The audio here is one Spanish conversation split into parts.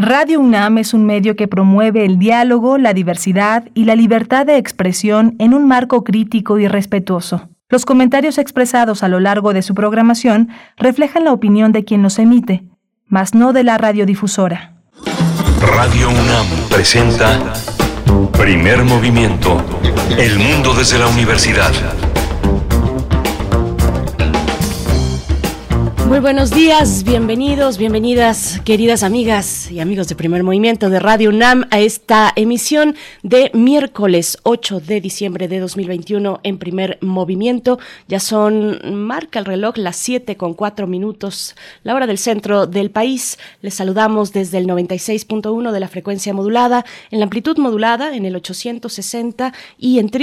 Radio UNAM es un medio que promueve el diálogo, la diversidad y la libertad de expresión en un marco crítico y respetuoso. Los comentarios expresados a lo largo de su programación reflejan la opinión de quien los emite, mas no de la radiodifusora. Radio UNAM presenta Primer Movimiento, El Mundo desde la Universidad. Muy buenos días, bienvenidos, bienvenidas, queridas amigas y amigos de Primer Movimiento de Radio UNAM a esta emisión de miércoles 8 de diciembre de 2021 en Primer Movimiento. Ya marca el reloj las 7:04, la hora del centro del país. Les saludamos desde el 96.1 de la frecuencia modulada, en la amplitud modulada en el 860 y en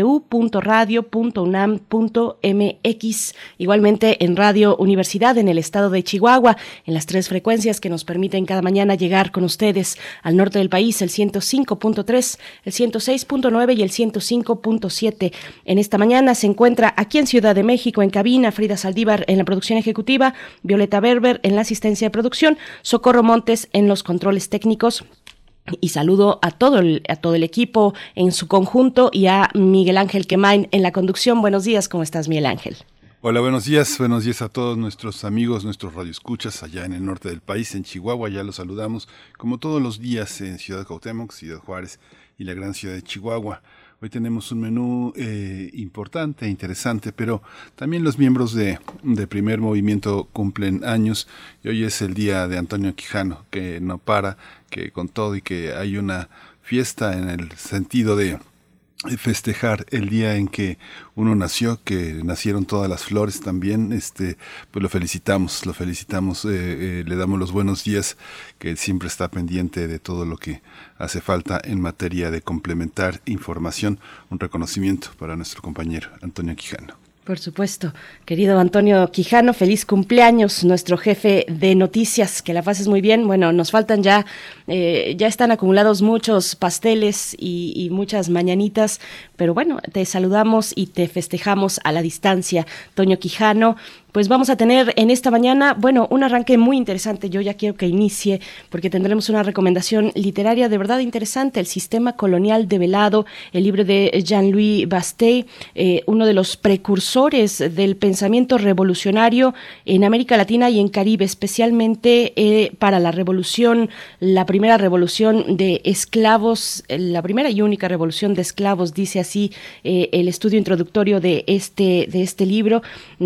www.radio.unam.mx, igualmente en Radio Universidad en el estado de Chihuahua, en las 3 frecuencias que nos permiten cada mañana llegar con ustedes al norte del país, el 105.3, el 106.9 y el 105.7. En esta mañana se encuentra aquí en Ciudad de México, en cabina, Frida Saldívar en la producción ejecutiva, Violeta Berber en la asistencia de producción, Socorro Montes en los controles técnicos. Y saludo a todo el equipo en su conjunto y a Miguel Ángel Quemain en la conducción. Buenos días, ¿cómo estás, Miguel Ángel? Hola, buenos días a todos nuestros amigos, nuestros radioescuchas allá en el norte del país, en Chihuahua. Ya los saludamos como todos los días en Ciudad Cuauhtémoc, Ciudad Juárez y la gran ciudad de Chihuahua. Hoy tenemos un menú importante, interesante, pero también los miembros de Primer Movimiento cumplen años y hoy es el día de Antonio Quijano, que no para, que con todo y que hay una fiesta en el sentido de festejar el día en que uno nació, que nacieron todas las flores también, pues lo felicitamos, le damos los buenos días, que siempre está pendiente de todo lo que hace falta en materia de complementar información. Un reconocimiento para nuestro compañero Antonio Quijano. Por supuesto, querido Antonio Quijano, feliz cumpleaños, nuestro jefe de noticias, que la pases muy bien. Bueno, nos faltan ya están acumulados muchos pasteles y muchas mañanitas, pero bueno, te saludamos y te festejamos a la distancia, Toño Quijano. Pues vamos a tener en esta mañana, un arranque muy interesante. Yo ya quiero que inicie porque tendremos una recomendación literaria de verdad interesante, El sistema colonial develado, el libro de Jean-Louis Bastey, uno de los precursores del pensamiento revolucionario en América Latina y en Caribe, especialmente para la primera revolución de esclavos, la primera y única revolución de esclavos, dice así el estudio introductorio de este libro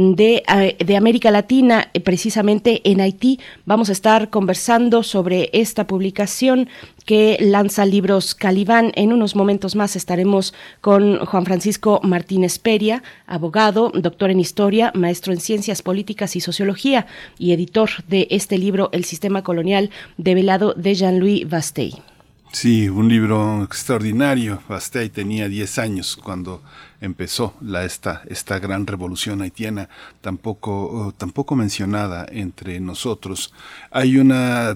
de América Latina, precisamente en Haití. Vamos a estar conversando sobre esta publicación que lanza Libros Calibán. En unos momentos más estaremos con Juan Francisco Martínez Peria, abogado, doctor en Historia, maestro en Ciencias Políticas y Sociología y editor de este libro, El sistema colonial develado, de Jean-Louis Bastey. Sí, un libro extraordinario. Bastey tenía 10 años cuando empezó esta gran revolución haitiana, tan poco mencionada entre nosotros. Hay una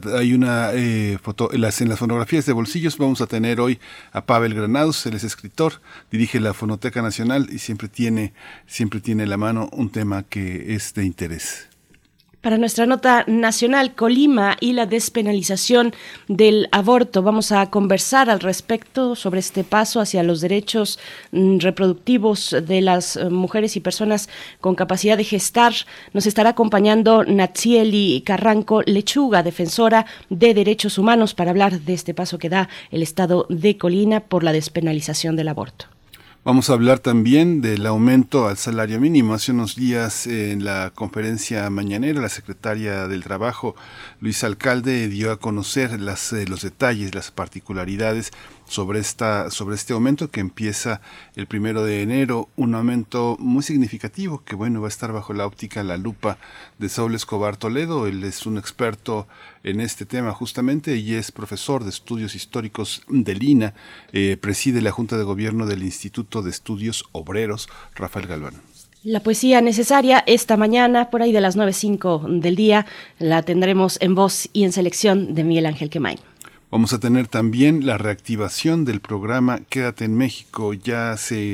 foto en las fotografías de bolsillos. Vamos a tener hoy a Pavel Granados. Él es escritor, dirige la Fonoteca Nacional y siempre tiene a la mano un tema que es de interés. Para nuestra nota nacional, Colima y la despenalización del aborto. Vamos a conversar al respecto sobre este paso hacia los derechos reproductivos de las mujeres y personas con capacidad de gestar. Nos estará acompañando Natsieli Carranco Lechuga, defensora de derechos humanos, para hablar de este paso que da el estado de Colima por la despenalización del aborto. Vamos a hablar también del aumento al salario mínimo. Hace unos días en la conferencia mañanera, la secretaria del Trabajo, Luisa Alcalde, dio a conocer los detalles, las particularidades sobre este aumento que empieza el 1 de enero, un aumento muy significativo que va a estar bajo la óptica, la lupa de Saúl Escobar Toledo. Él es un experto en este tema justamente y es profesor de estudios históricos del INA, preside la Junta de Gobierno del Instituto de Estudios Obreros, Rafael Galván. La poesía necesaria esta mañana, por ahí de las 9:05 del día, la tendremos en voz y en selección de Miguel Ángel Quemain. Vamos a tener también la reactivación del programa Quédate en México. Ya se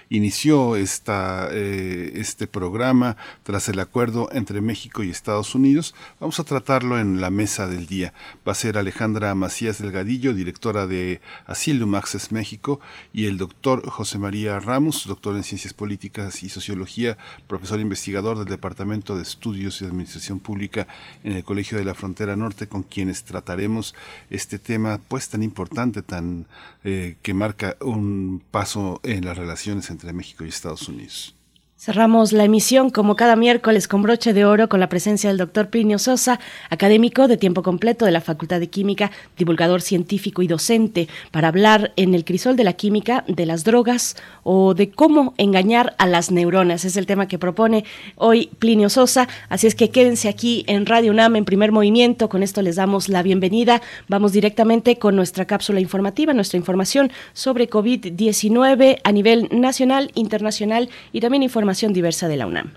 inició este programa tras el acuerdo entre México y Estados Unidos. Vamos a tratarlo en la mesa del día. Va a ser Alejandra Macías Delgadillo, directora de Asylum Access México, y el doctor José María Ramos, doctor en Ciencias Políticas y Sociología, profesor investigador del Departamento de Estudios y Administración Pública en el Colegio de la Frontera Norte, con quienes trataremos este tema pues tan importante, que marca un paso en las relaciones entre México y Estados Unidos. Cerramos la emisión como cada miércoles con broche de oro con la presencia del doctor Plinio Sosa, académico de tiempo completo de la Facultad de Química, divulgador científico y docente, para hablar en el crisol de la química de las drogas o de cómo engañar a las neuronas. Es el tema que propone hoy Plinio Sosa, así es que quédense aquí en Radio UNAM en Primer Movimiento. Con esto les damos la bienvenida. Vamos directamente con nuestra cápsula informativa, nuestra información sobre COVID-19 a nivel nacional, internacional y también información diversa de la UNAM.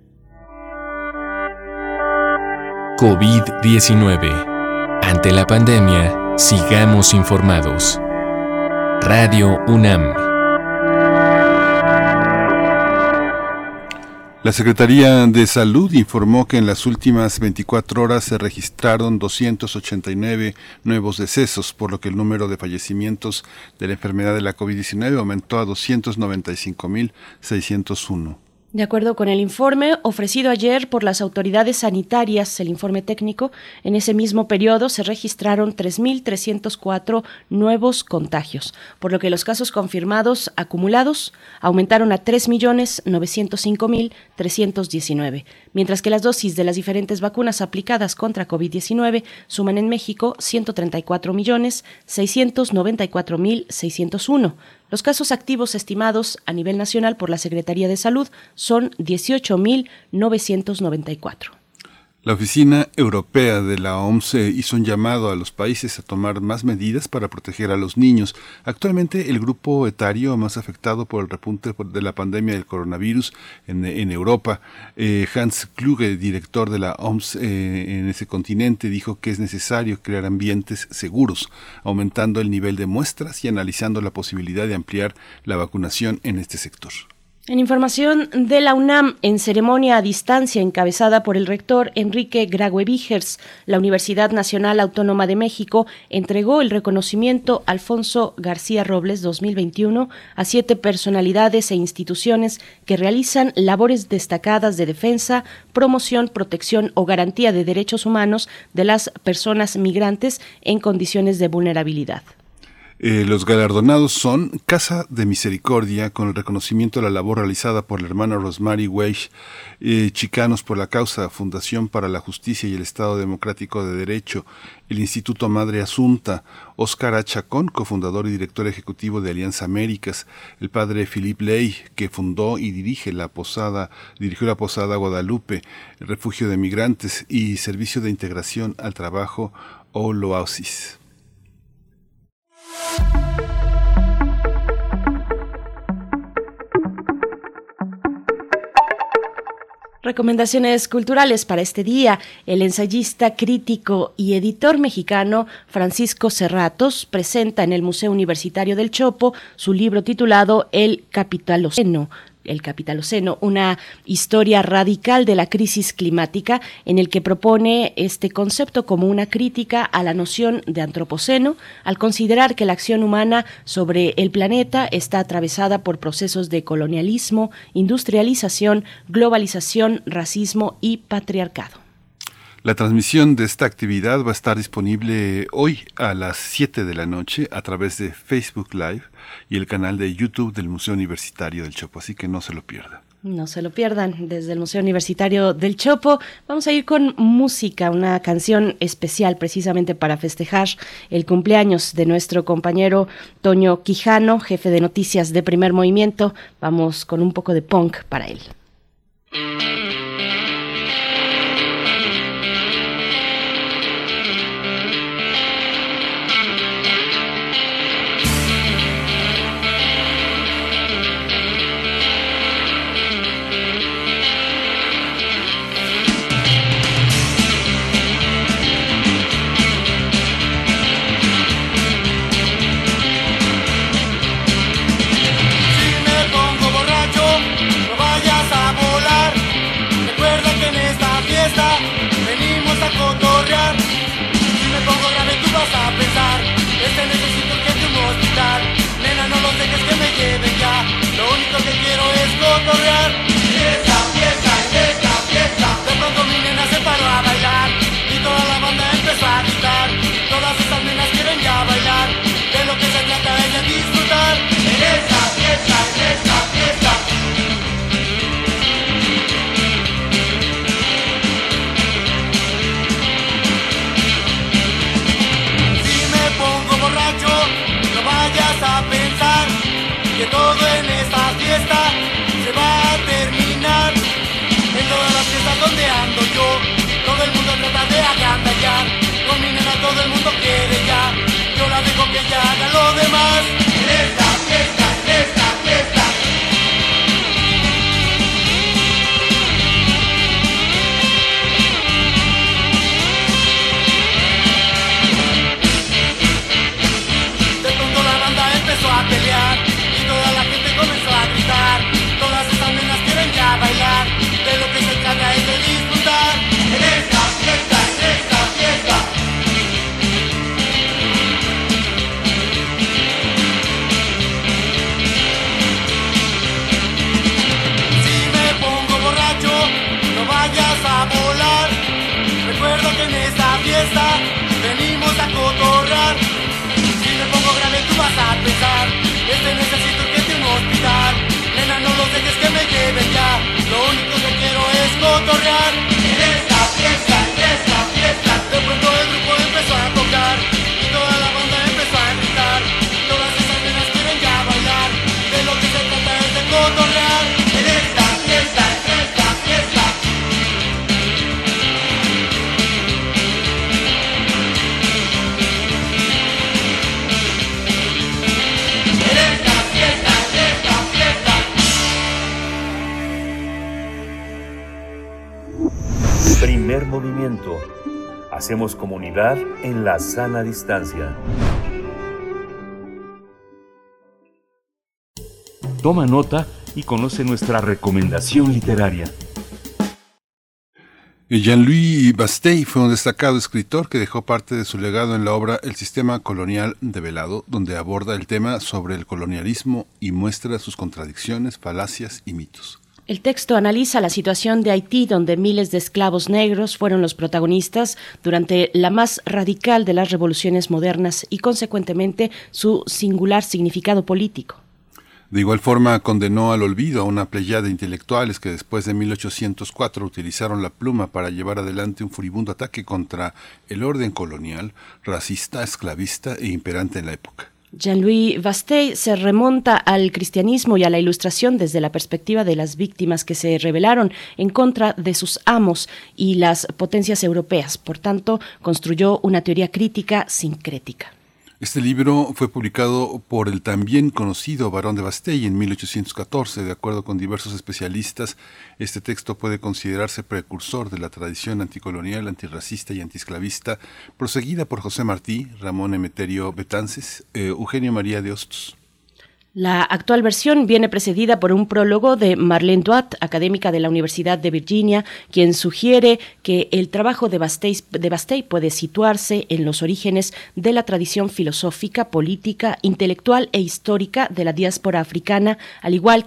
COVID-19. Ante la pandemia, sigamos informados. Radio UNAM. La Secretaría de Salud informó que en las últimas 24 horas se registraron 289 nuevos decesos, por lo que el número de fallecimientos de la enfermedad de la COVID-19 aumentó a 295.601. De acuerdo con el informe ofrecido ayer por las autoridades sanitarias, el informe técnico, en ese mismo periodo se registraron 3.304 nuevos contagios, por lo que los casos confirmados acumulados aumentaron a 3.905.319, mientras que las dosis de las diferentes vacunas aplicadas contra COVID-19 suman en México 134.694.601. Los casos activos estimados a nivel nacional por la Secretaría de Salud son 18.994. La Oficina Europea de la OMS hizo un llamado a los países a tomar más medidas para proteger a los niños. Actualmente, el grupo etario más afectado por el repunte de la pandemia del coronavirus en Europa, Hans Kluge, director de la OMS en ese continente, dijo que es necesario crear ambientes seguros, aumentando el nivel de muestras y analizando la posibilidad de ampliar la vacunación en este sector. En información de la UNAM, en ceremonia a distancia encabezada por el rector Enrique Graue Vigers, la Universidad Nacional Autónoma de México entregó el reconocimiento Alfonso García Robles 2021 a 7 personalidades e instituciones que realizan labores destacadas de defensa, promoción, protección o garantía de derechos humanos de las personas migrantes en condiciones de vulnerabilidad. Los galardonados son Casa de Misericordia, con el reconocimiento a la labor realizada por la hermana Rosemary Weish, Chicanos por la Causa, Fundación para la Justicia y el Estado Democrático de Derecho, el Instituto Madre Asunta, Óscar A. Chacón, cofundador y director ejecutivo de Alianza Américas, el padre Philippe Ley, que fundó y dirigió la Posada Guadalupe, el Refugio de Migrantes y Servicio de Integración al Trabajo Oloasis. Recomendaciones culturales para este día. El ensayista, crítico y editor mexicano Francisco Serratos presenta en el Museo Universitario del Chopo su libro titulado El Capitaloceno, una historia radical de la crisis climática, en el que propone este concepto como una crítica a la noción de antropoceno, al considerar que la acción humana sobre el planeta está atravesada por procesos de colonialismo, industrialización, globalización, racismo y patriarcado. La transmisión de esta actividad va a estar disponible hoy a las 7 de la noche a través de Facebook Live y el canal de YouTube del Museo Universitario del Chopo, así que no se lo pierdan. No se lo pierdan, desde el Museo Universitario del Chopo. Vamos a ir con música, una canción especial precisamente para festejar el cumpleaños de nuestro compañero Toño Quijano, jefe de noticias de Primer Movimiento. Vamos con un poco de punk para él. Si me pongo movimiento. Hacemos comunidad en la sana distancia. Toma nota y conoce nuestra recomendación literaria. Jean-Louis Bastei fue un destacado escritor que dejó parte de su legado en la obra El sistema colonial develado, donde aborda el tema sobre el colonialismo y muestra sus contradicciones, falacias y mitos. El texto analiza la situación de Haití, donde miles de esclavos negros fueron los protagonistas durante la más radical de las revoluciones modernas y, consecuentemente, su singular significado político. De igual forma, condenó al olvido a una pleyada de intelectuales que después de 1804 utilizaron la pluma para llevar adelante un furibundo ataque contra el orden colonial, racista, esclavista e imperante en la época. Jean-Louis Bastei se remonta al cristianismo y a la Ilustración desde la perspectiva de las víctimas que se rebelaron en contra de sus amos y las potencias europeas. Por tanto, construyó una teoría crítica sincrética. Este libro fue publicado por el también conocido Barón de Bastei en 1814. De acuerdo con diversos especialistas, este texto puede considerarse precursor de la tradición anticolonial, antirracista y antiesclavista, proseguida por José Martí, Ramón Emeterio Betances, Eugenio María de Hostos. La actual versión viene precedida por un prólogo de Marlene Duat, académica de la Universidad de Virginia, quien sugiere que el trabajo de Bastei puede situarse en los orígenes de la tradición filosófica, política, intelectual e histórica de la diáspora africana, al igual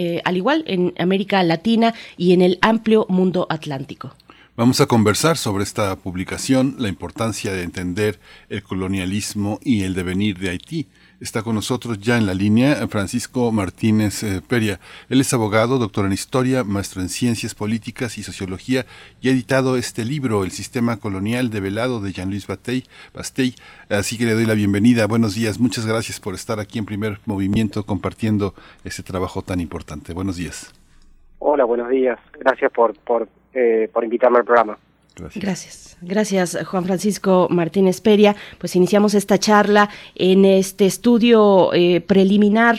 en América Latina y en el amplio mundo atlántico. Vamos a conversar sobre esta publicación, la importancia de entender el colonialismo y el devenir de Haití. Está con nosotros ya en la línea Francisco Martínez Peria. Él es abogado, doctor en Historia, maestro en Ciencias Políticas y Sociología y ha editado este libro, El sistema colonial develado, de Jean-Louis Bastei. Así que le doy la bienvenida. Buenos días. Muchas gracias por estar aquí en Primer Movimiento compartiendo este trabajo tan importante. Buenos días. Hola, buenos días. Gracias por invitarme al programa. Gracias, Juan Francisco Martínez Peria. Pues iniciamos esta charla en este estudio preliminar.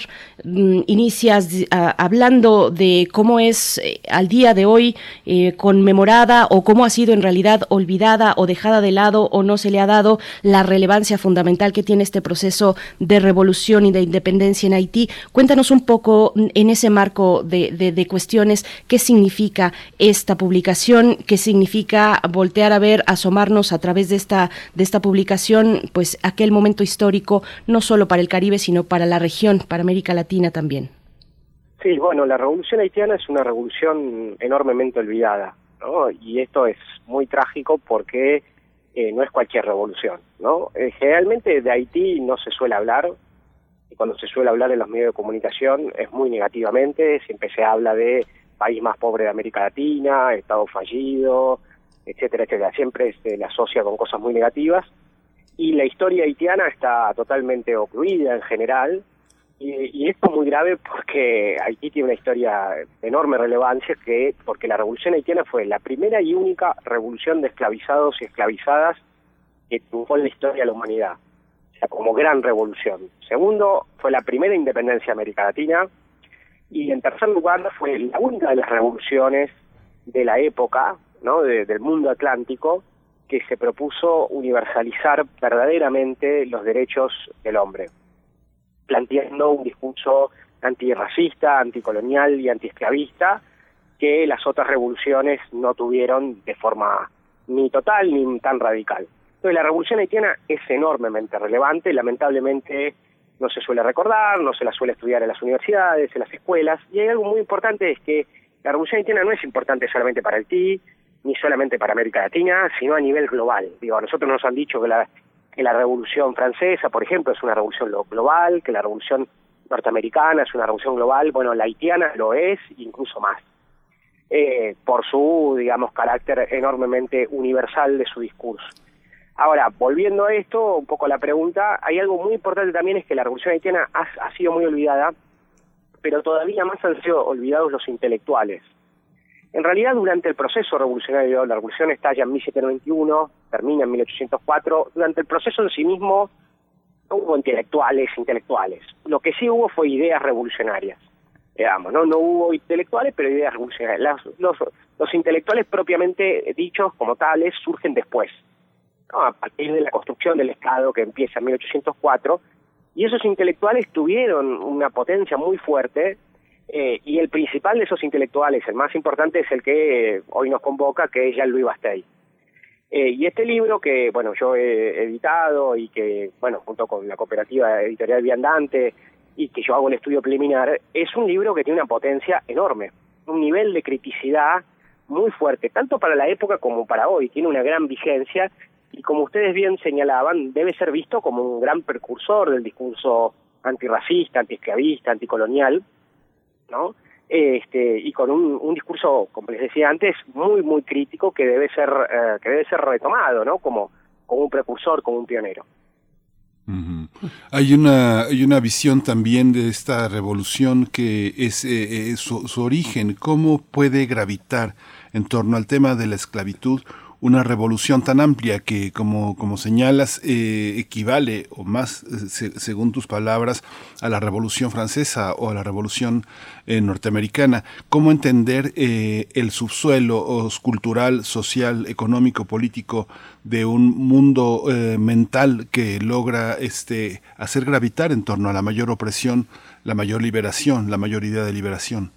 Inicias hablando de cómo es al día de hoy conmemorada o cómo ha sido en realidad olvidada o dejada de lado o no se le ha dado la relevancia fundamental que tiene este proceso de revolución y de independencia en Haití. Cuéntanos un poco en ese marco de cuestiones qué significa esta publicación, qué significa voltear a ver, asomarnos a través de esta publicación, pues aquel momento histórico, no solo para el Caribe, sino para la región, para América Latina también. Sí, bueno, la revolución haitiana es una revolución enormemente olvidada, ¿no? Y esto es muy trágico porque no es cualquier revolución, ¿no? Generalmente de Haití no se suele hablar, y cuando se suele hablar en los medios de comunicación es muy negativamente, siempre se habla de país más pobre de América Latina, Estado fallido, etcétera, etcétera. Siempre se le asocia con cosas muy negativas y la historia haitiana está totalmente ocluida en general y esto es muy grave porque Haití tiene una historia de enorme relevancia porque la revolución haitiana fue la primera y única revolución de esclavizados y esclavizadas que tuvo en la historia de la humanidad, o sea, como gran revolución. Segundo, fue la primera independencia de América Latina y en tercer lugar fue la única de las revoluciones de la época, ¿no? Del mundo atlántico, que se propuso universalizar verdaderamente los derechos del hombre, planteando un discurso antirracista, anticolonial y antiesclavista que las otras revoluciones no tuvieron de forma ni total ni tan radical. Entonces la revolución haitiana es enormemente relevante, lamentablemente no se suele recordar, no se la suele estudiar en las universidades, en las escuelas, y hay algo muy importante, es que la revolución haitiana no es importante solamente para Haití, ni solamente para América Latina, sino a nivel global. Digo, a nosotros nos han dicho que la Revolución Francesa, por ejemplo, es una revolución global, que la Revolución Norteamericana es una revolución global. Bueno, la haitiana lo es, incluso más, por su, digamos, carácter enormemente universal de su discurso. Ahora, volviendo a esto, un poco a la pregunta, hay algo muy importante también, es que la Revolución haitiana ha sido muy olvidada, pero todavía más han sido olvidados los intelectuales. En realidad, durante el proceso revolucionario, la revolución estalla en 1791, termina en 1804, durante el proceso en sí mismo no hubo intelectuales. Lo que sí hubo fue ideas revolucionarias. digamos, ¿no? No hubo intelectuales, pero ideas revolucionarias. Los intelectuales propiamente dichos como tales surgen después, ¿no? A partir de la construcción del Estado que empieza en 1804, y esos intelectuales tuvieron una potencia muy fuerte, y el principal de esos intelectuales, el más importante, es el que hoy nos convoca, que es Jean-Louis Basteil. Y este libro que, bueno, yo he editado y que, bueno, junto con la cooperativa editorial Viandante, y que yo hago el estudio preliminar, es un libro que tiene una potencia enorme, un nivel de criticidad muy fuerte, tanto para la época como para hoy, tiene una gran vigencia, y como ustedes bien señalaban, debe ser visto como un gran precursor del discurso antirracista, antiesclavista, anticolonial, ¿no? Y con un discurso, como les decía antes, muy muy crítico, que debe ser retomado, ¿no? Como un precursor, como un pionero. Uh-huh. Hay una visión también de esta revolución que es su origen, cómo puede gravitar en torno al tema de la esclavitud una revolución tan amplia que, como señalas, equivale o más, según tus palabras, a la Revolución Francesa o a la Revolución norteamericana. ¿Cómo entender el subsuelo cultural, social, económico, político de un mundo mental que logra hacer gravitar en torno a la mayor opresión, la mayor liberación, la mayor idea de liberación?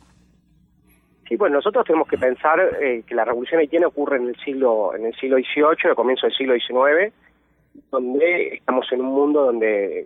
Sí, bueno, nosotros tenemos que pensar que la revolución haitiana ocurre en el siglo XVIII, al comienzo del siglo XIX, donde estamos en un mundo donde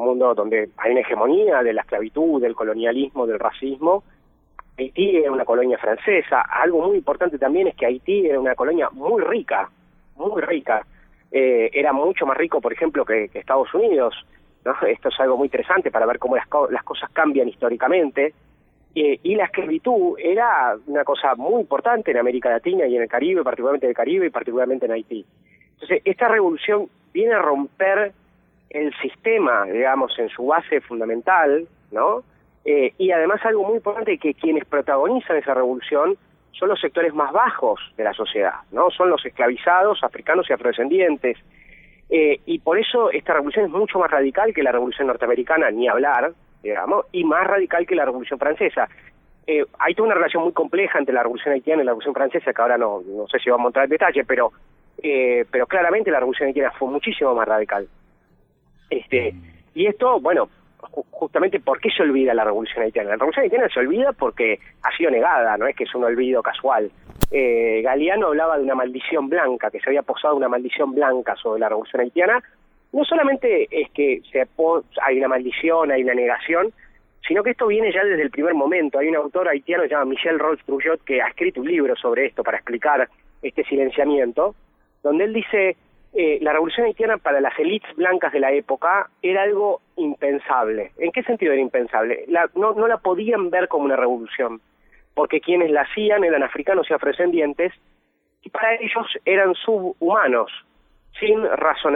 hay una hegemonía de la esclavitud, del colonialismo, del racismo. Haití era una colonia francesa. Algo muy importante también es que Haití era una colonia muy rica, muy rica. Era mucho más rico, por ejemplo, que Estados Unidos, ¿no? Esto es algo muy interesante para ver cómo las cosas cambian históricamente. Y la esclavitud era una cosa muy importante en América Latina y en el Caribe, particularmente en el Caribe y particularmente en Haití. Entonces, esta revolución viene a romper el sistema, digamos, en su base fundamental, ¿no? Y además algo muy importante, que quienes protagonizan esa revolución son los sectores más bajos de la sociedad, ¿no? Son los esclavizados, africanos y afrodescendientes. Y por eso esta revolución es mucho más radical que la revolución norteamericana, ni hablar, digamos, y más radical que la Revolución Francesa. Hay toda una relación muy compleja entre la Revolución Haitiana y la Revolución Francesa, que ahora no sé si vamos a entrar en detalle, pero claramente la Revolución Haitiana fue muchísimo más radical. Y esto, bueno, justamente, ¿por qué se olvida la Revolución Haitiana? La Revolución Haitiana se olvida porque ha sido negada, no es que es un olvido casual. Galeano hablaba de una maldición blanca, que se había posado una maldición blanca sobre la Revolución Haitiana. No solamente es que hay una maldición, hay una negación, sino que esto viene ya desde el primer momento. Hay un autor haitiano que se llama Michel Rolls-Trouillot, que ha escrito un libro sobre esto para explicar este silenciamiento, donde él dice, la revolución haitiana para las élites blancas de la época era algo impensable. ¿En qué sentido era impensable? No la podían ver como una revolución, porque quienes la hacían eran africanos y afrodescendientes, y para ellos eran subhumanos, sin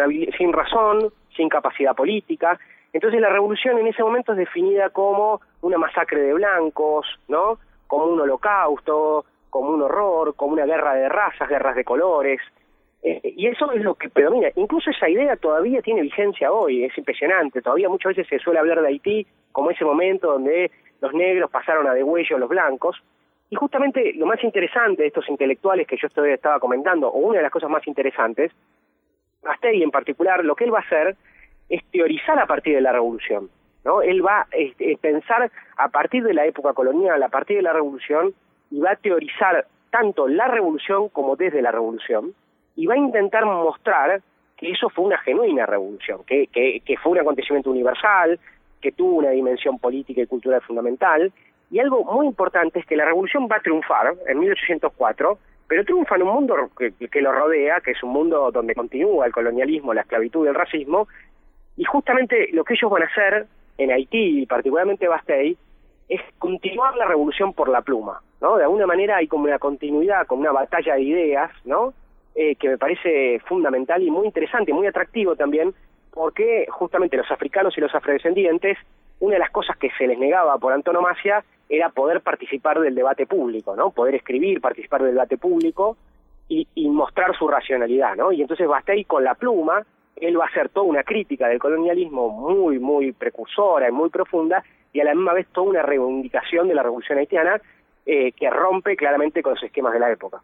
razón, sin capacidad política. Entonces la revolución en ese momento es definida como una masacre de blancos, ¿no? Como un holocausto, como un horror, como una guerra de razas, guerras de colores. Y eso es lo que predomina. Incluso esa idea todavía tiene vigencia hoy, es impresionante. Todavía muchas veces se suele hablar de Haití como ese momento donde los negros pasaron a degüello a los blancos. Y justamente lo más interesante de estos intelectuales que yo estaba comentando, o una de las cosas más interesantes, Basteil en particular, lo que él va a hacer es teorizar a partir de la revolución, ¿no? Él va a pensar a partir de la época colonial, a partir de la revolución, y va a teorizar tanto la revolución como desde la revolución, y va a intentar mostrar que eso fue una genuina revolución, que fue un acontecimiento universal, que tuvo una dimensión política y cultural fundamental, y algo muy importante es que la revolución va a triunfar en 1804, pero triunfa en un mundo que lo rodea, que es un mundo donde continúa el colonialismo, la esclavitud y el racismo, y justamente lo que ellos van a hacer en Haití, y particularmente Basteil, es continuar la revolución por la pluma, ¿no? De alguna manera hay como una continuidad, como una batalla de ideas, ¿no? Que me parece fundamental y muy interesante, muy atractivo también, porque justamente los africanos y los afrodescendientes, una de las cosas que se les negaba por antonomasia era poder participar del debate público, ¿no? Poder escribir, participar del debate público y mostrar su racionalidad, ¿no? Y entonces Basteil con la pluma él va a hacer toda una crítica del colonialismo muy, muy precursora y muy profunda, y a la misma vez toda una reivindicación de la revolución haitiana que rompe claramente con los esquemas de la época.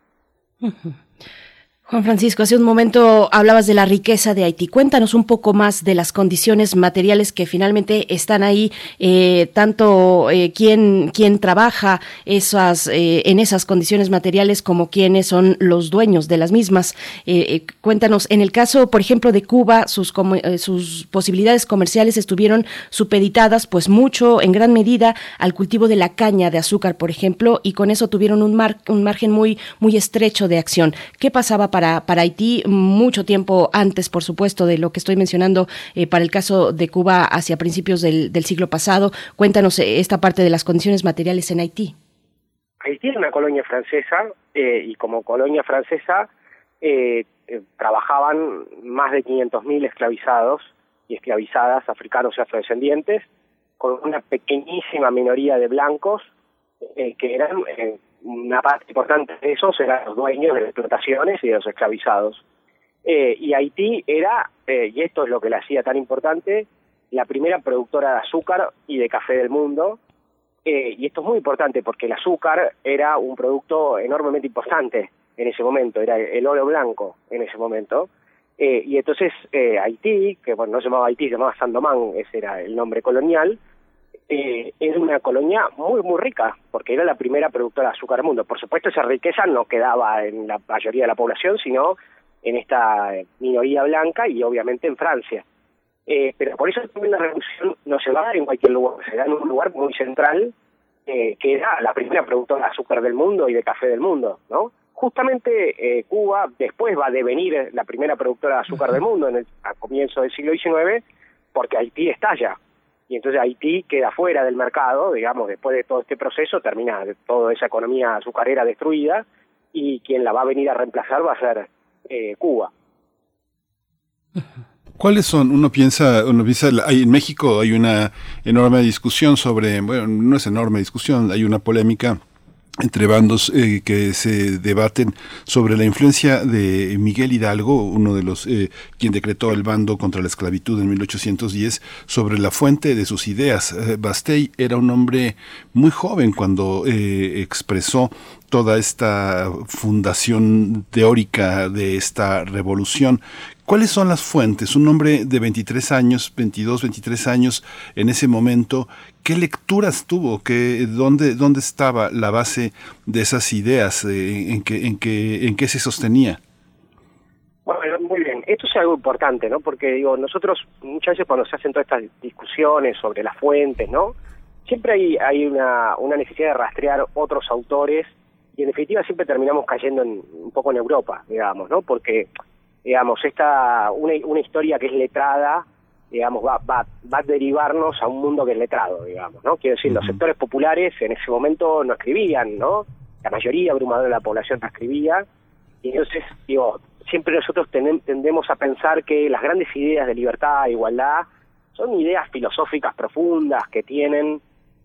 Juan Francisco, hace un momento hablabas de la riqueza de Haití. Cuéntanos un poco más de las condiciones materiales que finalmente están ahí, tanto quién trabaja en esas condiciones materiales como quiénes son los dueños de las mismas. Cuéntanos, en el caso, por ejemplo, de Cuba, sus posibilidades comerciales estuvieron supeditadas, pues mucho, en gran medida, al cultivo de la caña de azúcar, por ejemplo, y con eso tuvieron un margen muy, muy estrecho de acción. ¿Qué pasaba para Haití mucho tiempo antes, por supuesto, de lo que estoy mencionando para el caso de Cuba hacia principios del siglo pasado? Cuéntanos esta parte de las condiciones materiales en Haití. Haití es una colonia francesa y como colonia francesa trabajaban más de 500.000 esclavizados y esclavizadas africanos y afrodescendientes, con una pequeñísima minoría de blancos que eran... una parte importante de esos eran los dueños de las explotaciones y de los esclavizados. Y Haití era, y esto es lo que la hacía tan importante, la primera productora de azúcar y de café del mundo. Y esto es muy importante porque el azúcar era un producto enormemente importante en ese momento, era el oro blanco en ese momento. Y entonces Haití, que bueno, no se llamaba Haití, se llamaba Saint-Domingue, ese era el nombre colonial, era una colonia muy, muy rica, porque era la primera productora de azúcar del mundo. Por supuesto, esa riqueza no quedaba en la mayoría de la población, sino en esta minoría blanca y obviamente en Francia. Pero por eso también la revolución no se va a dar en cualquier lugar, se da en un lugar muy central, que era la primera productora de azúcar del mundo y de café del mundo, ¿no? Justamente Cuba después va a devenir la primera productora de azúcar del mundo a comienzos del siglo XIX, porque Haití estalla. Y entonces Haití queda fuera del mercado, digamos, después de todo este proceso, termina toda esa economía azucarera destruida, y quien la va a venir a reemplazar va a ser Cuba. ¿Cuáles son? Uno piensa, en México hay una enorme discusión sobre, bueno, no es enorme discusión, hay una polémica entre bandos que se debaten sobre la influencia de Miguel Hidalgo, uno de los quien decretó el bando contra la esclavitud en 1810, sobre la fuente de sus ideas. Bastey era un hombre muy joven cuando expresó toda esta fundación teórica de esta revolución. ¿Cuáles son las fuentes? Un hombre de 23 años, 22, 23 años en ese momento, ¿qué lecturas tuvo? ¿Dónde estaba la base de esas ideas? ¿En qué se sostenía? Bueno, muy bien. Esto es algo importante, ¿no? Porque digo, nosotros muchas veces cuando se hacen todas estas discusiones sobre las fuentes, ¿no? Siempre hay una necesidad de rastrear otros autores y en definitiva siempre terminamos cayendo un poco en Europa, digamos, ¿no? Porque digamos, una historia que es letrada, digamos, va a derivarnos a un mundo que es letrado, digamos, ¿no? Quiero decir, los sectores populares en ese momento no escribían, ¿no? La mayoría abrumadora de la población no escribía, y entonces, digo, siempre nosotros tendemos a pensar que las grandes ideas de libertad e igualdad son ideas filosóficas profundas que tienen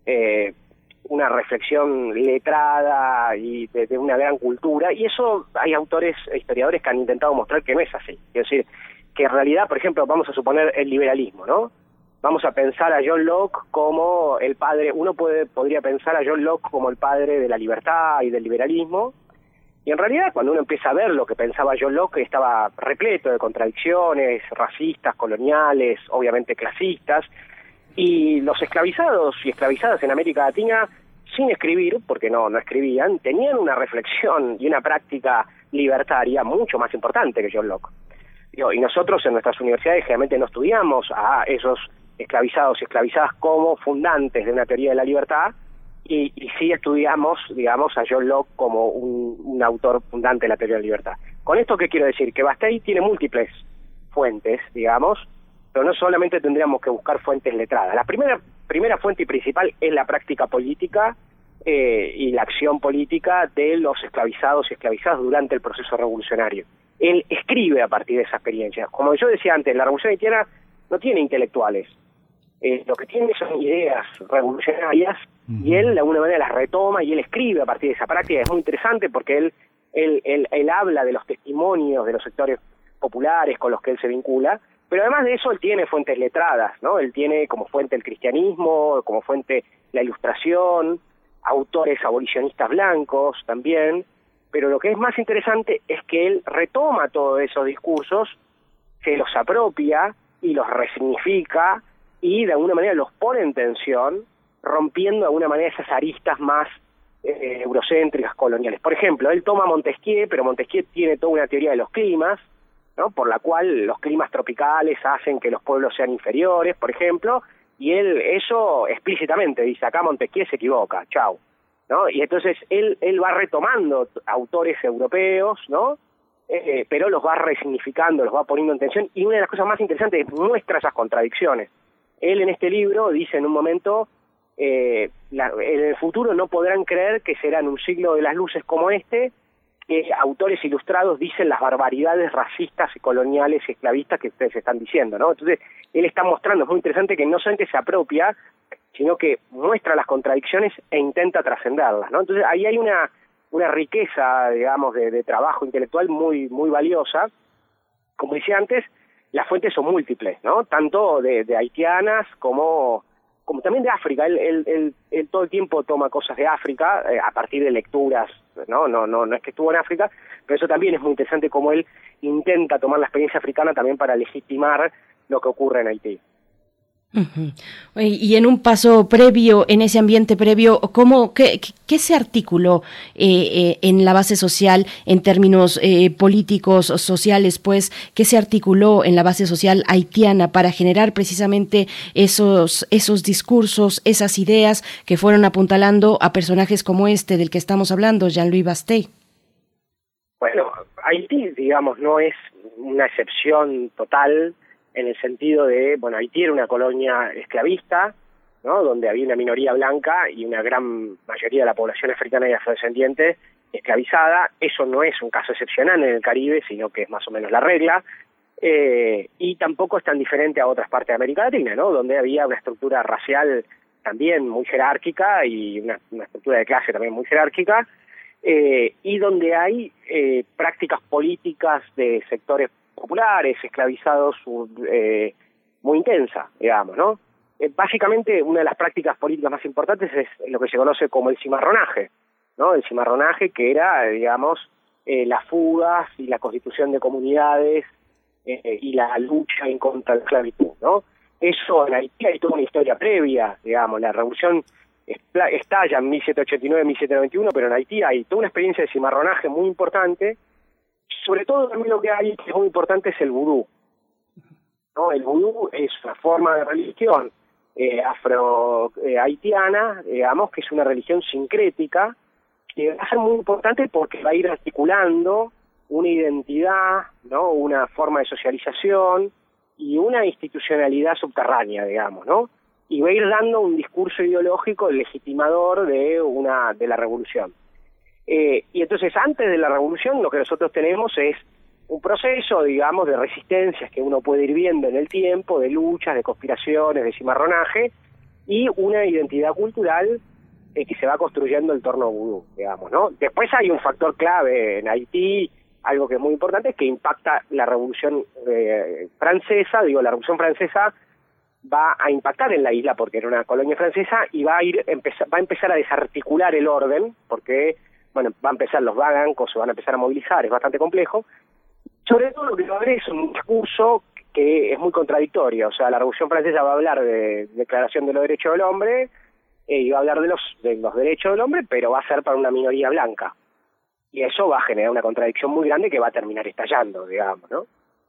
una reflexión letrada y de una gran cultura, y eso hay autores, historiadores que han intentado mostrar que no es así. Es decir, que en realidad, por ejemplo, vamos a suponer el liberalismo, ¿no? Vamos a pensar a John Locke como el padre, podría pensar a John Locke como el padre de la libertad y del liberalismo, y en realidad cuando uno empieza a ver lo que pensaba John Locke, estaba repleto de contradicciones racistas, coloniales, obviamente clasistas, y los esclavizados y esclavizadas en América Latina, sin escribir, porque no escribían, tenían una reflexión y una práctica libertaria mucho más importante que John Locke. Y nosotros en nuestras universidades generalmente no estudiamos a esos esclavizados y esclavizadas como fundantes de una teoría de la libertad, y sí estudiamos, digamos, a John Locke como un autor fundante de la teoría de la libertad. Con esto, ¿qué quiero decir? Que Bastey tiene múltiples fuentes, digamos, pero no solamente tendríamos que buscar fuentes letradas. La primera fuente y principal es la práctica política y la acción política de los esclavizados y esclavizadas durante el proceso revolucionario. Él escribe a partir de esa experiencia. Como yo decía antes, la revolución haitiana no tiene intelectuales. Lo que tiene son ideas revolucionarias y él de alguna manera las retoma y él escribe a partir de esa práctica. Es muy interesante porque él habla de los testimonios de los sectores populares con los que él se vincula, Pero además de eso, él tiene fuentes letradas, ¿no? Él tiene como fuente el cristianismo, como fuente la Ilustración, autores abolicionistas blancos también, pero lo que es más interesante es que él retoma todos esos discursos, se los apropia y los resignifica y de alguna manera los pone en tensión, rompiendo de alguna manera esas aristas más eurocéntricas, coloniales. Por ejemplo, él toma Montesquieu, pero Montesquieu tiene toda una teoría de los climas, ¿no? Por la cual los climas tropicales hacen que los pueblos sean inferiores, por ejemplo, y él eso explícitamente dice, acá Montesquieu se equivoca, chau, ¿no? Y entonces él va retomando autores europeos, ¿no? Pero los va resignificando, los va poniendo en tensión, y una de las cosas más interesantes es muestra esas contradicciones. Él en este libro dice en un momento, en el futuro no podrán creer que será en un siglo de las luces como este, que autores ilustrados dicen las barbaridades racistas y coloniales y esclavistas que ustedes están diciendo, ¿no? Entonces, él está mostrando, es muy interesante, que no solamente se apropia, sino que muestra las contradicciones e intenta trascenderlas, ¿no? Entonces, ahí hay una riqueza, digamos, de trabajo intelectual muy valiosa. Como decía antes, las fuentes son múltiples, ¿no? Tanto de haitianas como también de África. Él todo el tiempo toma cosas de África a partir de lecturas, no es que estuvo en África, pero eso también es muy interesante, como él intenta tomar la experiencia africana también para legitimar lo que ocurre en Haití. Uh-huh. Y en un paso previo, en ese ambiente previo, ¿qué se articuló en la base social en términos políticos, sociales, pues, qué se articuló en la base social haitiana para generar precisamente esos discursos, esas ideas que fueron apuntalando a personajes como este del que estamos hablando, Jean-Louis Bastet? Bueno, Haití, digamos, no es una excepción total, en el sentido de, bueno, Haití era una colonia esclavista, ¿no? Donde había una minoría blanca y una gran mayoría de la población africana y afrodescendiente esclavizada. Eso no es un caso excepcional en el Caribe, sino que es más o menos la regla, y tampoco es tan diferente a otras partes de América Latina, ¿no? Donde había una estructura racial también muy jerárquica y una estructura de clase también muy jerárquica, y donde hay prácticas políticas de sectores populares, esclavizados, muy intensa, digamos, ¿no? Básicamente, una de las prácticas políticas más importantes es lo que se conoce como el cimarronaje, ¿no? El cimarronaje, que era, digamos, las fugas y la constitución de comunidades y la lucha en contra de la esclavitud, ¿no? Eso en Haití hay toda una historia previa, digamos, la revolución estalla en 1789-1791, pero en Haití hay toda una experiencia de cimarronaje muy importante. Sobre todo también lo que hay, que es muy importante, es el vudú, ¿no? El vudú es una forma de religión afro-haitiana, digamos, que es una religión sincrética, que va a ser muy importante porque va a ir articulando una identidad, ¿no? Una forma de socialización y una institucionalidad subterránea, digamos, ¿no? Y va a ir dando un discurso ideológico legitimador de la revolución. Y entonces, antes de la revolución, lo que nosotros tenemos es un proceso, digamos, de resistencias que uno puede ir viendo en el tiempo, de luchas, de conspiraciones, de cimarronaje, y una identidad cultural que se va construyendo en torno a vudú, digamos, ¿no? Después hay un factor clave en Haití, algo que es muy importante, que impacta la revolución francesa. Digo, la revolución francesa va a impactar en la isla porque era una colonia francesa, y va a empezar a desarticular el orden, porque bueno, va a empezar los vagancos, se van a empezar a movilizar, es bastante complejo. Sobre todo lo que va a haber es un discurso que es muy contradictorio. O sea, la Revolución Francesa va a hablar de declaración de los derechos del hombre, y va a hablar de los derechos del hombre, pero va a ser para una minoría blanca. Y eso va a generar una contradicción muy grande que va a terminar estallando, digamos, ¿no?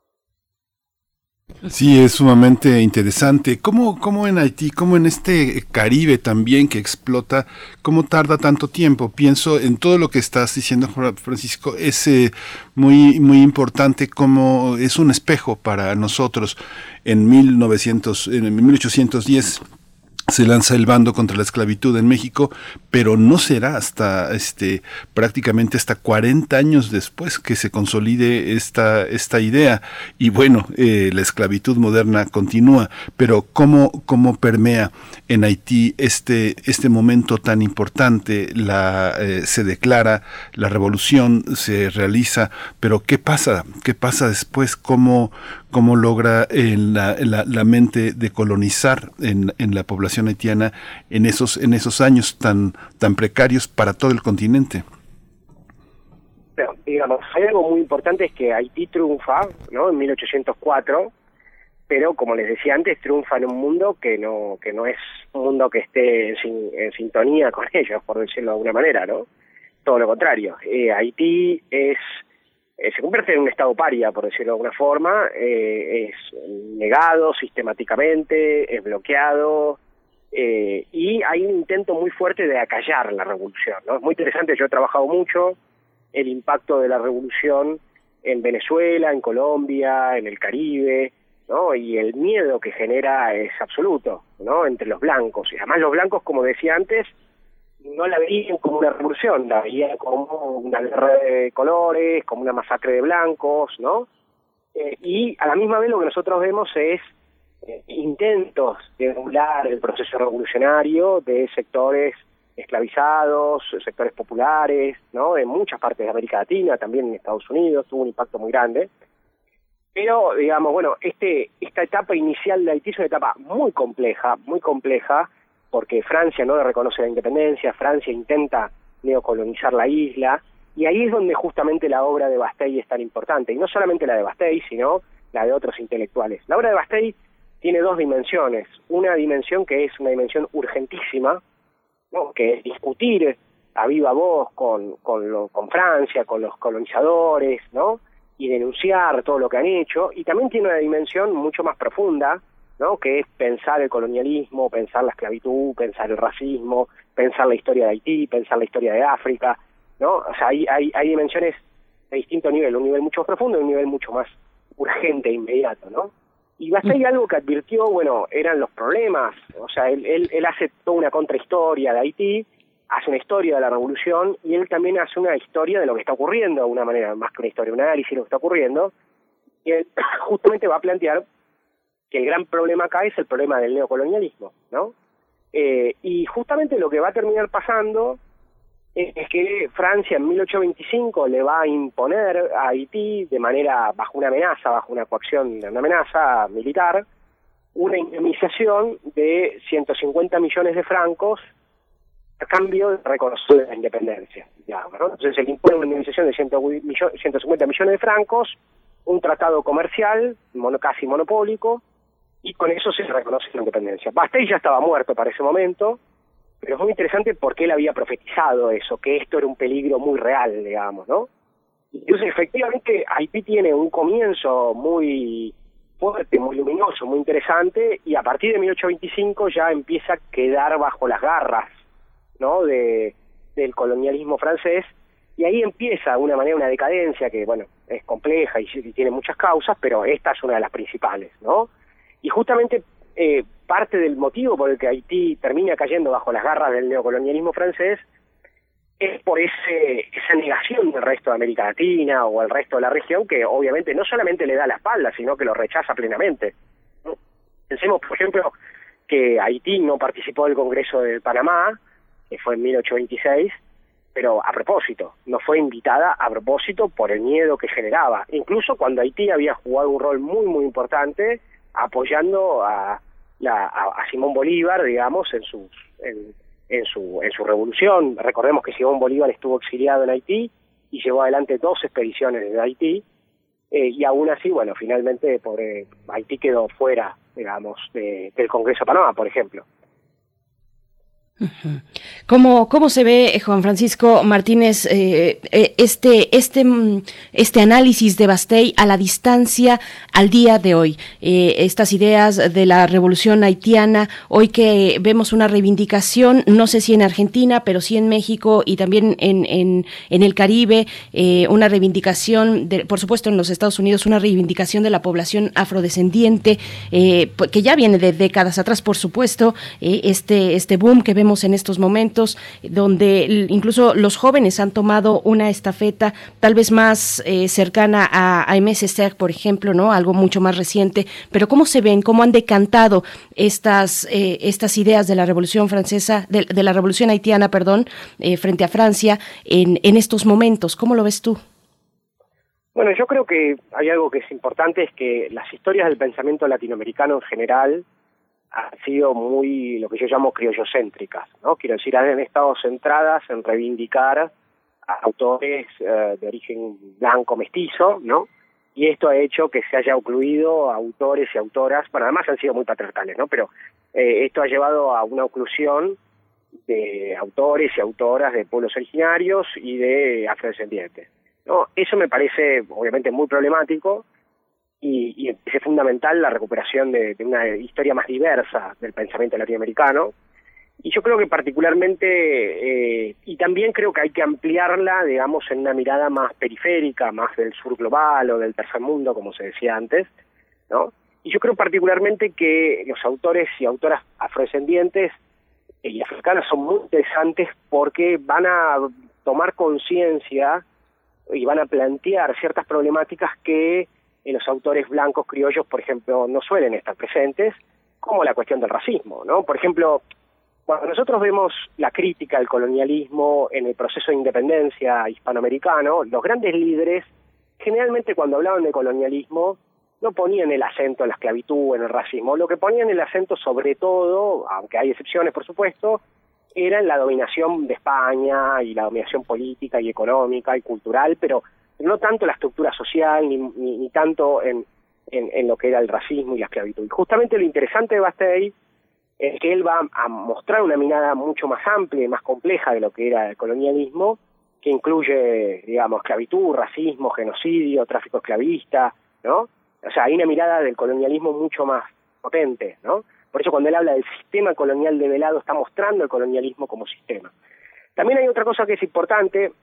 Sí, es sumamente interesante. ¿Cómo en Haití, cómo en este Caribe también que explota, cómo tarda tanto tiempo? Pienso en todo lo que estás diciendo, Francisco, es muy importante, como es un espejo para nosotros. En 1810 se lanza el bando contra la esclavitud en México, pero no será hasta prácticamente hasta 40 años después que se consolide esta idea. Y bueno, la esclavitud moderna continúa, pero ¿cómo permea en Haití este momento tan importante? Se declara, la revolución se realiza, pero ¿qué pasa? ¿Qué pasa después? ¿Cómo logra la mente de colonizar en la población haitiana en esos años tan precarios para todo el continente? Pero, digamos, hay algo muy importante, es que Haití triunfa, ¿no?, en 1804, pero como les decía antes, triunfa en un mundo que no es un mundo que esté en sintonía con ellos, por decirlo de alguna manera, ¿no? Todo lo contrario. Haití se convierte en un estado paria, por decirlo de alguna forma, es negado sistemáticamente, es bloqueado, y hay un intento muy fuerte de acallar la revolución, ¿no? Es muy interesante, yo he trabajado mucho el impacto de la revolución en Venezuela, en Colombia, en el Caribe, ¿no? Y el miedo que genera es absoluto, ¿no?, entre los blancos. Y además los blancos, como decía antes, no la veían como una revolución, la veían como una guerra de colores, como una masacre de blancos, ¿no? Y a la misma vez lo que nosotros vemos es intentos de anular el proceso revolucionario de sectores esclavizados, sectores populares, ¿no?, en muchas partes de América Latina, también en Estados Unidos, tuvo un impacto muy grande. Pero, digamos, bueno, esta etapa inicial de Haití es una etapa muy compleja, porque Francia no le reconoce la independencia, Francia intenta neocolonizar la isla, y ahí es donde justamente la obra de Bastei es tan importante, y no solamente la de Bastei, sino la de otros intelectuales. La obra de Bastei tiene dos dimensiones, una dimensión que es una dimensión urgentísima, ¿no?, que es discutir a viva voz con Francia, con los colonizadores, ¿no?, y denunciar todo lo que han hecho, y también tiene una dimensión mucho más profunda, ¿no?, que es pensar el colonialismo, pensar la esclavitud, pensar el racismo, pensar la historia de Haití, pensar la historia de África, ¿no? O sea, hay dimensiones de distinto nivel, un nivel mucho más profundo y un nivel mucho más urgente e inmediato, ¿no? Y Bastei algo que advirtió, bueno, eran los problemas, o sea, él hace toda una contrahistoria de Haití, hace una historia de la revolución, y él también hace una historia de lo que está ocurriendo, de alguna manera, más que una historia, un análisis de lo que está ocurriendo, y él justamente va a plantear que el gran problema acá es el problema del neocolonialismo, ¿no? Y justamente lo que va a terminar pasando es que Francia en 1825 le va a imponer a Haití de manera, bajo una amenaza, bajo una coacción de una amenaza militar, una indemnización de 150 millones de francos a cambio de reconocer la independencia, digamos, ¿no? Entonces se le impone una indemnización de 150 millones de francos, un tratado comercial casi monopólico, y con eso se reconoce la independencia. Bastei ya estaba muerto para ese momento, pero es muy interesante porque él había profetizado eso, que esto era un peligro muy real, digamos, ¿no? Entonces, efectivamente, Haití tiene un comienzo muy fuerte, muy luminoso, muy interesante, y a partir de 1825 ya empieza a quedar bajo las garras, ¿no?, del colonialismo francés, y ahí empieza de una manera una decadencia que, bueno, es compleja y tiene muchas causas, pero esta es una de las principales, ¿no? Y justamente parte del motivo por el que Haití termina cayendo bajo las garras del neocolonialismo francés es por esa negación del resto de América Latina o el resto de la región, que obviamente no solamente le da la espalda, sino que lo rechaza plenamente, ¿no? Pensemos, por ejemplo, que Haití no participó del Congreso de Panamá, que fue en 1826, pero a propósito, no fue invitada a propósito por el miedo que generaba, incluso cuando Haití había jugado un rol muy, muy importante apoyando a Simón Bolívar, digamos, en su revolución. Recordemos que Simón Bolívar estuvo exiliado en Haití y llevó adelante 2 expediciones desde Haití, y aún así, bueno, finalmente Haití quedó fuera, digamos, del Congreso de Panamá, por ejemplo. ¿Cómo se ve, Juan Francisco Martínez, este análisis de Bastei a la distancia al día de hoy? Estas ideas de la revolución haitiana, hoy que vemos una reivindicación, no sé si en Argentina, pero sí en México y también en el Caribe, una reivindicación, por supuesto en los Estados Unidos, una reivindicación de la población afrodescendiente, que ya viene de décadas atrás, por supuesto, este boom que vemos en estos momentos, donde incluso los jóvenes han tomado una estafeta tal vez más cercana a Aimé Césaire, por ejemplo, ¿no? Algo mucho más reciente, pero ¿cómo se ven, cómo han decantado estas ideas de la Revolución Francesa, de la Revolución Haitiana, frente a Francia en estos momentos? ¿Cómo lo ves tú? Bueno, yo creo que hay algo que es importante, es que las historias del pensamiento latinoamericano en general han sido muy, lo que yo llamo criollocéntricas, ¿no? Quiero decir, han estado centradas en reivindicar a autores de origen blanco mestizo, ¿no? Y esto ha hecho que se haya ocluido a autores y autoras, bueno, además han sido muy patriarcales, ¿no? Pero esto ha llevado a una oclusión de autores y autoras de pueblos originarios y de afrodescendientes, ¿no? Eso me parece, obviamente, muy problemático, y es fundamental la recuperación de una historia más diversa del pensamiento latinoamericano. Y yo creo que particularmente, y también creo que hay que ampliarla, digamos, en una mirada más periférica, más del sur global o del tercer mundo, como se decía antes, ¿no? Y yo creo particularmente que los autores y autoras afrodescendientes y africanas son muy interesantes porque van a tomar conciencia y van a plantear ciertas problemáticas que los autores blancos criollos, por ejemplo, no suelen estar presentes, como la cuestión del racismo, ¿no? Por ejemplo, cuando nosotros vemos la crítica al colonialismo en el proceso de independencia hispanoamericano, los grandes líderes, generalmente cuando hablaban de colonialismo, no ponían el acento en la esclavitud, en el racismo. Lo que ponían el acento, sobre todo, aunque hay excepciones, por supuesto, era en la dominación de España y la dominación política y económica y cultural, pero no tanto la estructura social ni tanto en lo que era el racismo y la esclavitud. Y justamente lo interesante de Bastei es que él va a mostrar una mirada mucho más amplia y más compleja de lo que era el colonialismo, que incluye, digamos, esclavitud, racismo, genocidio, tráfico esclavista, ¿no? O sea, hay una mirada del colonialismo mucho más potente, ¿no? Por eso cuando él habla del sistema colonial develado, está mostrando el colonialismo como sistema. También hay otra cosa que es importante,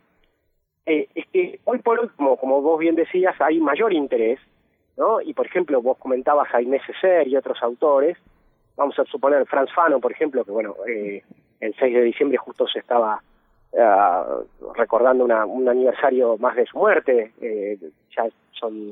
es que hoy por hoy, como vos bien decías, hay mayor interés, ¿no? Y por ejemplo, vos comentabas a Aimé Césaire y otros autores, vamos a suponer Frantz Fanon, por ejemplo, que bueno, el 6 de diciembre justo se estaba recordando un aniversario más de su muerte, ya son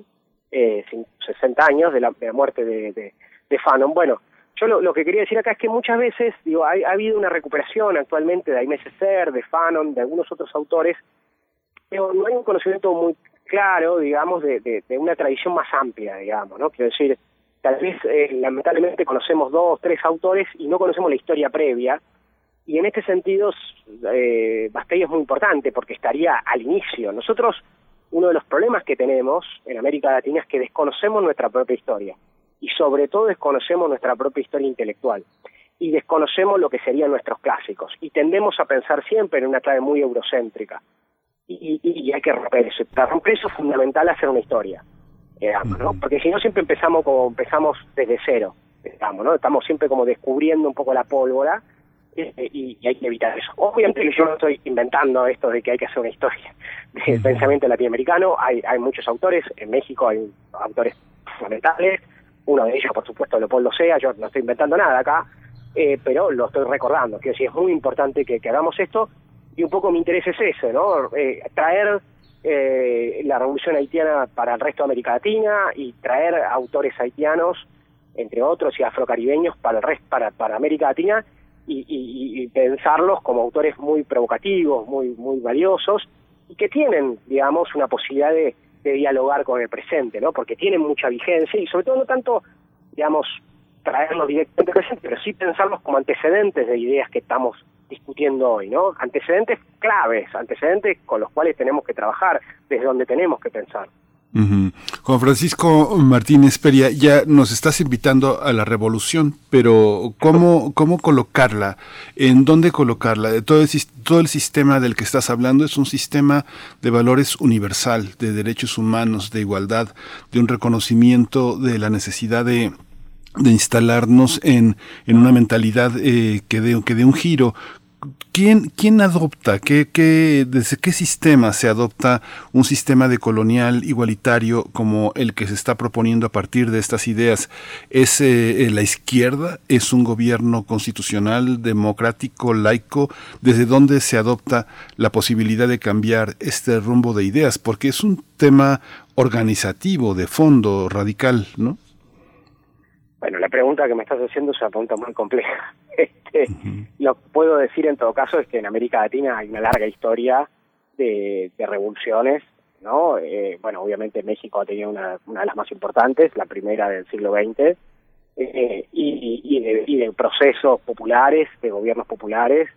60 años de la muerte de Fanon. Bueno, yo lo que quería decir acá es que muchas veces, digo, ha habido una recuperación actualmente de Aimé Césaire, de Fanon, de algunos otros autores, pero no hay un conocimiento muy claro, digamos, de una tradición más amplia, digamos, ¿no? Quiero decir, tal vez, lamentablemente, conocemos 2, 3 autores y no conocemos la historia previa, y en este sentido, Bastei es muy importante porque estaría al inicio. Nosotros, uno de los problemas que tenemos en América Latina es que desconocemos nuestra propia historia, y sobre todo desconocemos nuestra propia historia intelectual, y desconocemos lo que serían nuestros clásicos, y tendemos a pensar siempre en una clave muy eurocéntrica. Y hay que romper eso. Para romper eso es fundamental hacer una historia, digamos, ¿no? Porque si no siempre empezamos desde cero, digamos, ¿no? Estamos siempre como descubriendo un poco la pólvora, y hay que evitar eso. Obviamente yo no estoy inventando esto de que hay que hacer una historia del pensamiento latinoamericano. Hay muchos autores, en México hay autores fundamentales, uno de ellos por supuesto Leopoldo Sea, yo no estoy inventando nada acá, pero lo estoy recordando. Quiero decir, es muy importante que hagamos esto. Y un poco mi interés es ese, ¿no? Traer la revolución haitiana para el resto de América Latina y traer autores haitianos, entre otros, y afrocaribeños para el resto, para América Latina, y pensarlos como autores muy provocativos, muy valiosos, y que tienen, digamos, una posibilidad de dialogar con el presente, ¿no? Porque tienen mucha vigencia, y sobre todo no tanto, digamos, traerlos directamente al presente, pero sí pensarlos como antecedentes de ideas que estamos discutiendo hoy, ¿no? Antecedentes claves, antecedentes con los cuales tenemos que trabajar, desde donde tenemos que pensar. Juan Francisco Martínez Peria, ya nos estás invitando a la revolución, pero ¿cómo colocarla? ¿En dónde colocarla? Todo el sistema del que estás hablando es un sistema de valores universal, de derechos humanos, de igualdad, de un reconocimiento de la necesidad de instalarnos en una mentalidad que dé un giro. ¿Quién adopta? ¿Desde qué sistema se adopta un sistema de colonial igualitario como el que se está proponiendo a partir de estas ideas? ¿Es la izquierda? ¿Es un gobierno constitucional, democrático, laico? ¿Desde dónde se adopta la posibilidad de cambiar este rumbo de ideas? Porque es un tema organizativo, de fondo, radical, ¿no? Bueno, la pregunta que me estás haciendo es una pregunta muy compleja. Lo que puedo decir en todo caso es que en América Latina hay una larga historia de revoluciones, ¿no? Bueno, obviamente México ha tenido una de las más importantes, la primera del siglo XX, y de procesos populares, de gobiernos populares,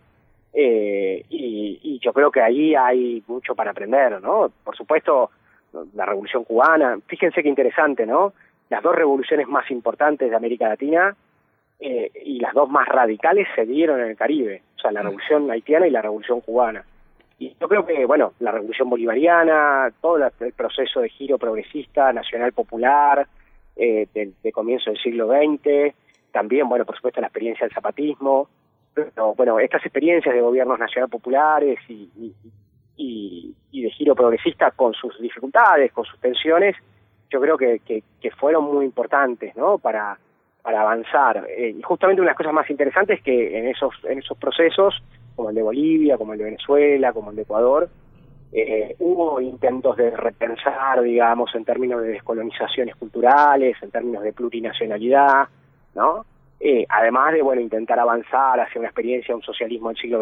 y yo creo que ahí hay mucho para aprender, ¿no? Por supuesto, la Revolución Cubana, fíjense qué interesante, ¿no? Las dos revoluciones más importantes de América Latina y las dos más radicales se dieron en el Caribe, o sea, la Revolución Haitiana y la Revolución Cubana. Y yo creo que, bueno, la Revolución Bolivariana, todo el proceso de giro progresista, nacional popular, de comienzo del siglo XX, también, bueno, por supuesto, la experiencia del zapatismo, pero, bueno, estas experiencias de gobiernos nacional populares y de giro progresista con sus dificultades, con sus tensiones, yo creo que fueron muy importantes, ¿no? Para avanzar. Y justamente una de las cosas más interesantes es que en esos procesos, como el de Bolivia, como el de Venezuela, como el de Ecuador, hubo intentos de repensar, digamos, en términos de descolonizaciones culturales, en términos de plurinacionalidad, ¿no? Además de, bueno, intentar avanzar hacia una experiencia de un socialismo del siglo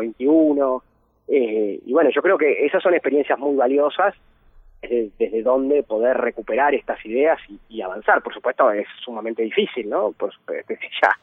XXI. Y bueno, yo creo que esas son experiencias muy valiosas desde donde poder recuperar estas ideas y avanzar. Por supuesto es sumamente difícil, ¿no? Pues desde ya.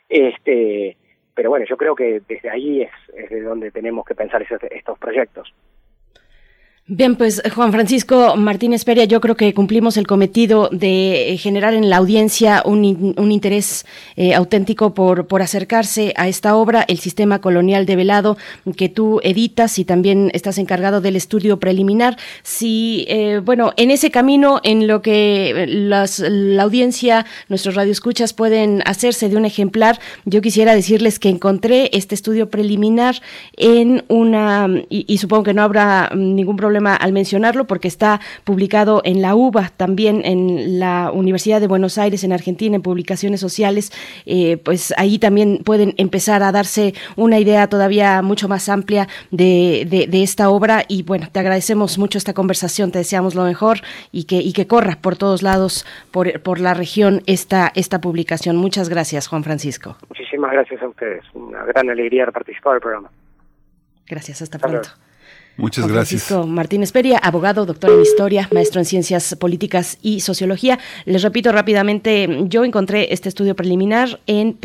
Pero bueno, yo creo que desde ahí es de donde tenemos que pensar estos proyectos. Bien, pues Juan Francisco Martínez Peria, yo creo que cumplimos el cometido de generar en la audiencia un interés auténtico por acercarse a esta obra, El sistema colonial develado, que tú editas y también estás encargado del estudio preliminar. Si, bueno, en ese camino, en lo que la audiencia, nuestros radioescuchas pueden hacerse de un ejemplar, yo quisiera decirles que encontré este estudio preliminar en y supongo que no habrá ningún problema al mencionarlo porque está publicado en la UBA, también en la Universidad de Buenos Aires, en Argentina, en Publicaciones Sociales. Pues ahí también pueden empezar a darse una idea todavía mucho más amplia de esta obra. Y bueno, te agradecemos mucho esta conversación, te deseamos lo mejor y que corra por todos lados, por la región esta publicación. Muchas gracias, Juan Francisco. Muchísimas gracias a ustedes. Una gran alegría de participar del programa. Gracias, hasta pronto. Muchas gracias. Francisco Martínez Peria, abogado, doctor en Historia, maestro en Ciencias Políticas y Sociología. Les repito rápidamente, yo encontré este estudio preliminar en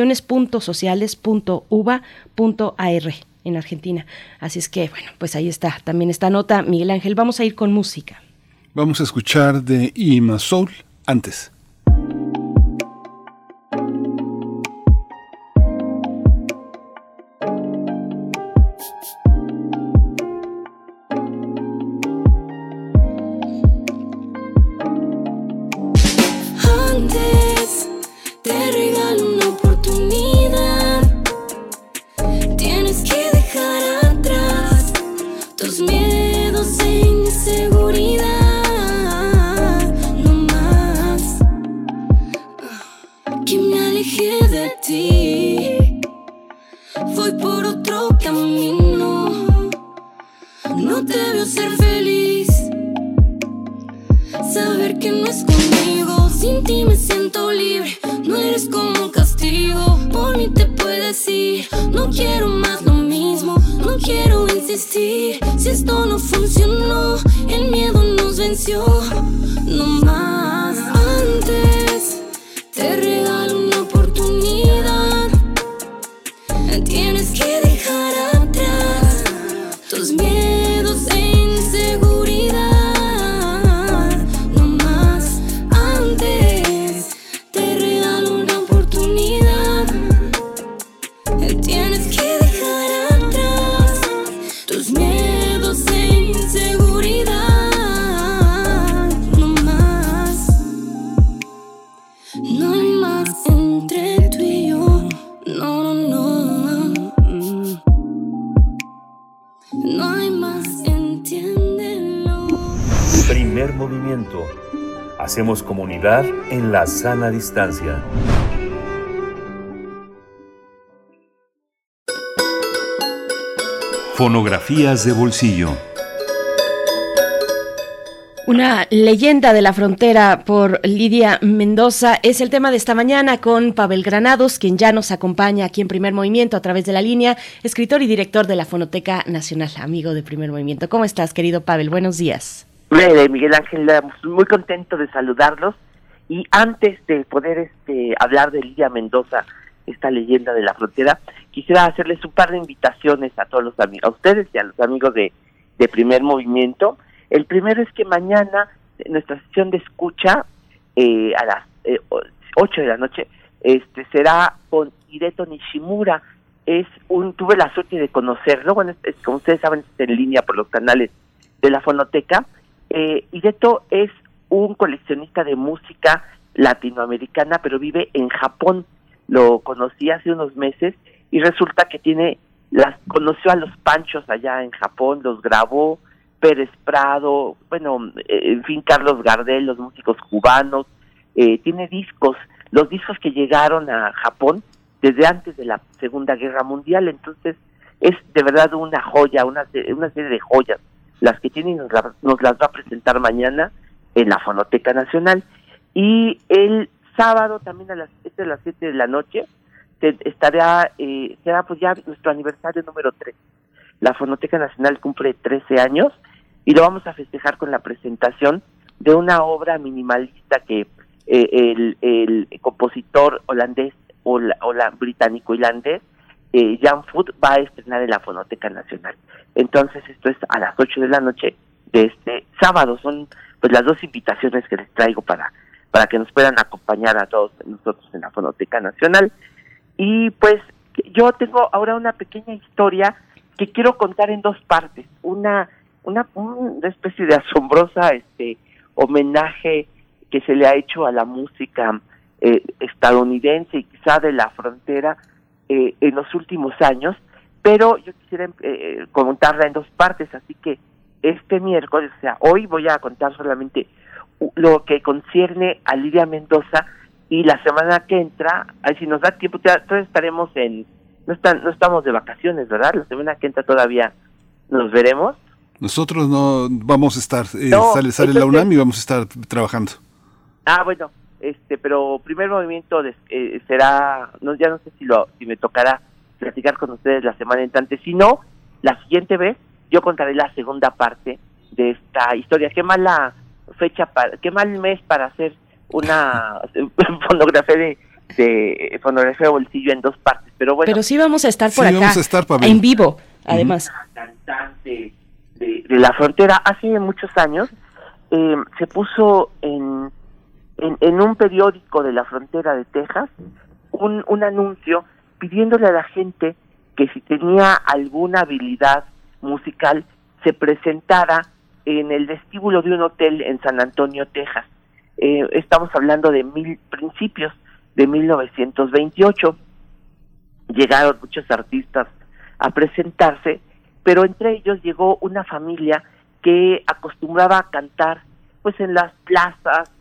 publicaciones.sociales.uba.ar en Argentina. Así es que, bueno, pues ahí está también esta nota. Miguel Ángel, vamos a ir con música. Vamos a escuchar de Ima Soul antes. Voy por otro camino, no te veo ser feliz. Saber que no es conmigo, sin ti me siento libre. No eres como un castigo, por mí te puedes ir. No quiero más lo mismo, no quiero insistir. Si esto no funcionó, el miedo nos venció. No más. Antes te regalo una oportunidad. Tienes que dejar atrás tus miedos e inseguridad. No más. Hacemos comunidad en la sana distancia. Fonografías de bolsillo. Una leyenda de la frontera por Lidia Mendoza es el tema de esta mañana con Pavel Granados, quien ya nos acompaña aquí en Primer Movimiento a través de la línea, escritor y director de la Fonoteca Nacional, amigo de Primer Movimiento. ¿Cómo estás, querido Pavel? Buenos días. Miguel Ángel, muy contento de saludarlos, y antes de poder hablar de Lidia Mendoza, esta leyenda de la frontera, quisiera hacerles un par de invitaciones a todos los amigos, a ustedes y a los amigos de Primer Movimiento. El primero es que mañana nuestra sesión de escucha a las 8 de la noche será con Hideto Nishimura. Tuve la suerte de conocerlo, bueno, como ustedes saben, es en línea por los canales de la Fonoteca. Hideto es un coleccionista de música latinoamericana, pero vive en Japón. Lo conocí hace unos meses y resulta que conoció a los Panchos allá en Japón, los grabó, Pérez Prado, bueno, en fin, Carlos Gardel, los músicos cubanos. Tiene discos, los discos que llegaron a Japón desde antes de la Segunda Guerra Mundial. Entonces es de verdad una joya, una serie de joyas las que tiene, y nos las va a presentar mañana en la Fonoteca Nacional. Y el sábado también a las 7 de la noche será pues ya nuestro aniversario número 3. La Fonoteca Nacional cumple 13 años y lo vamos a festejar con la presentación de una obra minimalista que el compositor holandés o británico-holandés Jan Foot va a estrenar en la Fonoteca Nacional. Entonces esto es a las 8 de la noche de este sábado. Son pues las dos invitaciones que les traigo para que nos puedan acompañar a todos nosotros en la Fonoteca Nacional. Y pues yo tengo ahora una pequeña historia que quiero contar en dos partes. Una especie de asombrosa homenaje que se le ha hecho a la música estadounidense y quizá de la frontera en los últimos años, pero yo quisiera contarla en dos partes, así que este miércoles, o sea, hoy voy a contar solamente lo que concierne a Lidia Mendoza, y la semana que entra, si nos da tiempo, todavía estaremos no estamos de vacaciones, ¿verdad? La semana que entra todavía nos veremos. Nosotros no vamos a estar, sale entonces, la UNAM y vamos a estar trabajando. Bueno, pero Primer Movimiento será, ya no sé si me tocará platicar con ustedes la semana entrante. Si no, la siguiente vez yo contaré la segunda parte de esta historia. Qué mala fecha, qué mal mes para hacer una fonografía de fonografía de bolsillo en dos partes, pero bueno. Pero sí vamos a estar por sí, acá, vamos a estar, en vivo, además. Cantante de la frontera. Hace muchos años se puso en un periódico de la frontera de Texas un anuncio pidiéndole a la gente que si tenía alguna habilidad musical se presentara en el vestíbulo de un hotel en San Antonio, Texas. Estamos hablando de principios de 1928. Llegaron muchos artistas a presentarse, pero entre ellos llegó una familia que acostumbraba a cantar pues en las plazas,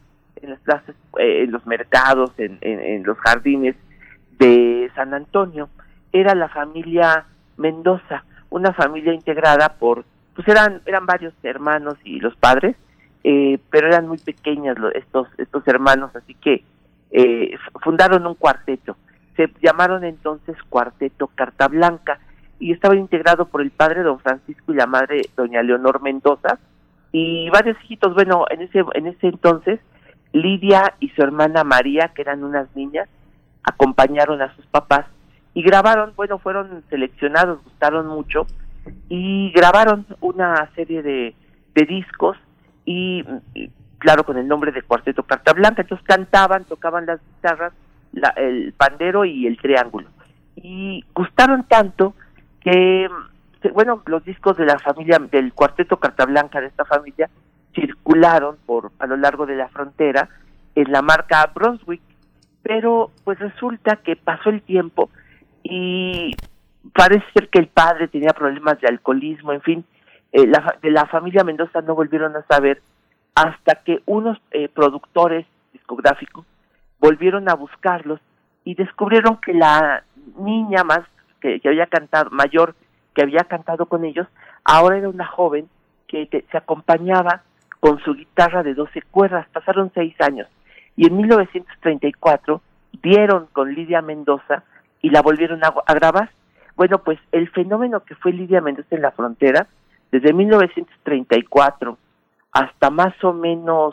en los mercados, en los jardines de San Antonio. Era la familia Mendoza, una familia integrada por, pues eran varios hermanos y los padres, pero eran muy pequeños estos hermanos, así que fundaron un cuarteto. Se llamaron entonces Cuarteto Carta Blanca y estaba integrado por el padre don Francisco y la madre doña Leonor Mendoza y varios hijitos. Bueno, en ese entonces Lidia y su hermana María, que eran unas niñas, acompañaron a sus papás y grabaron, fueron seleccionados, gustaron mucho y grabaron una serie de discos y claro, con el nombre de Cuarteto Carta Blanca. Entonces cantaban, tocaban las guitarras, el pandero y el triángulo, y gustaron tanto que los discos de la familia del Cuarteto Carta Blanca, de esta familia, circularon a lo largo de la frontera en la marca Brunswick, pero pues resulta que pasó el tiempo y parece ser que el padre tenía problemas de alcoholismo, en fin, de la familia Mendoza no volvieron a saber hasta que unos productores discográficos volvieron a buscarlos y descubrieron que la niña más que había cantado, mayor, que había cantado con ellos, ahora era una joven que se acompañaba con su guitarra de 12 cuerdas. Pasaron 6 años y en 1934 dieron con Lidia Mendoza y la volvieron a grabar. Bueno, pues el fenómeno que fue Lidia Mendoza en la Frontera, desde 1934 hasta más o menos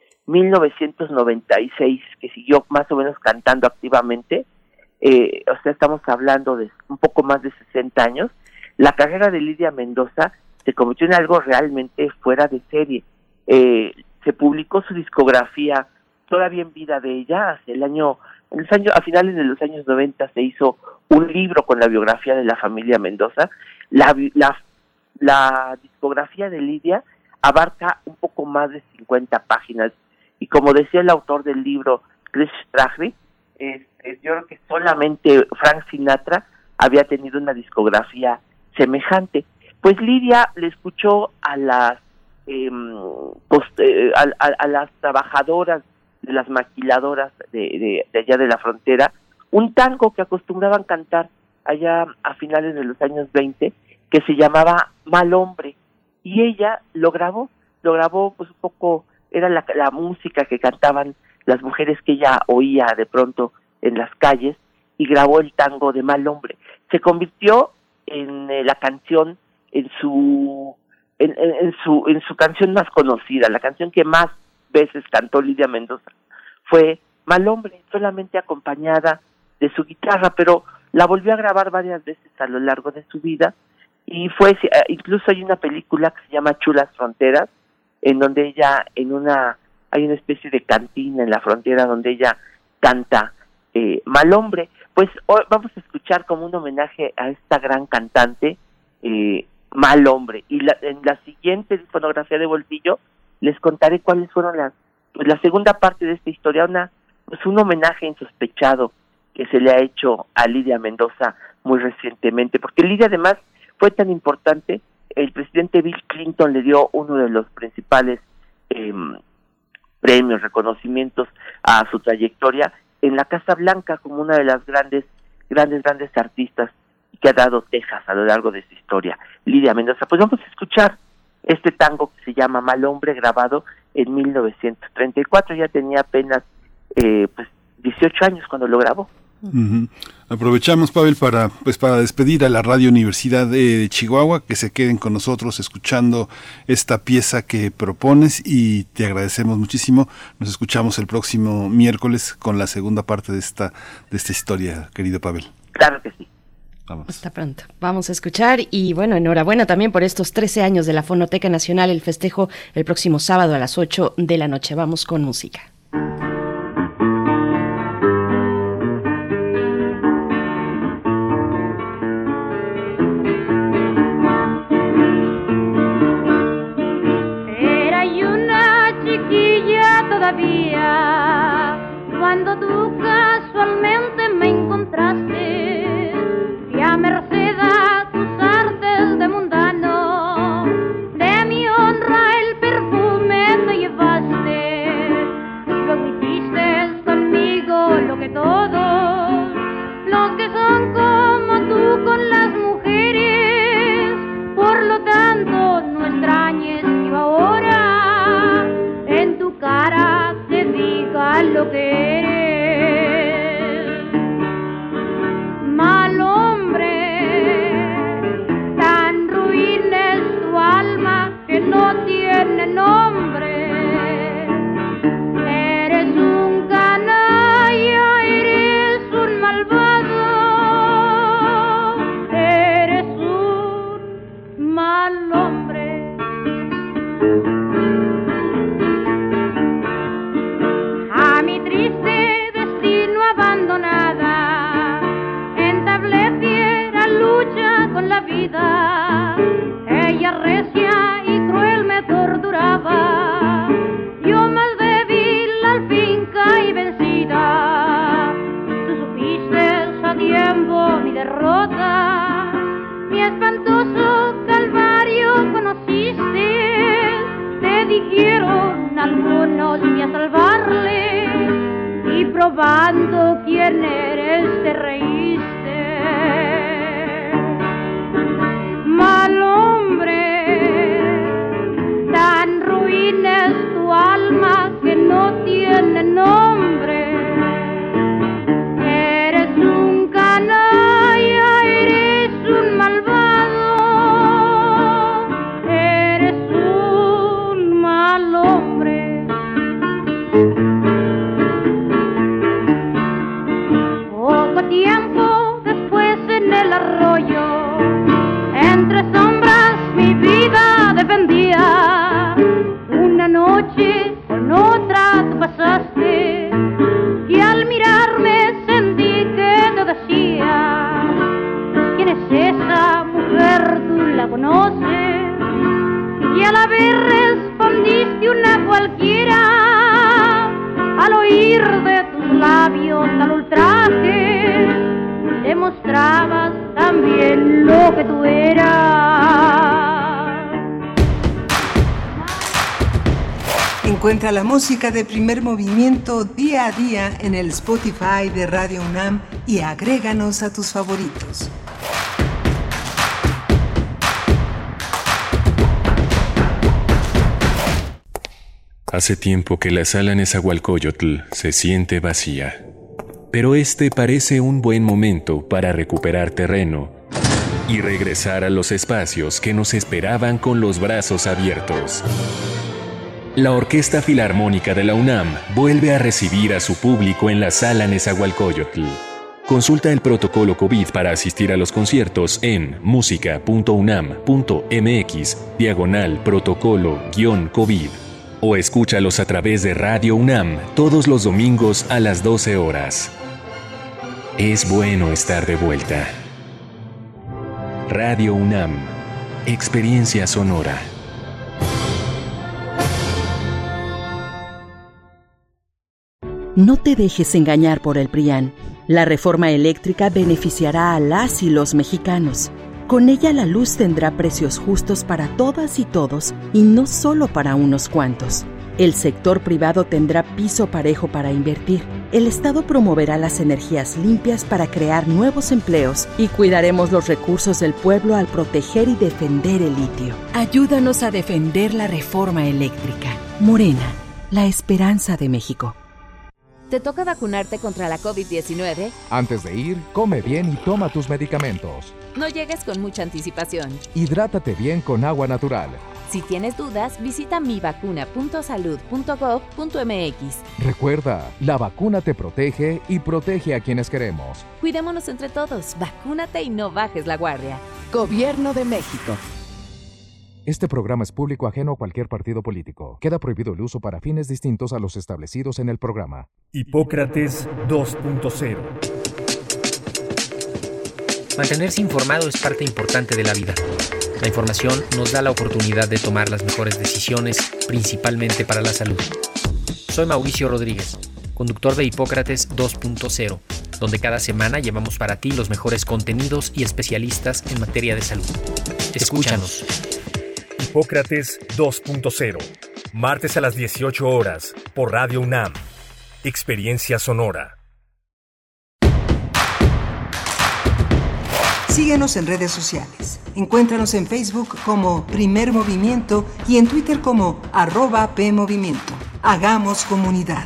1996, que siguió más o menos cantando activamente, o sea, estamos hablando de un poco más de 60 años, la carrera de Lidia Mendoza se convirtió en algo realmente fuera de serie. Se publicó su discografía todavía en vida de ella, a finales de los años 90 se hizo un libro con la biografía de la familia Mendoza. La discografía de Lidia abarca un poco más de 50 páginas, y como decía el autor del libro, Chris Strachry, yo creo que solamente Frank Sinatra había tenido una discografía semejante. Pues Lidia le escuchó a las a las trabajadoras de las maquiladoras de allá de la Frontera, un tango que acostumbraban cantar allá a finales de los años 20, que se llamaba Mal Hombre, y ella lo grabó pues un poco, era la música que cantaban las mujeres que ella oía de pronto en las calles, y grabó el tango de Mal Hombre. Se convirtió en la canción, en su canción más conocida, la canción que más veces cantó Lidia Mendoza fue Mal Hombre, solamente acompañada de su guitarra, pero la volvió a grabar varias veces a lo largo de su vida, y incluso hay una película que se llama Chulas Fronteras, en donde ella, hay una especie de cantina en la frontera donde ella canta Mal Hombre. Pues hoy vamos a escuchar como un homenaje a esta gran cantante, Mal Hombre, y en la siguiente discografía de Bolsillo les contaré cuáles fueron la segunda parte de esta historia, un homenaje insospechado que se le ha hecho a Lidia Mendoza muy recientemente, porque Lidia además fue tan importante, el presidente Bill Clinton le dio uno de los principales premios, reconocimientos a su trayectoria en la Casa Blanca como una de las grandes artistas que ha dado Texas a lo largo de su historia, Lidia Mendoza. Pues vamos a escuchar este tango que se llama Mal Hombre, grabado en 1934, ya tenía apenas 18 años cuando lo grabó. Uh-huh. Aprovechamos, Pavel, para despedir a la Radio Universidad de Chihuahua, que se queden con nosotros escuchando esta pieza que propones, y te agradecemos muchísimo. Nos escuchamos el próximo miércoles con la segunda parte de esta historia, querido Pavel. Claro que sí. Vamos. Hasta pronto. Vamos a escuchar, y bueno, enhorabuena también por estos 13 años de la Fonoteca Nacional, el festejo el próximo sábado a las 8 de la noche. Vamos con música. Cuando tú casualmente me encontraste, y a merced a tus artes de mundano, de mi honra el perfume te llevaste, luego hiciste conmigo lo que todos los que son como tú con las mujeres, por lo tanto no extrañes que ahora en tu cara te diga lo que eres. Mal hombre, tan ruin es tu alma que no tiene nombre. Eres un canalla, eres un malvado, eres un mal hombre. A mi triste destino abandonada, entablé fiera lucha con la vida. Ella recia y cruel me torturaba, yo más débil al fin caí vencida. Tú supiste a tiempo mi derrota, mi espantoso calvario conociste. Te dijeron probando quién eres, te reíste. Mal hombre, tan ruin es tu alma que no tiene nombre. Eres un canalla, eres un malvado, eres un mal hombre. Poco tiempo después en el arroyo, entre sombras mi vida defendía. Una noche con otra tú pasaste y al mirarme sentí que te decía: ¿quién es esa mujer? Tú la conoces. Y a la vez respondiste una cualquiera. Al oír de tus labios al ultraje, demostrabas también lo que tú eras. Encuentra la música de Primer Movimiento día a día en el Spotify de Radio UNAM y agréganos a tus favoritos. Hace tiempo que la sala Nezahualcóyotl se siente vacía, pero este parece un buen momento para recuperar terreno y regresar a los espacios que nos esperaban con los brazos abiertos. La Orquesta Filarmónica de la UNAM vuelve a recibir a su público en la sala Nezahualcóyotl. Consulta el protocolo COVID para asistir a los conciertos en musica.unam.mx/protocolo-COVID o escúchalos a través de Radio UNAM todos los domingos a las 12 horas. Es bueno estar de vuelta. Radio UNAM, experiencia sonora. No te dejes engañar por el PRIAN. La reforma eléctrica beneficiará a las y los mexicanos. Con ella la luz tendrá precios justos para todas y todos y no solo para unos cuantos. El sector privado tendrá piso parejo para invertir. El Estado promoverá las energías limpias para crear nuevos empleos y cuidaremos los recursos del pueblo al proteger y defender el litio. Ayúdanos a defender la reforma eléctrica. Morena, la esperanza de México. ¿Te toca vacunarte contra la COVID-19? Antes de ir, come bien y toma tus medicamentos. No llegues con mucha anticipación. Hidrátate bien con agua natural. Si tienes dudas, visita mivacuna.salud.gov.mx. Recuerda, la vacuna te protege y protege a quienes queremos. Cuidémonos entre todos, vacúnate y no bajes la guardia. Gobierno de México. Este programa es público ajeno a cualquier partido político. Queda prohibido el uso para fines distintos a los establecidos en el programa. Hipócrates 2.0. Mantenerse informado es parte importante de la vida. La información nos da la oportunidad de tomar las mejores decisiones, principalmente para la salud. Soy Mauricio Rodríguez, conductor de Hipócrates 2.0, donde cada semana llevamos para ti los mejores contenidos y especialistas en materia de salud. Escúchanos. Hipócrates 2.0, martes a las 18 horas, por Radio UNAM. Experiencia sonora. Síguenos en redes sociales. Encuéntranos en Facebook como Primer Movimiento y en Twitter como @PMovimiento. Hagamos comunidad.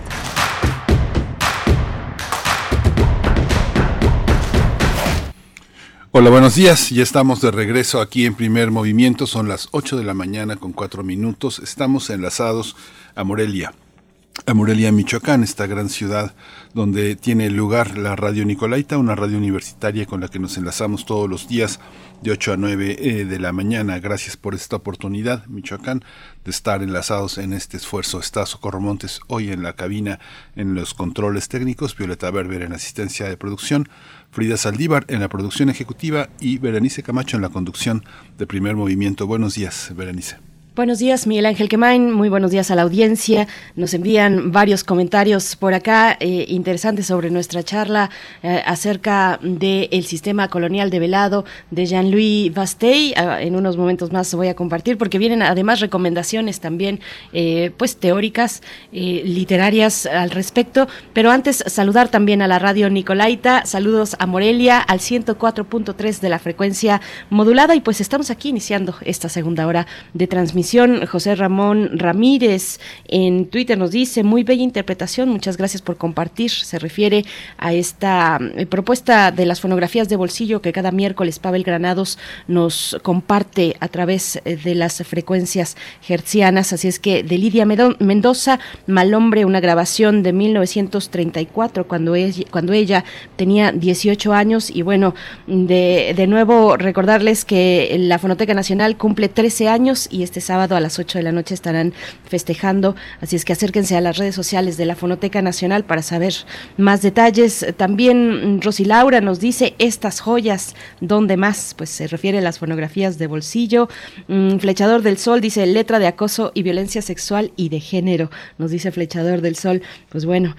Hola, buenos días. Ya estamos de regreso aquí en Primer Movimiento. Son las 8 de la mañana con 4 minutos. Estamos enlazados a Morelia, Michoacán, esta gran ciudad donde tiene lugar la Radio Nicolaita, una radio universitaria con la que nos enlazamos todos los días de 8 a 9 de la mañana. Gracias por esta oportunidad, Michoacán, de estar enlazados en este esfuerzo. Está Socorro Montes hoy en la cabina en los controles técnicos, Violeta Berber en asistencia de producción, Frida Saldívar en la producción ejecutiva y Berenice Camacho en la conducción de Primer Movimiento. Buenos días, Berenice. Buenos días, Miguel Ángel Quemain, muy buenos días a la audiencia. Nos envían varios comentarios por acá interesantes sobre nuestra charla acerca del sistema colonial develado de Jean-Louis Bastey. En unos momentos más voy a compartir porque vienen además recomendaciones también pues teóricas, literarias al respecto. Pero antes saludar también a la radio Nicolaita, saludos a Morelia al 104.3 de la frecuencia modulada y pues estamos aquí iniciando esta segunda hora de transmisión. José Ramón Ramírez en Twitter nos dice, muy bella interpretación, muchas gracias por compartir. Se refiere a esta propuesta de las fonografías de bolsillo que cada miércoles Pavel Granados nos comparte a través de las frecuencias hertzianas. Así es que de Lidia Mendoza, Mal Hombre, una grabación de 1934 cuando ella tenía 18 años. Y bueno, de nuevo recordarles que la Fonoteca Nacional cumple 13 años y este sábado a las 8 de la noche estarán festejando, así es que acérquense a las redes sociales de la Fonoteca Nacional para saber más detalles. También Rosy Laura nos dice, estas joyas, ¿dónde más? Pues se refiere a las fonografías de bolsillo. Flechador del Sol dice, letra de acoso y violencia sexual y de género, nos dice Flechador del Sol. Pues bueno,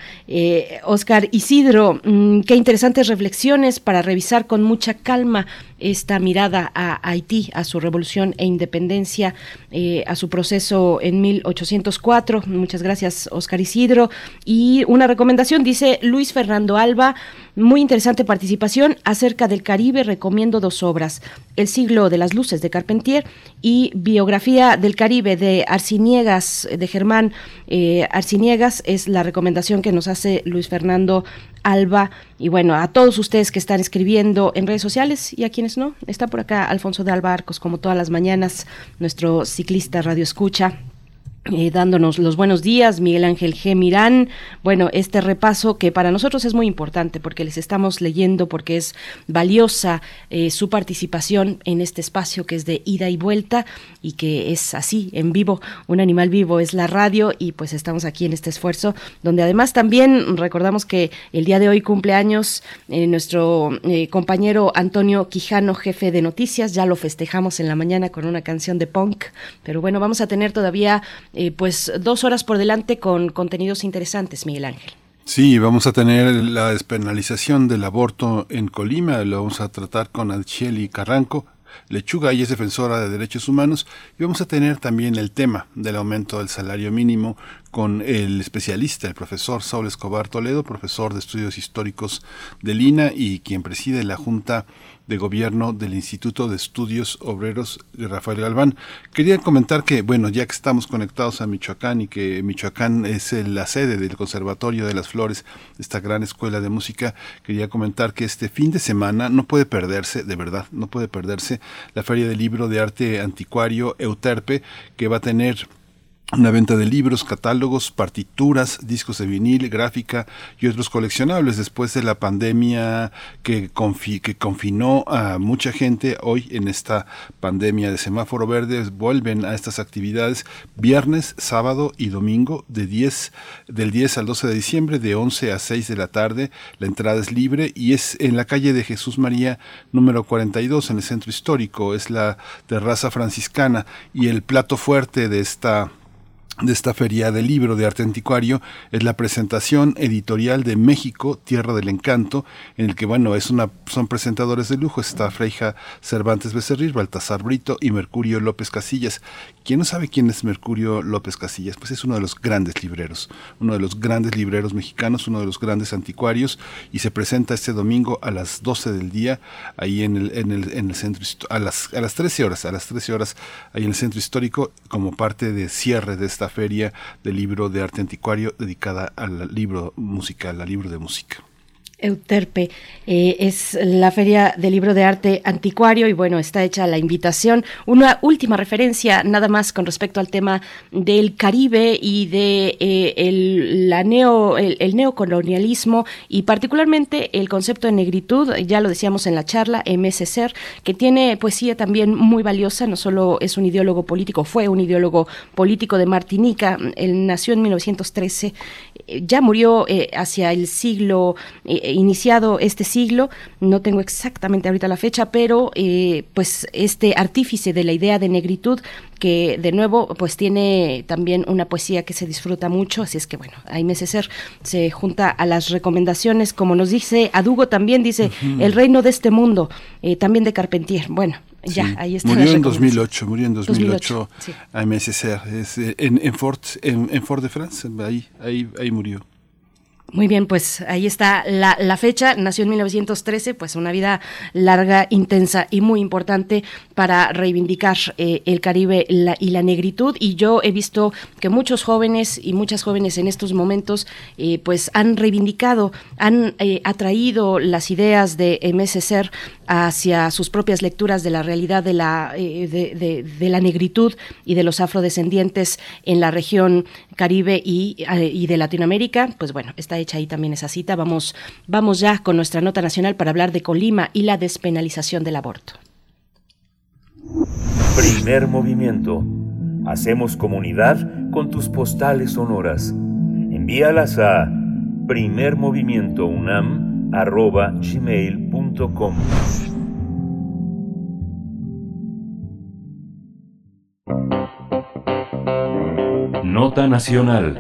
Oscar Isidro, qué interesantes reflexiones para revisar con mucha calma esta mirada a Haití, a su revolución e independencia, a su proceso en 1804. Muchas gracias, Oscar Isidro. Y una recomendación, dice Luis Fernando Alba, muy interesante participación acerca del Caribe, recomiendo 2 obras, El siglo de las luces de Carpentier y Biografía del Caribe de Arciniegas, de Germán Arciniegas, es la recomendación que nos hace Luis Fernando Alba. Y bueno, a todos ustedes que están escribiendo en redes sociales y a quienes no, está por acá Alfonso de Alba Arcos, como todas las mañanas, nuestro ciclista radio escucha, dándonos los buenos días. Miguel Ángel G. Mirán, bueno, este repaso que para nosotros es muy importante porque les estamos leyendo, porque es valiosa su participación en este espacio que es de ida y vuelta y que es así, en vivo, un animal vivo es la radio y pues estamos aquí en este esfuerzo donde además también recordamos que el día de hoy cumpleaños nuestro compañero Antonio Quijano, jefe de noticias, ya lo festejamos en la mañana con una canción de punk, pero bueno, vamos a tener todavía pues 2 horas por delante con contenidos interesantes, Miguel Ángel. Sí, vamos a tener la despenalización del aborto en Colima, lo vamos a tratar con Alchieli Carranco. Lechuga, ella es defensora de derechos humanos, y vamos a tener también el tema del aumento del salario mínimo con el especialista, el profesor Saúl Escobar Toledo, profesor de estudios históricos del INA y quien preside la Junta de Gobierno del Instituto de Estudios Obreros de Rafael Galván. Quería comentar que, bueno, ya que estamos conectados a Michoacán y que Michoacán es la sede del Conservatorio de las Flores, esta gran escuela de música, quería comentar que este fin de semana no puede perderse, de verdad, no puede perderse la Feria del Libro de Arte Anticuario Euterpe, que va a tener una venta de libros, catálogos, partituras, discos de vinil, gráfica y otros coleccionables. Después de la pandemia que confinó a mucha gente, hoy en esta pandemia de semáforo verde vuelven a estas actividades viernes, sábado y domingo del 10 al 12 de diciembre de 11 a 6 de la tarde. La entrada es libre y es en la calle de Jesús María número 42 en el centro histórico. Es la terraza franciscana y el plato fuerte de esta Feria del Libro de Arte Anticuario es la presentación editorial de México, Tierra del Encanto, en el que, bueno, son presentadores de lujo. Está Freija Cervantes Becerril, Baltasar Brito y Mercurio López Casillas. ¿Quién no sabe quién es Mercurio López Casillas? Pues es uno de los grandes libreros mexicanos, uno de los grandes anticuarios, y se presenta este domingo a las 12 del día, ahí en el centro, a las 13 horas ahí en el centro histórico, como parte de cierre de esta Feria del Libro de Arte Anticuario dedicada al libro musical, al libro de música. Euterpe es la Feria del Libro de Arte Anticuario y bueno, está hecha la invitación. Una última referencia nada más con respecto al tema del Caribe y de el neocolonialismo y particularmente el concepto de negritud. Ya lo decíamos en la charla, M. Cecer, que tiene poesía también muy valiosa, no solo es un ideólogo político, fue un ideólogo político de Martinica. Él nació en 1913, ya murió hacia el siglo iniciado este siglo, no tengo exactamente ahorita la fecha, pero pues este artífice de la idea de negritud, que de nuevo pues tiene también una poesía que se disfruta mucho, así es que bueno, Aimé Césaire se junta a las recomendaciones, como nos dice Adugo también, dice El reino de este mundo, también de Carpentier. Bueno, ya, sí. Ahí está. Murió en 2008, sí. Aimé Césaire, en Fort-de-France, ahí murió. Muy bien, pues ahí está la fecha. Nació en 1913, pues una vida larga, intensa y muy importante para reivindicar el Caribe y la negritud. Y yo he visto que muchos jóvenes y muchas jóvenes en estos momentos pues han reivindicado, han atraído las ideas de Aimé Césaire hacia sus propias lecturas de la realidad de la negritud y de los afrodescendientes en la región Caribe y de Latinoamérica. Pues bueno, está hecha ahí también esa cita. Vamos ya con nuestra nota nacional para hablar de Colima y la despenalización del aborto. Primer movimiento. Hacemos comunidad con tus postales sonoras. Envíalas a primermovimientounam@gmail.com. Nota nacional.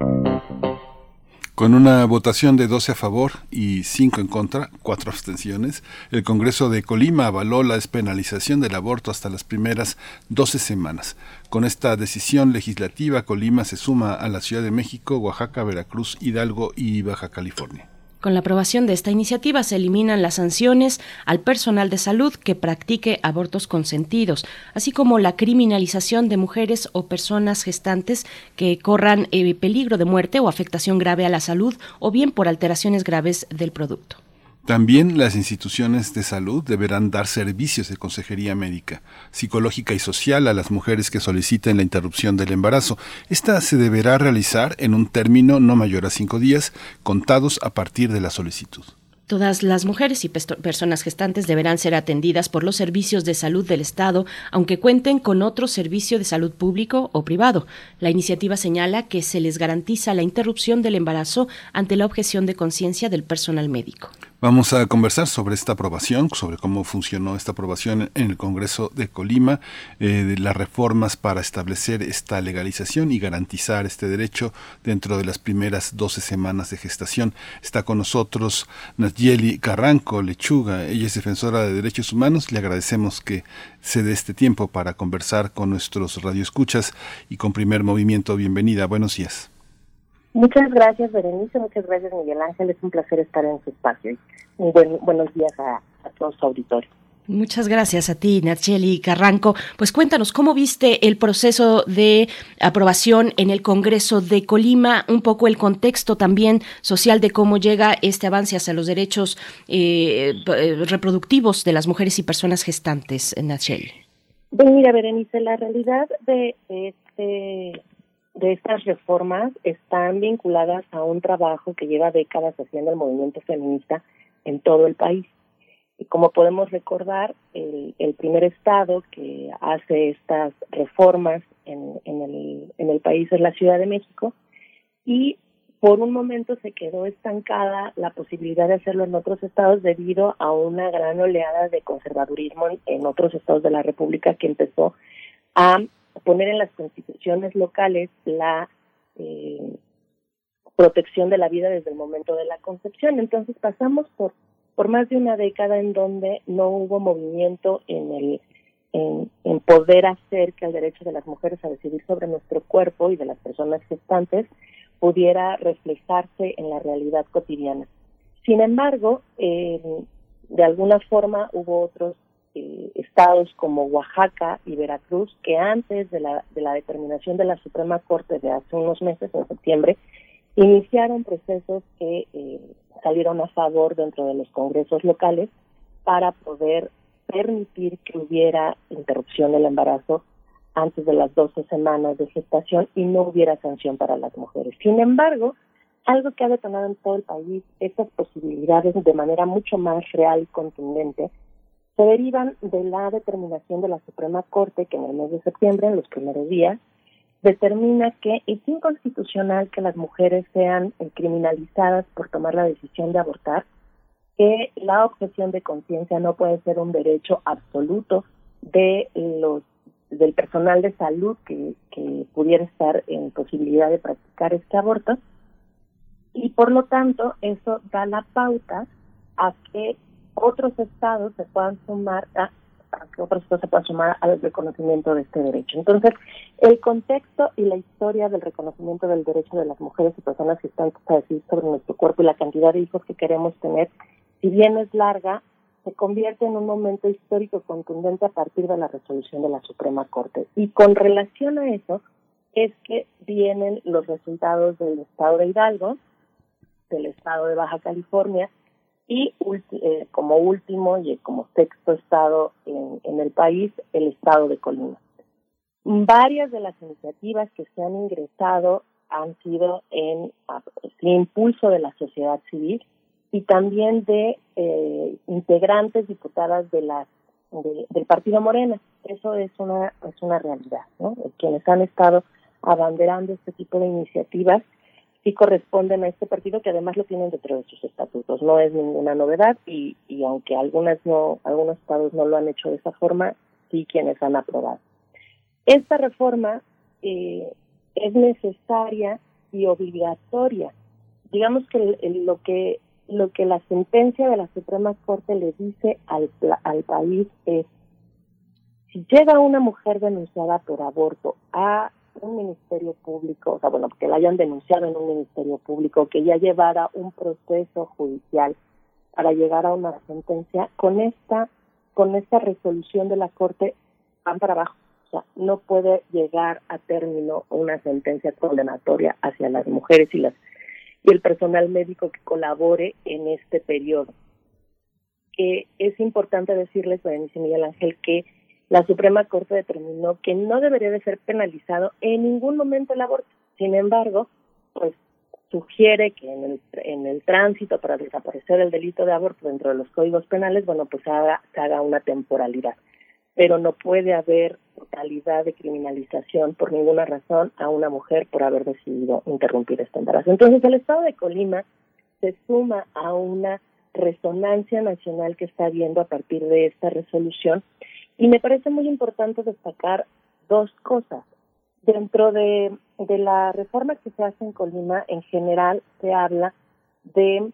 Con una votación de 12 a favor y 5 en contra, 4 abstenciones, el Congreso de Colima avaló la despenalización del aborto hasta las primeras 12 semanas. Con esta decisión legislativa, Colima se suma a la Ciudad de México, Oaxaca, Veracruz, Hidalgo y Baja California. Con la aprobación de esta iniciativa se eliminan las sanciones al personal de salud que practique abortos consentidos, así como la criminalización de mujeres o personas gestantes que corran peligro de muerte o afectación grave a la salud o bien por alteraciones graves del producto. También las instituciones de salud deberán dar servicios de consejería médica, psicológica y social a las mujeres que soliciten la interrupción del embarazo. Esta se deberá realizar en un término no mayor a 5 días, contados a partir de la solicitud. Todas las mujeres y personas gestantes deberán ser atendidas por los servicios de salud del Estado, aunque cuenten con otro servicio de salud público o privado. La iniciativa señala que se les garantiza la interrupción del embarazo ante la objeción de conciencia del personal médico. Vamos a conversar sobre esta aprobación, sobre cómo funcionó esta aprobación en el Congreso de Colima, de las reformas para establecer esta legalización y garantizar este derecho dentro de las primeras 12 semanas de gestación. Está con nosotros Nayeli Carranco Lechuga, ella es defensora de derechos humanos. Le agradecemos que se dé este tiempo para conversar con nuestros radioescuchas y con Primer Movimiento. Bienvenida, buenos días. Muchas gracias, Berenice, muchas gracias, Miguel Ángel, es un placer estar en su espacio. Buenos días a todo su auditorio. Muchas gracias a ti, Nayeli Carranco. Pues cuéntanos, ¿cómo viste el proceso de aprobación en el Congreso de Colima? Un poco el contexto también social de cómo llega este avance hacia los derechos reproductivos de las mujeres y personas gestantes, Nayeli. Pues mira, Berenice, la realidad de estas reformas están vinculadas a un trabajo que lleva décadas haciendo el movimiento feminista en todo el país. Y como podemos recordar, el primer estado que hace estas reformas en el país es la Ciudad de México, y por un momento se quedó estancada la posibilidad de hacerlo en otros estados debido a una gran oleada de conservadurismo en otros estados de la República que empezó a poner en las constituciones locales la protección de la vida desde el momento de la concepción. Entonces pasamos por más de una década en donde no hubo movimiento en poder hacer que el derecho de las mujeres a decidir sobre nuestro cuerpo y de las personas gestantes pudiera reflejarse en la realidad cotidiana. Sin embargo, de alguna forma hubo otros estados como Oaxaca y Veracruz que antes de la determinación de la Suprema Corte de hace unos meses, en septiembre, iniciaron procesos que salieron a favor dentro de los congresos locales para poder permitir que hubiera interrupción del embarazo antes de las 12 semanas de gestación y no hubiera sanción para las mujeres. Sin embargo, algo que ha detonado en todo el país estas posibilidades de manera mucho más real y contundente se derivan de la determinación de la Suprema Corte que en el mes de septiembre, en los primeros días, determina que es inconstitucional que las mujeres sean criminalizadas por tomar la decisión de abortar, que la objeción de conciencia no puede ser un derecho absoluto del personal de salud que pudiera estar en posibilidad de practicar este aborto, y por lo tanto eso da la pauta a que otros estados se puedan sumar al reconocimiento de este derecho. Entonces, el contexto y la historia del reconocimiento del derecho de las mujeres y personas que están a decidir sobre nuestro cuerpo y la cantidad de hijos que queremos tener, si bien es larga, se convierte en un momento histórico contundente a partir de la resolución de la Suprema Corte. Y con relación a eso es que vienen los resultados del estado de Hidalgo, del estado de Baja California, y como último y como sexto estado en el país, el estado de Colima. Varias de las iniciativas que se han ingresado han sido en impulso de la sociedad civil y también de integrantes, diputadas del Partido Morena. Eso es una realidad, ¿no? Quienes han estado abanderando este tipo de iniciativas sí corresponden a este partido, que además lo tienen dentro de sus estatutos. No es ninguna novedad y aunque algunos estados no lo han hecho de esa forma, sí quienes han aprobado. Esta reforma es necesaria y obligatoria. Digamos que lo que la sentencia de la Suprema Corte le dice al país es: si llega una mujer denunciada por aborto a un ministerio público, que la hayan denunciado en un ministerio público, que ya llevara un proceso judicial para llegar a una sentencia, con esta resolución de la Corte van para abajo. O sea, no puede llegar a término una sentencia condenatoria hacia las mujeres y el personal médico que colabore en este periodo. Es importante decirles, Berenice y Miguel Ángel, que la Suprema Corte determinó que no debería de ser penalizado en ningún momento el aborto. Sin embargo, pues sugiere que en el tránsito para desaparecer el delito de aborto dentro de los códigos penales, pues se haga una temporalidad. Pero no puede haber totalidad de criminalización por ninguna razón a una mujer por haber decidido interrumpir este embarazo. Entonces, el estado de Colima se suma a una resonancia nacional que está habiendo a partir de esta resolución. Y me parece muy importante destacar dos cosas. Dentro de la reforma que se hace en Colima, en general se habla de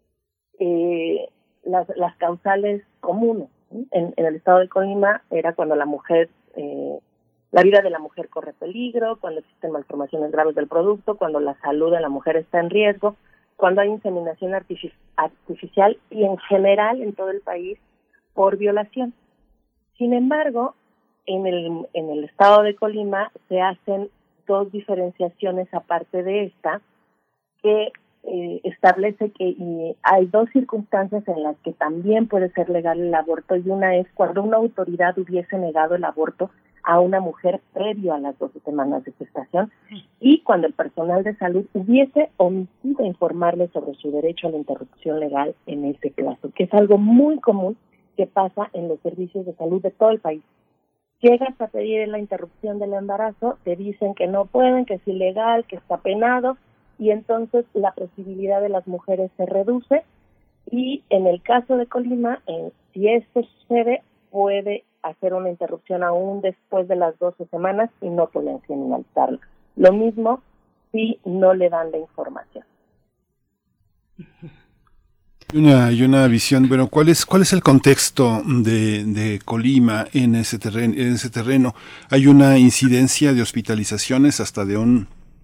las causales comunes. En el estado de Colima era cuando la vida de la mujer corre peligro, cuando existen malformaciones graves del producto, cuando la salud de la mujer está en riesgo, cuando hay inseminación artificial y en general en todo el país por violación. Sin embargo, en el estado de Colima se hacen dos diferenciaciones aparte de esta, que establece que hay dos circunstancias en las que también puede ser legal el aborto, y una es cuando una autoridad hubiese negado el aborto a una mujer previo a las 12 semanas de gestación y cuando el personal de salud hubiese omitido informarle sobre su derecho a la interrupción legal en ese plazo, que es algo muy común que pasa en los servicios de salud de todo el país. Llegas a pedir la interrupción del embarazo, te dicen que no pueden, que es ilegal, que está penado, y entonces la posibilidad de las mujeres se reduce, y en el caso de Colima, si esto sucede, puede hacer una interrupción aún después de las 12 semanas y no pueden criminalizarla. Lo mismo si no le dan la información. Y una visión, ¿cuál es el contexto de Colima en ese terreno? Hay una incidencia de hospitalizaciones hasta de un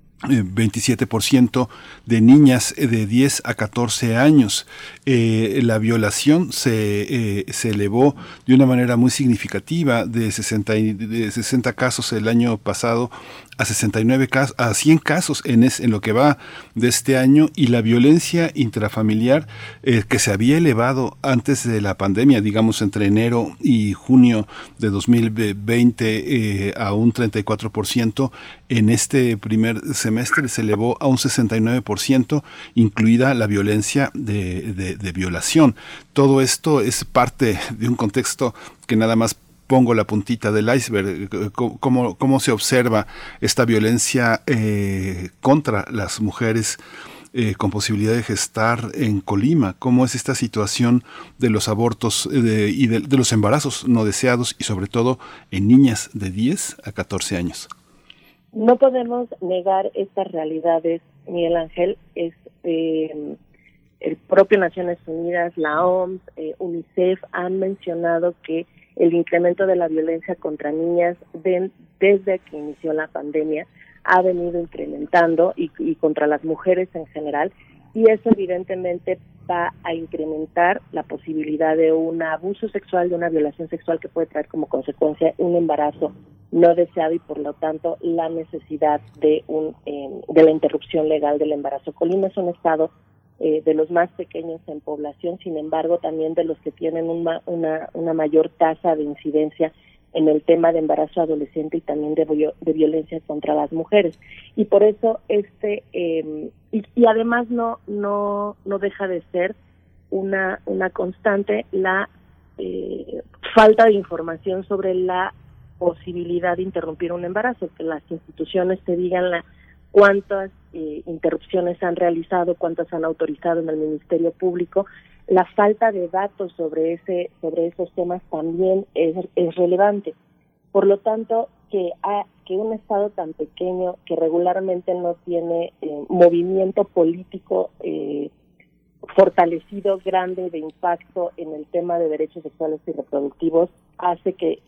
27% de niñas de 10 a 14 años. La violación se elevó de una manera muy significativa, de 60 casos el año pasado a 69 casos, a 100 casos en lo que va de este año, y la violencia intrafamiliar que se había elevado antes de la pandemia, digamos entre enero y junio de 2020 a un 34%, en este primer semestre se elevó a un 69%, incluida la violencia de violación. Todo esto es parte de un contexto que nada más pongo la puntita del iceberg. ¿Cómo se observa esta violencia contra las mujeres con posibilidad de gestar en Colima? ¿Cómo es esta situación de los abortos y de los embarazos no deseados y sobre todo en niñas de 10 a 14 años? No podemos negar estas realidades, Miguel Ángel. El propio Naciones Unidas, la OMS, UNICEF han mencionado que el incremento de la violencia contra niñas desde que inició la pandemia ha venido incrementando y contra las mujeres en general, y eso evidentemente va a incrementar la posibilidad de un abuso sexual, de una violación sexual que puede traer como consecuencia un embarazo no deseado y por lo tanto la necesidad de la interrupción legal del embarazo. Colima es un estado de los más pequeños en población, sin embargo también de los que tienen una mayor tasa de incidencia en el tema de embarazo adolescente y también de violencia contra las mujeres. Y por eso y además no deja de ser una constante la falta de información sobre la posibilidad de interrumpir un embarazo, que las instituciones te digan cuántas interrupciones han realizado, cuántas han autorizado en el Ministerio Público. La falta de datos sobre esos temas también es relevante. Por lo tanto, que un estado tan pequeño que regularmente no tiene movimiento político fortalecido, grande, de impacto en el tema de derechos sexuales y reproductivos, hace que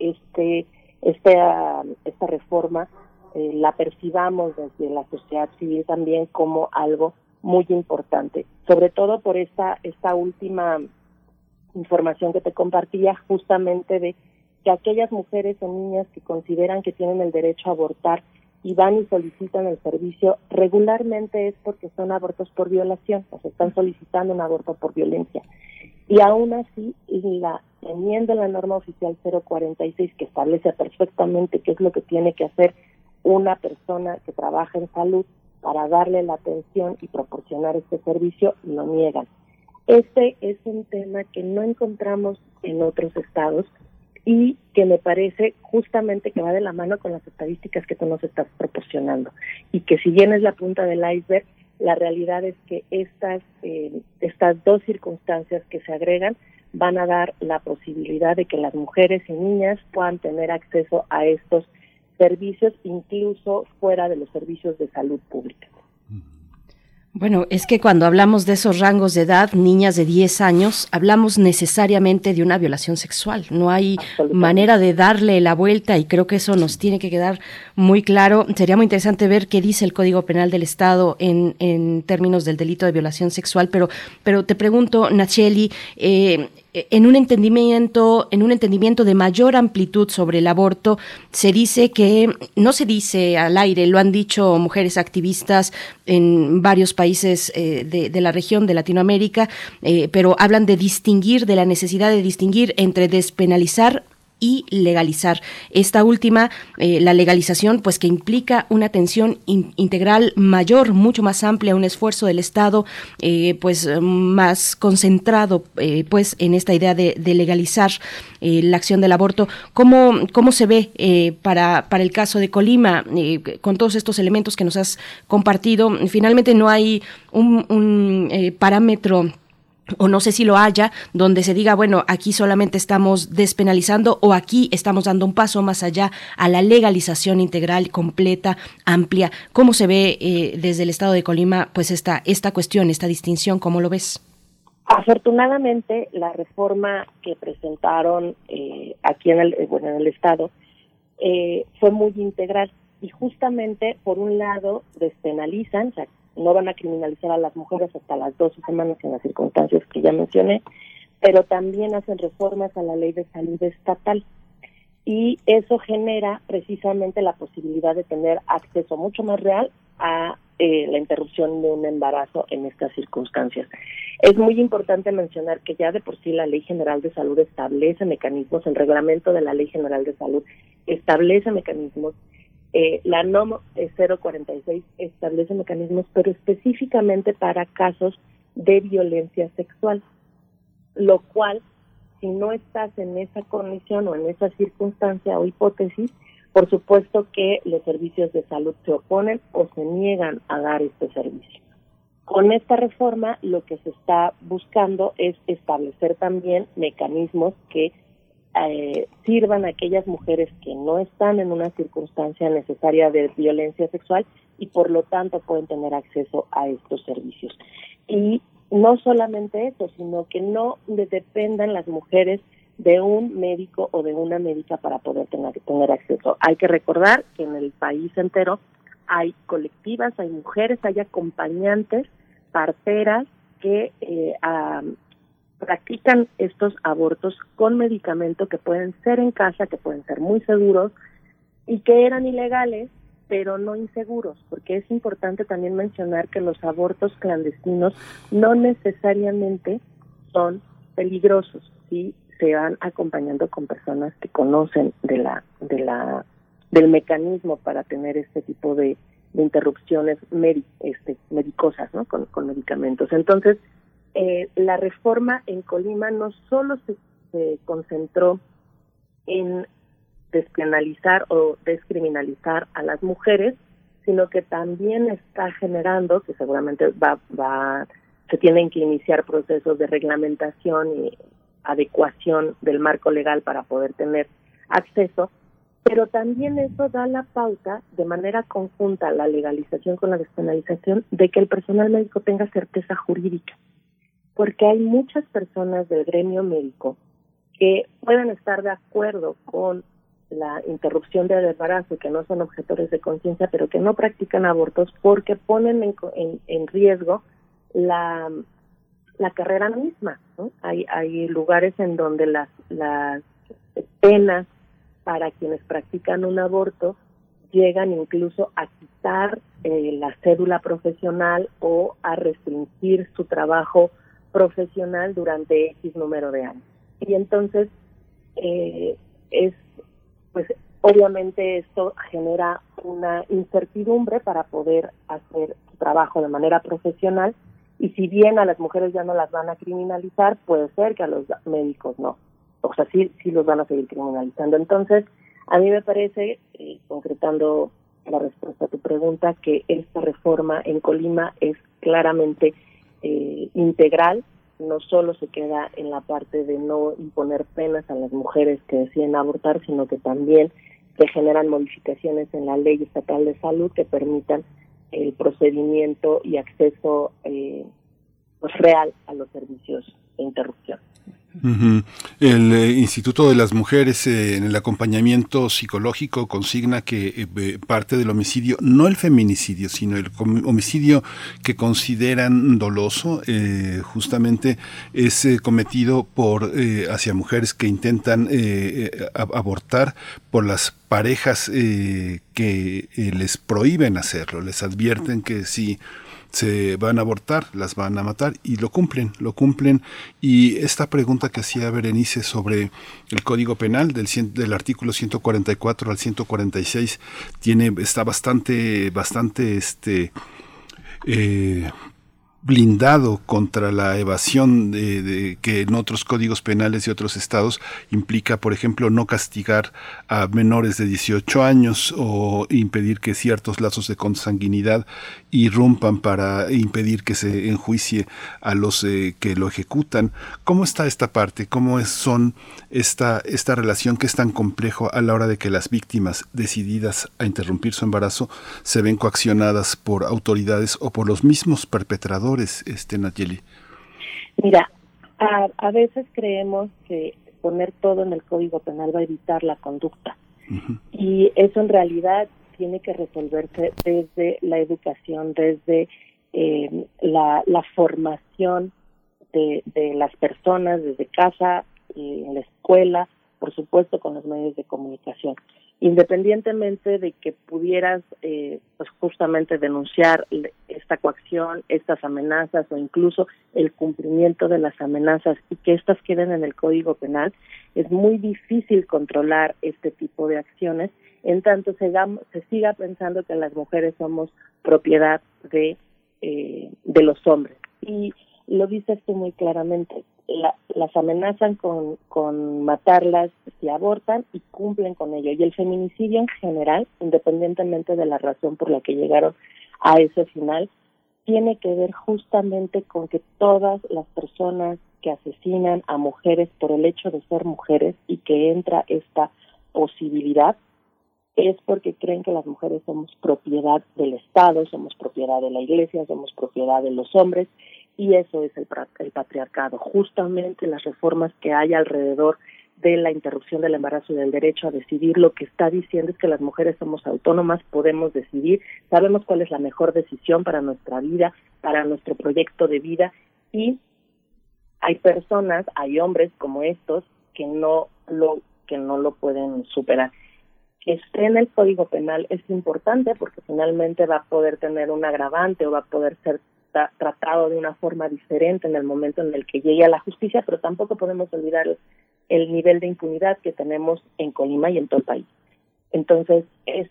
esta reforma la percibamos desde la sociedad civil también como algo muy importante, sobre todo por esta última información que te compartía, justamente de que aquellas mujeres o niñas que consideran que tienen el derecho a abortar y van y solicitan el servicio, regularmente es porque son abortos por violación, o sea, están solicitando un aborto por violencia. Y aún así, teniendo la norma oficial 046, que establece perfectamente qué es lo que tiene que hacer una persona que trabaja en salud para darle la atención y proporcionar este servicio, lo niegan. Este es un tema que no encontramos en otros estados y que me parece justamente que va de la mano con las estadísticas que tú nos estás proporcionando, y que si bien es la punta del iceberg, la realidad es que estas dos circunstancias que se agregan van a dar la posibilidad de que las mujeres y niñas puedan tener acceso a estos servicios, incluso fuera de los servicios de salud pública. Bueno, es que cuando hablamos de esos rangos de edad, niñas de 10 años, hablamos necesariamente de una violación sexual. No hay manera de darle la vuelta, y creo que eso nos tiene que quedar muy claro. Sería muy interesante ver qué dice el Código Penal del Estado en términos del delito de violación sexual, pero te pregunto, Nacheli, en un entendimiento de mayor amplitud sobre el aborto, se dice que, no se dice al aire, lo han dicho mujeres activistas en varios países de la región de Latinoamérica, pero hablan de la necesidad de distinguir entre despenalizar y legalizar. Esta última, la legalización, pues que implica una atención integral mayor, mucho más amplia, un esfuerzo del Estado, pues más concentrado, pues en esta idea de legalizar la acción del aborto. ¿Cómo se ve para el caso de Colima, con todos estos elementos que nos has compartido? Finalmente no hay un parámetro, o no sé si lo haya, donde se diga, bueno, aquí solamente estamos despenalizando o aquí estamos dando un paso más allá a la legalización integral, completa, amplia. ¿Cómo se ve desde el estado de Colima pues esta cuestión, esta distinción? ¿Cómo lo ves? Afortunadamente, la reforma que presentaron aquí en el estado fue muy integral, y justamente, por un lado, despenalizan, o sea, no van a criminalizar a las mujeres hasta las 12 semanas en las circunstancias que ya mencioné, pero también hacen reformas a la ley de salud estatal, y eso genera precisamente la posibilidad de tener acceso mucho más real a la interrupción de un embarazo en estas circunstancias. Es muy importante mencionar que ya de por sí la Ley General de Salud establece mecanismos, el reglamento de la Ley General de Salud establece mecanismos, la NOM 046 establece mecanismos, pero específicamente para casos de violencia sexual, lo cual si no estás en esa condición o en esa circunstancia o hipótesis, por supuesto que los servicios de salud se oponen o se niegan a dar este servicio. Con esta reforma lo que se está buscando es establecer también mecanismos que sirvan a aquellas mujeres que no están en una circunstancia necesaria de violencia sexual y por lo tanto pueden tener acceso a estos servicios. Y no solamente eso, sino que no dependan las mujeres de un médico o de una médica para poder tener acceso. Hay que recordar que en el país entero hay colectivas, hay mujeres, hay acompañantes, parteras que practican estos abortos con medicamento que pueden ser en casa, que pueden ser muy seguros y que eran ilegales, pero no inseguros, porque es importante también mencionar que los abortos clandestinos no necesariamente son peligrosos, ¿sí? Se van acompañando con personas que conocen del mecanismo para tener este tipo de interrupciones medicosas, ¿no? Con medicamentos. Entonces, la reforma en Colima no solo se concentró en despenalizar o descriminalizar a las mujeres, sino que también está generando, que seguramente se tienen que iniciar procesos de reglamentación y adecuación del marco legal para poder tener acceso, pero también eso da la pauta de manera conjunta, la legalización con la despenalización, de que el personal médico tenga certeza jurídica, porque hay muchas personas del gremio médico que pueden estar de acuerdo con la interrupción del embarazo, que no son objetores de conciencia, pero que no practican abortos porque ponen en riesgo la carrera misma, ¿no? Hay lugares en donde las penas para quienes practican un aborto llegan incluso a quitar la cédula profesional o a restringir su trabajo profesional durante X número de años. Y entonces pues obviamente esto genera una incertidumbre para poder hacer su trabajo de manera profesional, y si bien a las mujeres ya no las van a criminalizar, puede ser que a los médicos no, o sea, sí los van a seguir criminalizando. Entonces, a mí me parece, concretando la respuesta a tu pregunta, que esta reforma en Colima es claramente integral. No solo se queda en la parte de no imponer penas a las mujeres que deciden abortar, sino que también se generan modificaciones en la ley estatal de salud que permitan el procedimiento y acceso real a los servicios de interrupción. Uh-huh. El Instituto de las Mujeres en el acompañamiento psicológico consigna que parte del homicidio, no el feminicidio, sino el homicidio que consideran doloso, justamente es cometido hacia mujeres que intentan abortar por las parejas que les prohíben hacerlo, les advierten que si se van a abortar, las van a matar, y lo cumplen. Y esta pregunta que hacía Berenice sobre el Código Penal del artículo 144 al 146 está bastante blindado contra la evasión de que en otros códigos penales de otros estados implica, por ejemplo, no castigar a menores de 18 años o impedir que ciertos lazos de consanguinidad irrumpan para impedir que se enjuicie a los que lo ejecutan. ¿Cómo está esta parte? ¿Cómo son esta relación que es tan complejo a la hora de que las víctimas decididas a interrumpir su embarazo se ven coaccionadas por autoridades o por los mismos perpetradores? Nayeli. Mira, a veces creemos que poner todo en el Código Penal va a evitar la conducta. Uh-huh. Y eso en realidad tiene que resolverse desde la educación, desde la formación de las personas, desde casa, en la escuela, por supuesto con los medios de comunicación. Independientemente de que pudieras pues justamente denunciar esta coacción, estas amenazas o incluso el cumplimiento de las amenazas y que éstas queden en el Código Penal, es muy difícil controlar este tipo de acciones, en tanto se siga pensando que las mujeres somos propiedad de los hombres. Y lo dices tú muy claramente, las amenazan con matarlas si abortan y cumplen con ello. Y el feminicidio en general, independientemente de la razón por la que llegaron a ese final, tiene que ver justamente con que todas las personas que asesinan a mujeres por el hecho de ser mujeres y que entra esta posibilidad, es porque creen que las mujeres somos propiedad del Estado, somos propiedad de la Iglesia, somos propiedad de los hombres, y eso es el patriarcado. Justamente las reformas que hay alrededor de la interrupción del embarazo y del derecho a decidir, lo que está diciendo es que las mujeres somos autónomas, podemos decidir, sabemos cuál es la mejor decisión para nuestra vida, para nuestro proyecto de vida, y hay personas, hay hombres como estos que no lo pueden superar. Que esté en el Código Penal es importante porque finalmente va a poder tener un agravante o va a poder ser tratado de una forma diferente en el momento en el que llegue a la justicia, pero tampoco podemos olvidar el nivel de impunidad que tenemos en Colima y en todo el país. Entonces,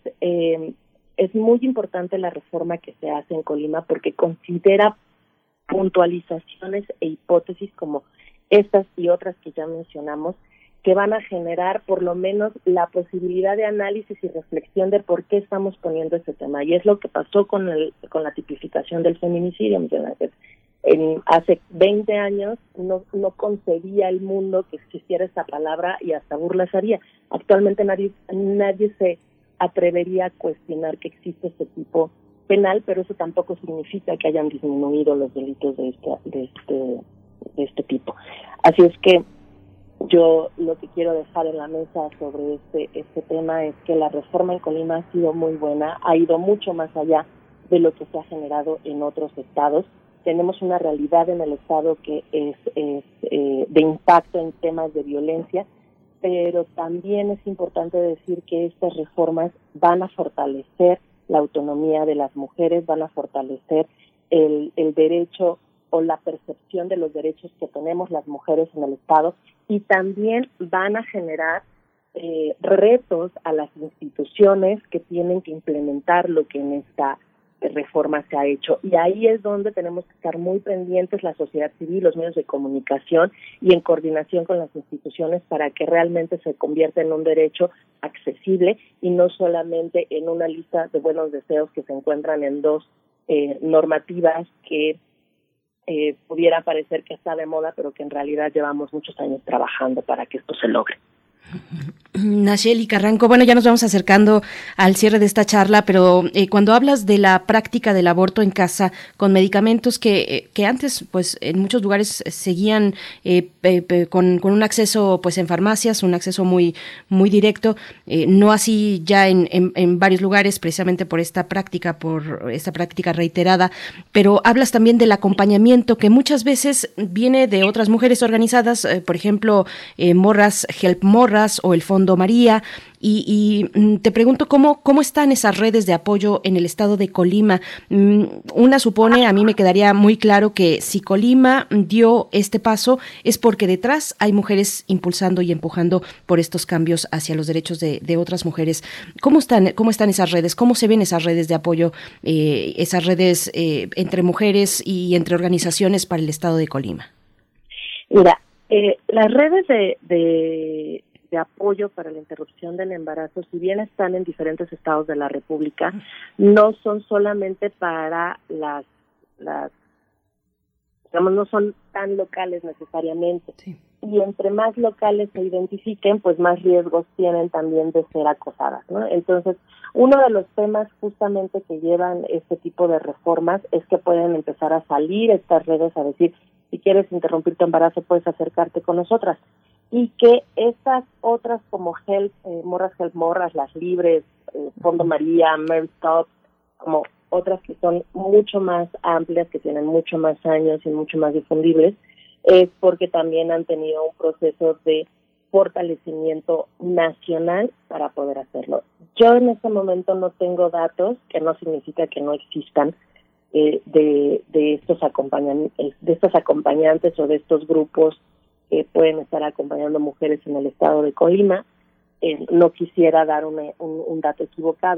es muy importante la reforma que se hace en Colima porque considera puntualizaciones e hipótesis como estas y otras que ya mencionamos, que van a generar por lo menos la posibilidad de análisis y reflexión de por qué estamos poniendo este tema. Y es lo que pasó con la tipificación del feminicidio. Hace 20 años no concebía el mundo que existiera esta palabra y hasta burlas haría. Actualmente nadie se atrevería a cuestionar que existe este tipo penal, pero eso tampoco significa que hayan disminuido los delitos de este tipo. Así es que yo lo que quiero dejar en la mesa sobre este tema es que la reforma en Colima ha sido muy buena, ha ido mucho más allá de lo que se ha generado en otros estados. Tenemos una realidad en el estado que es de impacto en temas de violencia, pero también es importante decir que estas reformas van a fortalecer la autonomía de las mujeres, van a fortalecer el derecho o la percepción de los derechos que tenemos las mujeres en el Estado, y también van a generar retos a las instituciones que tienen que implementar lo que en esta reforma se ha hecho. Y ahí es donde tenemos que estar muy pendientes la sociedad civil, los medios de comunicación y en coordinación con las instituciones para que realmente se convierta en un derecho accesible y no solamente en una lista de buenos deseos que se encuentran en dos normativas que pudiera parecer que está de moda, pero que en realidad llevamos muchos años trabajando para que esto se logre. Nacheli Carranco, bueno, ya nos vamos acercando al cierre de esta charla, pero cuando hablas de la práctica del aborto en casa con medicamentos que antes, pues, en muchos lugares seguían con un acceso, pues, en farmacias, un acceso muy muy directo, no así ya en varios lugares, precisamente por esta práctica reiterada, pero hablas también del acompañamiento que muchas veces viene de otras mujeres organizadas, por ejemplo, Morras, Help Morras o el Fondo María, y te pregunto cómo están esas redes de apoyo en el estado de Colima. Una supone, a mí me quedaría muy claro que si Colima dio este paso es porque detrás hay mujeres impulsando y empujando por estos cambios hacia los derechos de otras mujeres. ¿Cómo están esas redes? ¿Cómo se ven esas redes de apoyo, esas redes entre mujeres y entre organizaciones para el estado de Colima? Mira, las redes de apoyo para la interrupción del embarazo, si bien están en diferentes estados de la República, no son solamente para las digamos, no son tan locales necesariamente. Sí. Y entre más locales se identifiquen, pues más riesgos tienen también de ser acosadas, ¿no? Entonces, uno de los temas justamente que llevan este tipo de reformas es que pueden empezar a salir estas redes a decir, si quieres interrumpir tu embarazo, puedes acercarte con nosotras. Y que estas otras como Morras Help Morras, Las Libres, Fondo María, Mary Stop, como otras que son mucho más amplias, que tienen mucho más años y mucho más difundibles, es porque también han tenido un proceso de fortalecimiento nacional para poder hacerlo. Yo en este momento no tengo datos, que no significa que no existan, de estos acompañantes o de estos grupos que pueden estar acompañando mujeres en el estado de Colima. No quisiera dar un dato equivocado,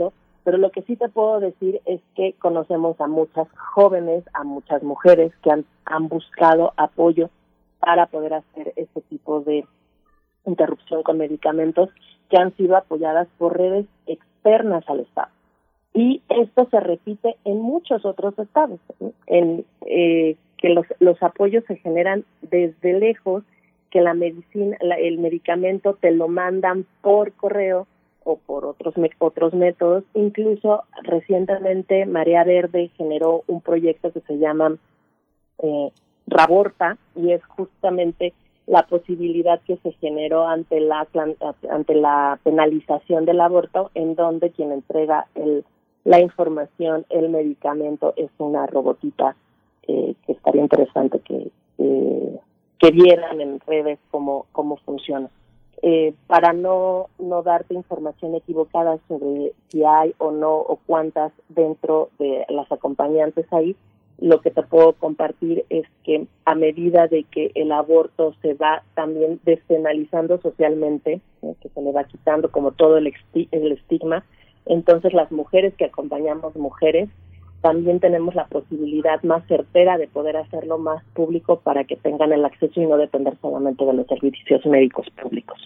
Pero lo que sí te puedo decir es que conocemos a muchas jóvenes, a muchas mujeres que han buscado apoyo para poder hacer este tipo de interrupción con medicamentos, que han sido apoyadas por redes externas al Estado. Y esto se repite en muchos otros estados, que los apoyos se generan desde lejos, que la medicina, el medicamento te lo mandan por correo o por otros métodos. Incluso recientemente Marea Verde generó un proyecto que se llama Raborta, y es justamente la posibilidad que se generó ante la penalización del aborto, en donde quien entrega la información, el medicamento, es una robotita, que estaría interesante que vieran en redes cómo funciona. Para no darte información equivocada sobre si hay o no, o cuántas dentro de las acompañantes hay, lo que te puedo compartir es que a medida de que el aborto se va también despenalizando socialmente, que se le va quitando como todo el estigma, entonces las mujeres que acompañamos mujeres también tenemos la posibilidad más certera de poder hacerlo más público para que tengan el acceso y no depender solamente de los servicios médicos públicos.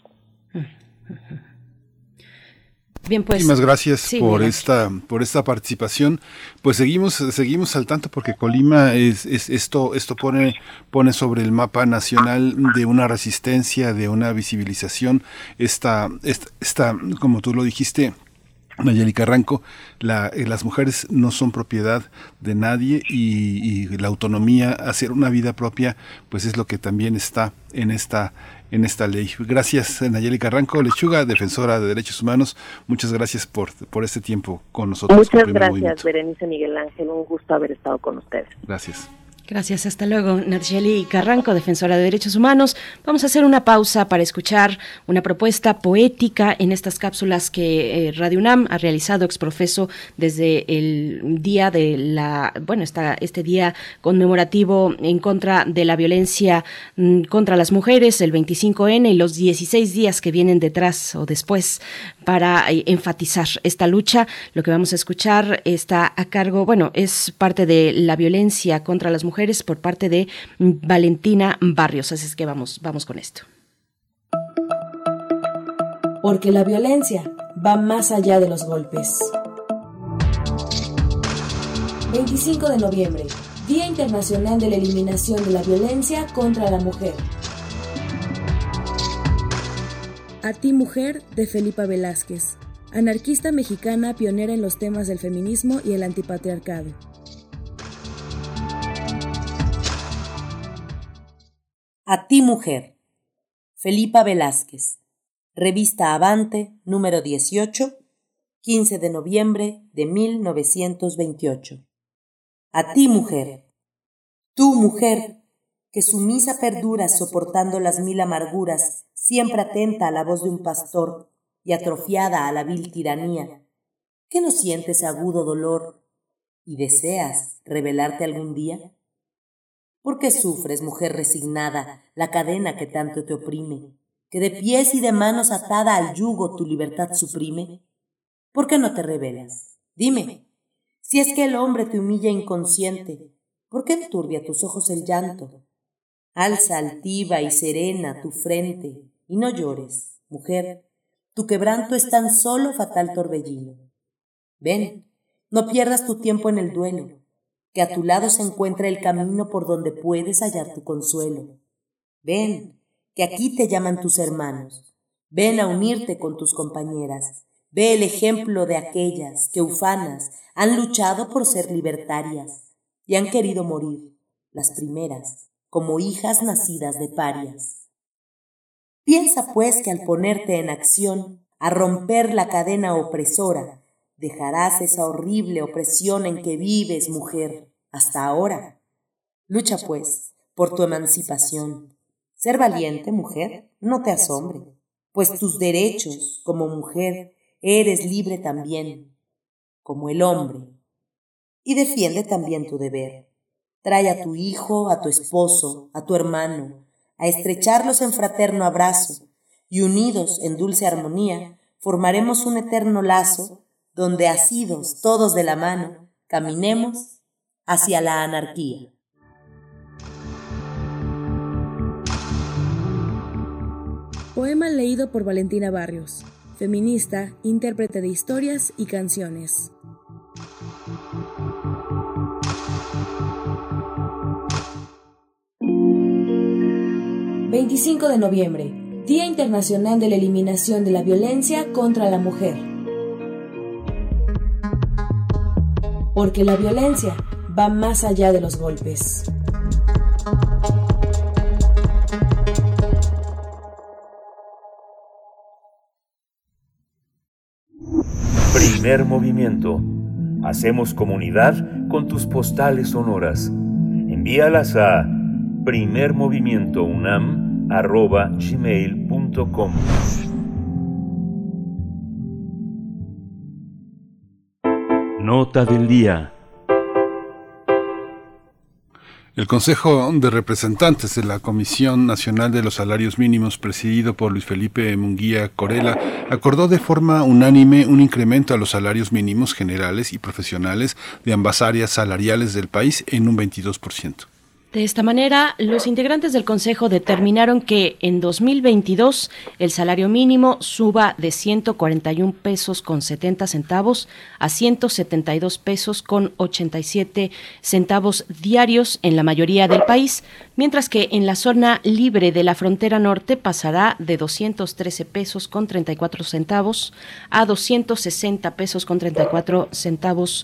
Bien, pues. Muchísimas gracias sí, por esta participación. Pues seguimos al tanto, porque Colima esto pone sobre el mapa nacional de una resistencia, de una visibilización. Esta como tú lo dijiste, Nayeli Carranco, las mujeres no son propiedad de nadie, y la autonomía, hacer una vida propia, pues es lo que también está en esta ley. Gracias, Nayeli Carranco Lechuga, defensora de derechos humanos. Muchas gracias por este tiempo con nosotros. Muchas gracias, Berenice, Miguel Ángel. Un gusto haber estado con ustedes. Gracias. Gracias, hasta luego. Nayeli Carranco, defensora de derechos humanos. Vamos a hacer una pausa para escuchar una propuesta poética en estas cápsulas que Radio UNAM ha realizado exprofeso desde el día de este día conmemorativo en contra de la violencia contra las mujeres, el 25N, y los 16 días que vienen detrás o después para enfatizar esta lucha. Lo que vamos a escuchar está a cargo, es parte de la violencia contra las mujeres por parte de Valentina Barrios. Así es que vamos con esto. Porque la violencia va más allá de los golpes. 25 de noviembre, Día Internacional de la Eliminación de la Violencia contra la Mujer. A ti, mujer, de Felipa Velázquez, anarquista mexicana pionera en los temas del feminismo y el antipatriarcado. A ti, mujer. Felipa Velázquez. Revista Avante, número 18, 15 de noviembre de 1928. A ti, mujer. Tú, mujer, que sumisa perduras soportando las 1000 amarguras, siempre atenta a la voz de un pastor y atrofiada a la vil tiranía, ¿que no sientes agudo dolor y deseas rebelarte algún día? ¿Por qué sufres, mujer resignada, la cadena que tanto te oprime, que de pies y de manos atada al yugo tu libertad suprime? ¿Por qué no te rebelas? Dime, si es que el hombre te humilla inconsciente, ¿por qué enturbia tus ojos el llanto? Alza altiva y serena tu frente, y no llores, mujer, tu quebranto es tan solo fatal torbellino. Ven, no pierdas tu tiempo en el duelo, que a tu lado se encuentra el camino por donde puedes hallar tu consuelo. Ven, que aquí te llaman tus hermanos. Ven a unirte con tus compañeras. Ve el ejemplo de aquellas que, ufanas, han luchado por ser libertarias y han querido morir, las primeras, como hijas nacidas de parias. Piensa, pues, que al ponerte en acción, a romper la cadena opresora, dejarás esa horrible opresión en que vives, mujer, hasta ahora. Lucha, pues, por tu emancipación. Ser valiente, mujer, no te asombre, pues tus derechos, como mujer, eres libre también, como el hombre. Y defiende también tu deber. Trae a tu hijo, a tu esposo, a tu hermano, a estrecharlos en fraterno abrazo, y unidos en dulce armonía, formaremos un eterno lazo donde asidos todos de la mano, caminemos hacia la anarquía. Poema leído por Valentina Barrios, feminista, intérprete de historias y canciones. ...25 de noviembre... Día Internacional de la Eliminación de la Violencia contra la Mujer. Porque la violencia va más allá de los golpes. Primer movimiento. Hacemos comunidad con tus postales sonoras. Envíalas a primermovimientounam@gmail.com. Nota del día. El Consejo de Representantes de la Comisión Nacional de los Salarios Mínimos, presidido por Luis Felipe Munguía Corella, acordó de forma unánime un incremento a los salarios mínimos generales y profesionales de ambas áreas salariales del país en un 22%. De esta manera, los integrantes del Consejo determinaron que en 2022 el salario mínimo suba de 141 pesos con 70 centavos a 172 pesos con 87 centavos diarios en la mayoría del país, mientras que en la zona libre de la frontera norte pasará de 213 pesos con 34 centavos a 260 pesos con 34 centavos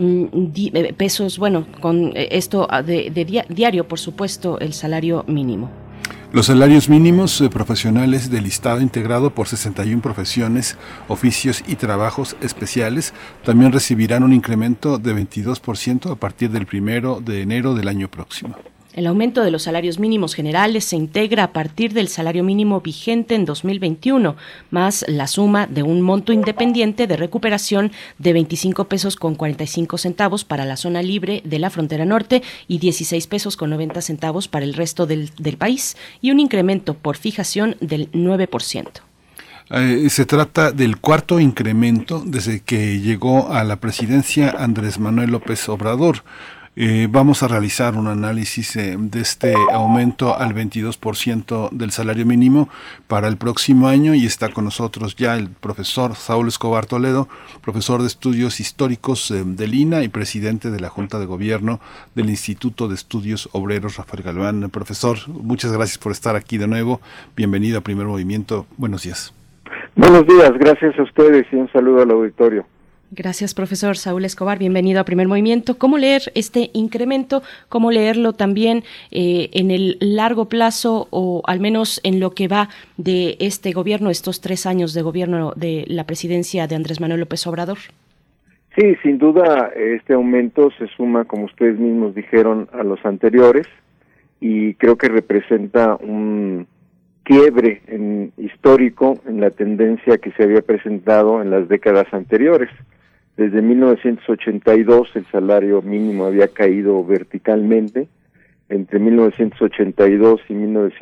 pesos, bueno, con esto de diario, por supuesto, el salario mínimo. Los salarios mínimos profesionales del listado integrado por 61 profesiones, oficios y trabajos especiales también recibirán un incremento de 22% a partir del 1 de enero del año próximo. El aumento de los salarios mínimos generales se integra a partir del salario mínimo vigente en 2021, más la suma de un monto independiente de recuperación de 25 pesos con 45 centavos para la zona libre de la frontera norte y 16 pesos con 90 centavos para el resto del país, y un incremento por fijación del 9%. Se trata del cuarto incremento desde que llegó a la presidencia Andrés Manuel López Obrador. Vamos a realizar un análisis de este aumento al 22% del salario mínimo para el próximo año, y está con nosotros ya el profesor Saúl Escobar Toledo, profesor de Estudios Históricos del INA y presidente de la Junta de Gobierno del Instituto de Estudios Obreros Rafael Galván. Profesor, muchas gracias por estar aquí de nuevo. Bienvenido a Primer Movimiento. Buenos días. Buenos días, gracias a ustedes y un saludo al auditorio. Gracias, profesor Saúl Escobar. Bienvenido a Primer Movimiento. ¿Cómo leer este incremento? ¿Cómo leerlo también en el largo plazo, o al menos en lo que va de este gobierno, estos 3 años de gobierno de la presidencia de Andrés Manuel López Obrador? Sí, sin duda este aumento se suma, como ustedes mismos dijeron, a los anteriores, y creo que representa un quiebre histórico en la tendencia que se había presentado en las décadas anteriores. Desde 1982 el salario mínimo había caído verticalmente. Entre 1982 y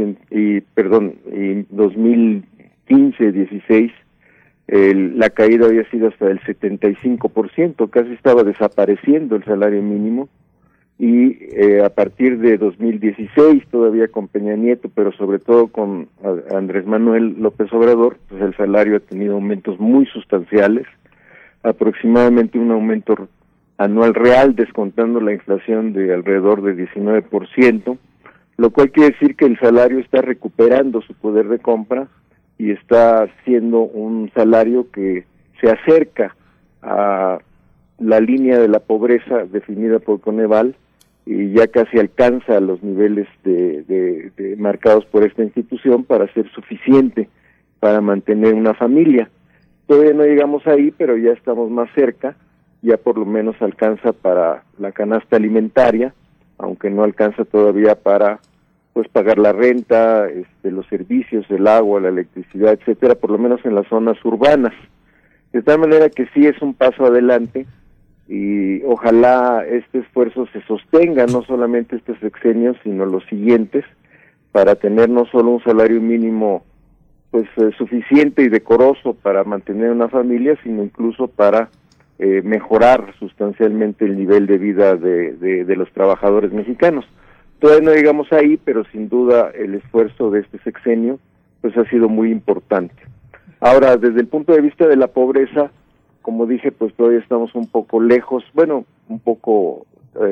2015-16 la caída había sido hasta del 75%, casi estaba desapareciendo el salario mínimo, y a partir de 2016, todavía con Peña Nieto, pero sobre todo con Andrés Manuel López Obrador, pues el salario ha tenido aumentos muy sustanciales, aproximadamente un aumento anual real, descontando la inflación, de alrededor de 19%, lo cual quiere decir que el salario está recuperando su poder de compra y está siendo un salario que se acerca a la línea de la pobreza definida por Coneval, y ya casi alcanza los niveles de marcados por esta institución para ser suficiente para mantener una familia. Todavía no llegamos ahí, pero ya estamos más cerca, ya por lo menos alcanza para la canasta alimentaria, aunque no alcanza todavía para pues pagar la renta, los servicios, el agua, la electricidad, etcétera, por lo menos en las zonas urbanas. De tal manera que sí es un paso adelante, y ojalá este esfuerzo se sostenga, no solamente este sexenio, sino los siguientes, para tener no solo un salario mínimo pues suficiente y decoroso para mantener una familia, sino incluso para mejorar sustancialmente el nivel de vida de los trabajadores mexicanos. Todavía no llegamos ahí, pero sin duda el esfuerzo de este sexenio pues ha sido muy importante. Ahora, desde el punto de vista de la pobreza, como dije, pues todavía estamos un poco lejos, bueno, un poco,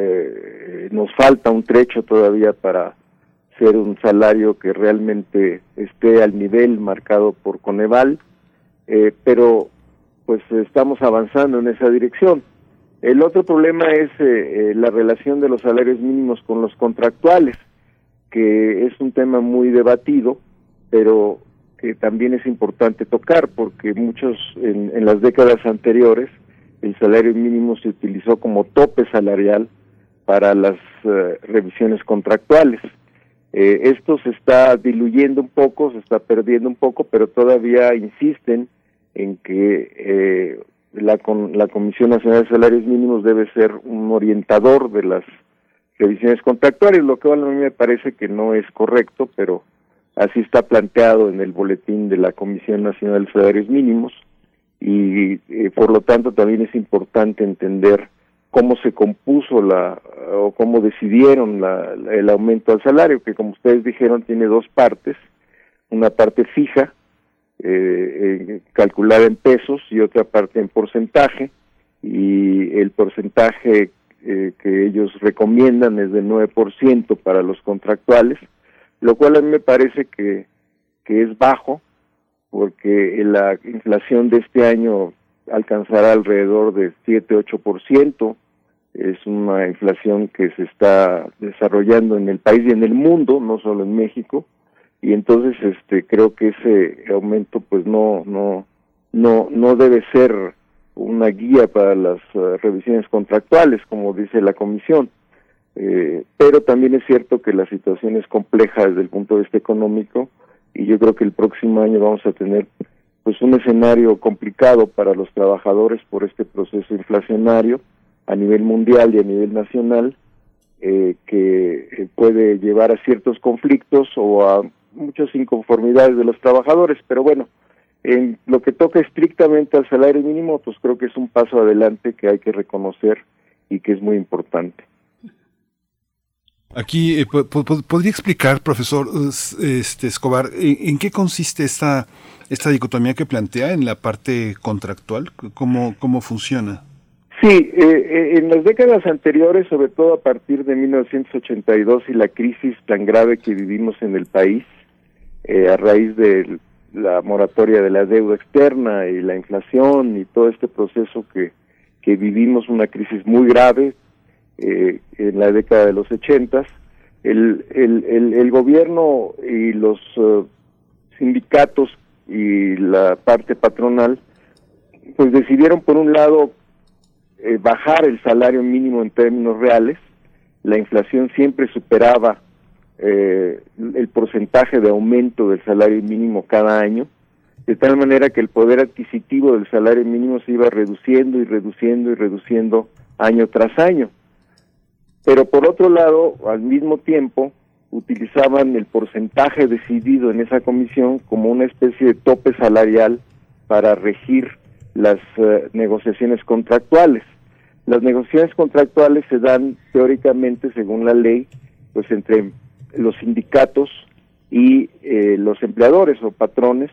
nos falta un trecho todavía para ser un salario que realmente esté al nivel marcado por Coneval, pero pues estamos avanzando en esa dirección. El otro problema es la relación de los salarios mínimos con los contractuales, que es un tema muy debatido, pero que también es importante tocar, porque muchos, en las décadas anteriores, el salario mínimo se utilizó como tope salarial para las revisiones contractuales. Esto se está diluyendo un poco, se está perdiendo un poco, pero todavía insisten en que la Comisión Nacional de Salarios Mínimos debe ser un orientador de las revisiones contractuales, lo que a mí me parece que no es correcto, pero así está planteado en el boletín de la Comisión Nacional de Salarios Mínimos, y por lo tanto también es importante entender cómo se compuso o cómo decidieron el aumento al salario, que como ustedes dijeron tiene dos partes, una parte fija, calculada en pesos, y otra parte en porcentaje, y el porcentaje que ellos recomiendan es del 9% para los contractuales, lo cual a mí me parece que es bajo, porque la inflación de este año alcanzará alrededor de 7-8%, es una inflación que se está desarrollando en el país y en el mundo, no solo en México, y entonces creo que ese aumento pues no debe ser una guía para las revisiones contractuales, como dice la Comisión. Pero también es cierto que la situación es compleja desde el punto de vista económico, y yo creo que el próximo año vamos a tener pues un escenario complicado para los trabajadores por este proceso inflacionario a nivel mundial y a nivel nacional, que puede llevar a ciertos conflictos o a muchas inconformidades de los trabajadores, pero bueno, en lo que toca estrictamente al salario mínimo, pues creo que es un paso adelante que hay que reconocer y que es muy importante. Aquí, ¿podría explicar, profesor Escobar, en qué consiste esta dicotomía que plantea en la parte contractual? ¿Cómo funciona? Sí, en las décadas anteriores, sobre todo a partir de 1982 y la crisis tan grave que vivimos en el país, a raíz de la moratoria de la deuda externa y la inflación y todo este proceso que vivimos, una crisis muy grave, en la década de los 80, el gobierno y los sindicatos y la parte patronal pues decidieron por un lado bajar el salario mínimo en términos reales. La inflación siempre superaba el porcentaje de aumento del salario mínimo cada año, de tal manera que el poder adquisitivo del salario mínimo se iba reduciendo y reduciendo y reduciendo año tras año. Pero por otro lado, al mismo tiempo, utilizaban el porcentaje decidido en esa comisión como una especie de tope salarial para regir las negociaciones contractuales. Las negociaciones contractuales se dan teóricamente, según la ley, pues entre los sindicatos y los empleadores o patrones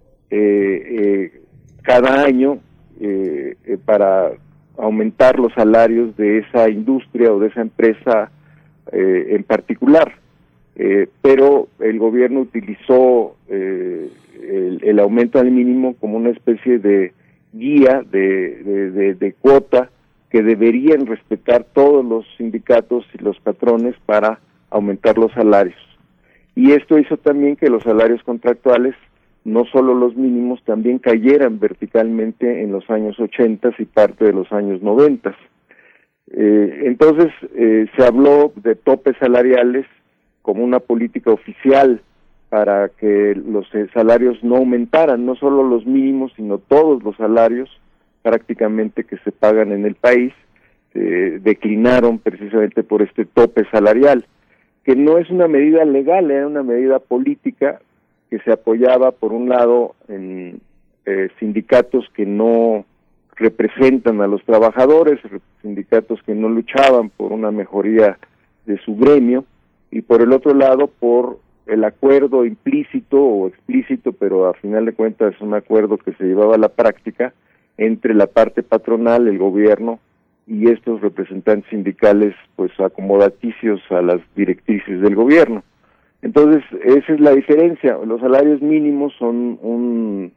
cada año para aumentar los salarios de esa industria o de esa empresa en particular. Pero el gobierno utilizó el aumento al mínimo como una especie de guía, de cuota que deberían respetar todos los sindicatos y los patrones para aumentar los salarios. Y esto hizo también que los salarios contractuales, no solo los mínimos, también cayeran verticalmente en los años 80 y parte de los años 90. Entonces se habló de topes salariales como una política oficial para que los salarios no aumentaran, no solo los mínimos, sino todos los salarios prácticamente que se pagan en el país, declinaron precisamente por este tope salarial, que no es una medida legal, era una medida política que se apoyaba por un lado en sindicatos que no representan a los trabajadores, sindicatos que no luchaban por una mejoría de su gremio, y por el otro lado por el acuerdo implícito o explícito, pero a final de cuentas es un acuerdo que se llevaba a la práctica entre la parte patronal, el gobierno, y estos representantes sindicales pues acomodaticios a las directrices del gobierno. Entonces, esa es la diferencia. Los salarios mínimos son un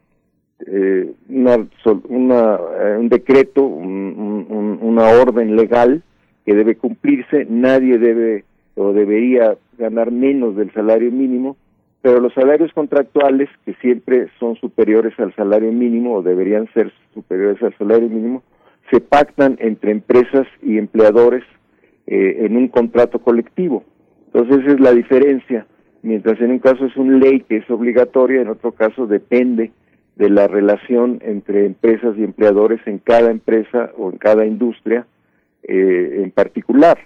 decreto, una orden legal que debe cumplirse. Nadie debe o debería ganar menos del salario mínimo, pero los salarios contractuales, que siempre son superiores al salario mínimo o deberían ser superiores al salario mínimo, se pactan entre empresas y empleadores en un contrato colectivo. Entonces esa es la diferencia. Mientras en un caso es una ley que es obligatoria, en otro caso depende de la relación entre empresas y empleadores en cada empresa o en cada industria en particular.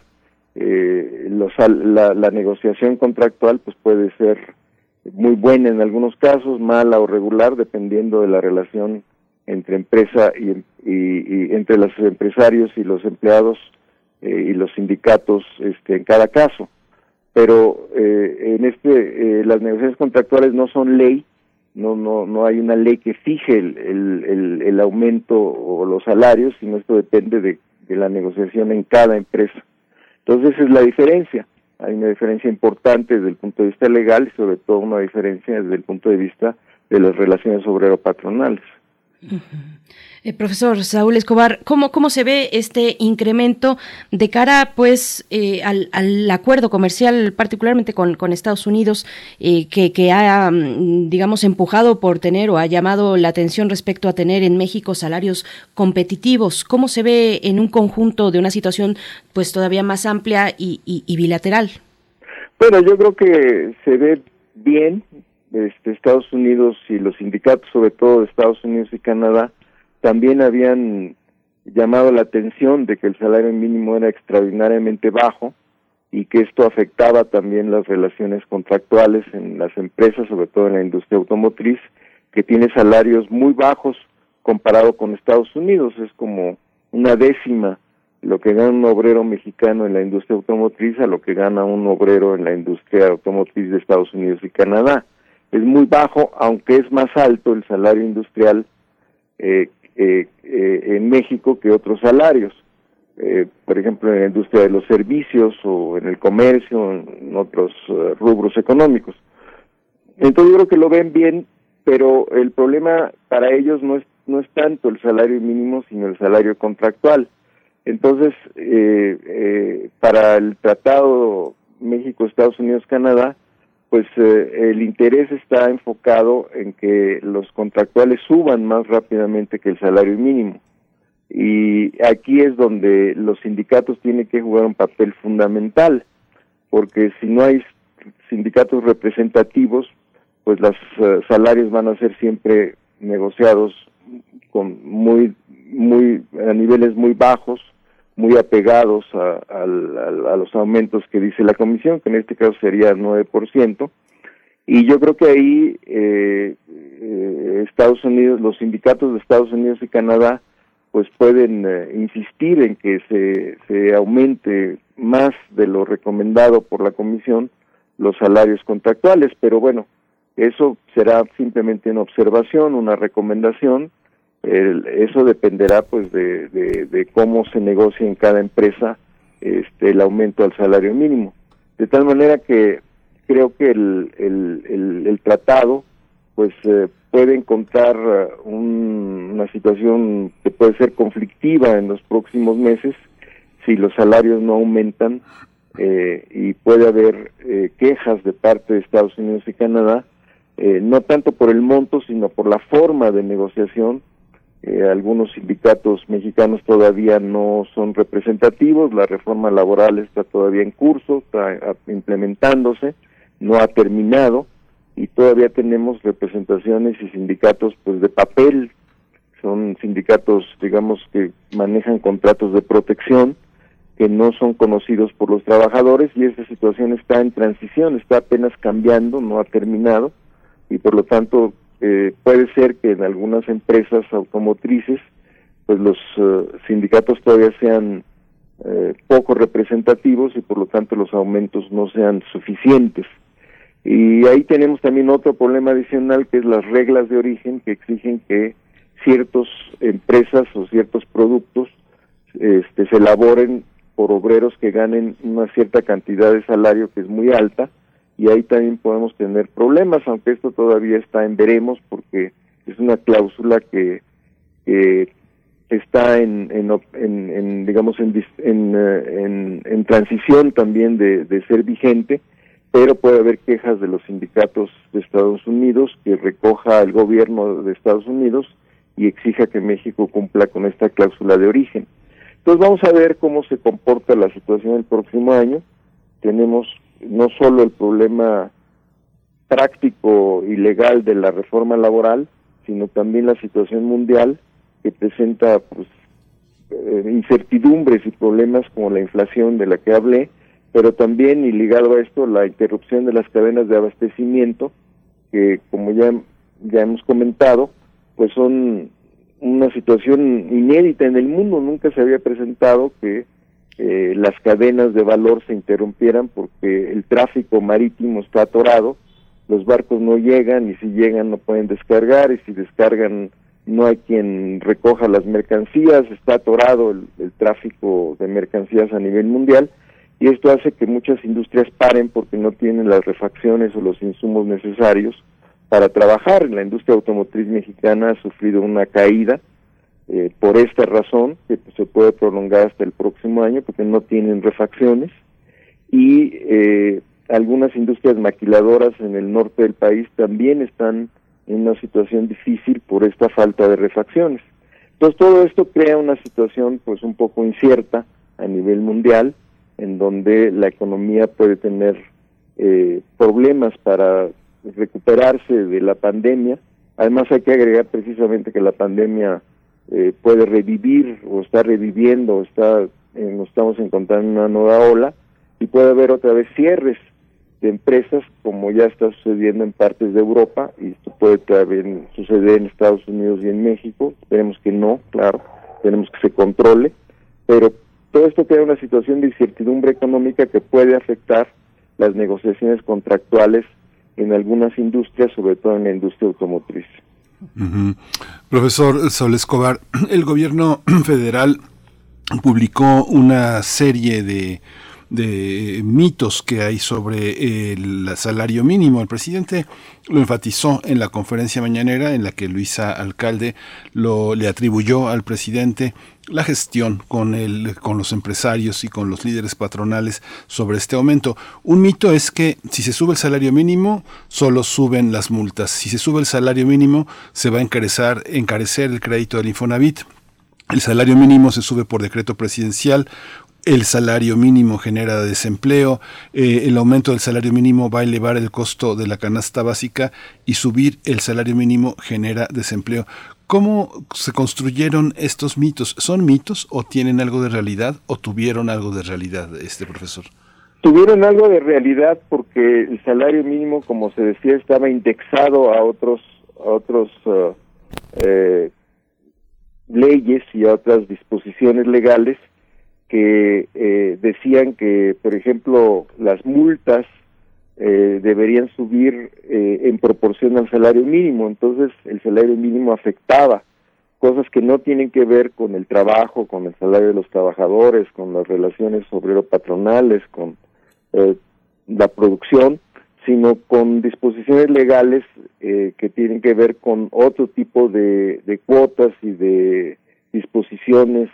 La negociación contractual pues puede ser muy buena en algunos casos, mala o regular, dependiendo de la relación entre empresa y entre los empresarios y los empleados y los sindicatos en cada caso. Pero las negociaciones contractuales no son ley, no hay una ley que fije el aumento o los salarios, sino esto depende de la negociación en cada empresa. Entonces esa es la diferencia. Hay una diferencia importante desde el punto de vista legal y sobre todo una diferencia desde el punto de vista de las relaciones obrero-patronales. Profesor Saúl Escobar, ¿cómo se ve este incremento de cara pues al acuerdo comercial, particularmente con Estados Unidos, que ha, digamos, empujado por tener o ha llamado la atención respecto a tener en México salarios competitivos? ¿Cómo se ve en un conjunto de una situación pues todavía más amplia y bilateral? Bueno, yo creo que se ve bien. Estados Unidos y los sindicatos, sobre todo de Estados Unidos y Canadá, también habían llamado la atención de que el salario mínimo era extraordinariamente bajo y que esto afectaba también las relaciones contractuales en las empresas, sobre todo en la industria automotriz, que tiene salarios muy bajos comparado con Estados Unidos. Es como una décima lo que gana un obrero mexicano en la industria automotriz a lo que gana un obrero en la industria automotriz de Estados Unidos y Canadá. Es muy bajo, aunque es más alto el salario industrial en México que otros salarios. Por ejemplo, en la industria de los servicios o en el comercio, en otros rubros económicos. Entonces yo creo que lo ven bien, pero el problema para ellos no es tanto el salario mínimo, sino el salario contractual. Entonces, para el Tratado México, Estados Unidos, Canadá, pues el interés está enfocado en que los contractuales suban más rápidamente que el salario mínimo. Y aquí es donde los sindicatos tienen que jugar un papel fundamental, porque si no hay sindicatos representativos, pues los salarios van a ser siempre negociados con a niveles muy bajos, muy apegados a los aumentos que dice la Comisión, que en este caso sería 9%, y yo creo que ahí Estados Unidos, los sindicatos de Estados Unidos y Canadá, pues pueden insistir en que se aumente más de lo recomendado por la Comisión los salarios contractuales, pero bueno, eso será simplemente una observación, una recomendación. Eso dependerá pues de cómo se negocie en cada empresa el aumento al salario mínimo, de tal manera que creo que el tratado pues puede encontrar una situación que puede ser conflictiva en los próximos meses si los salarios no aumentan, y puede haber quejas de parte de Estados Unidos y Canadá, no tanto por el monto sino por la forma de negociación. Algunos sindicatos mexicanos todavía no son representativos, la reforma laboral está todavía en curso, está implementándose, no ha terminado, y todavía tenemos representaciones y sindicatos pues de papel. Son sindicatos, digamos, que manejan contratos de protección que no son conocidos por los trabajadores, y esa situación está en transición, está apenas cambiando, no ha terminado, y por lo tanto puede ser que en algunas empresas automotrices pues los sindicatos todavía sean poco representativos y por lo tanto los aumentos no sean suficientes. Y ahí tenemos también otro problema adicional, que es las reglas de origen que exigen que ciertas empresas o ciertos productos se elaboren por obreros que ganen una cierta cantidad de salario que es muy alta, y ahí también podemos tener problemas, aunque esto todavía está en veremos, porque es una cláusula que está en transición también de ser vigente, pero puede haber quejas de los sindicatos de Estados Unidos que recoja el gobierno de Estados Unidos y exija que México cumpla con esta cláusula de origen. Entonces vamos a ver cómo se comporta la situación el próximo año. Tenemos no solo el problema práctico y legal de la reforma laboral, sino también la situación mundial que presenta incertidumbres y problemas como la inflación de la que hablé, pero también, y ligado a esto, la interrupción de las cadenas de abastecimiento, que como ya hemos comentado, pues son una situación inédita en el mundo. Nunca se había presentado que las cadenas de valor se interrumpieran porque el tráfico marítimo está atorado, los barcos no llegan, y si llegan no pueden descargar, y si descargan no hay quien recoja las mercancías, está atorado el tráfico de mercancías a nivel mundial, y esto hace que muchas industrias paren porque no tienen las refacciones o los insumos necesarios para trabajar. La industria automotriz mexicana ha sufrido una caída por esta razón, que se puede prolongar hasta el próximo año porque no tienen refacciones, y algunas industrias maquiladoras en el norte del país también están en una situación difícil por esta falta de refacciones. Entonces todo esto crea una situación pues un poco incierta a nivel mundial, en donde la economía puede tener problemas para recuperarse de la pandemia. Además hay que agregar precisamente que la pandemia puede revivir o está reviviendo, nos estamos encontrando en una nueva ola, y puede haber otra vez cierres de empresas, como ya está sucediendo en partes de Europa, y esto puede también suceder en Estados Unidos y en México. Esperemos que no, claro, tenemos que se controle, pero todo esto crea una situación de incertidumbre económica que puede afectar las negociaciones contractuales en algunas industrias, sobre todo en la industria automotriz. Uh-huh. Profesor Saúl Escobar, el gobierno federal publicó una serie de mitos que hay sobre el salario mínimo. El presidente lo enfatizó en la conferencia mañanera, en la que Luisa Alcalde le atribuyó al presidente la gestión con los empresarios y con los líderes patronales sobre este aumento. Un mito es que si se sube el salario mínimo, solo suben las multas. Si se sube el salario mínimo, se va a encarecer el crédito del Infonavit. El salario mínimo se sube por decreto presidencial. El salario mínimo genera desempleo, el aumento del salario mínimo va a elevar el costo de la canasta básica, y subir el salario mínimo genera desempleo. ¿Cómo se construyeron estos mitos? ¿Son mitos o tienen algo de realidad o tuvieron algo de realidad, profesor? Tuvieron algo de realidad porque el salario mínimo, como se decía, estaba indexado a otros leyes y a otras disposiciones legales que decían que, por ejemplo, las multas deberían subir en proporción al salario mínimo. Entonces el salario mínimo afectaba cosas que no tienen que ver con el trabajo, con el salario de los trabajadores, con las relaciones obrero-patronales, con la producción, sino con disposiciones legales que tienen que ver con otro tipo de cuotas y de disposiciones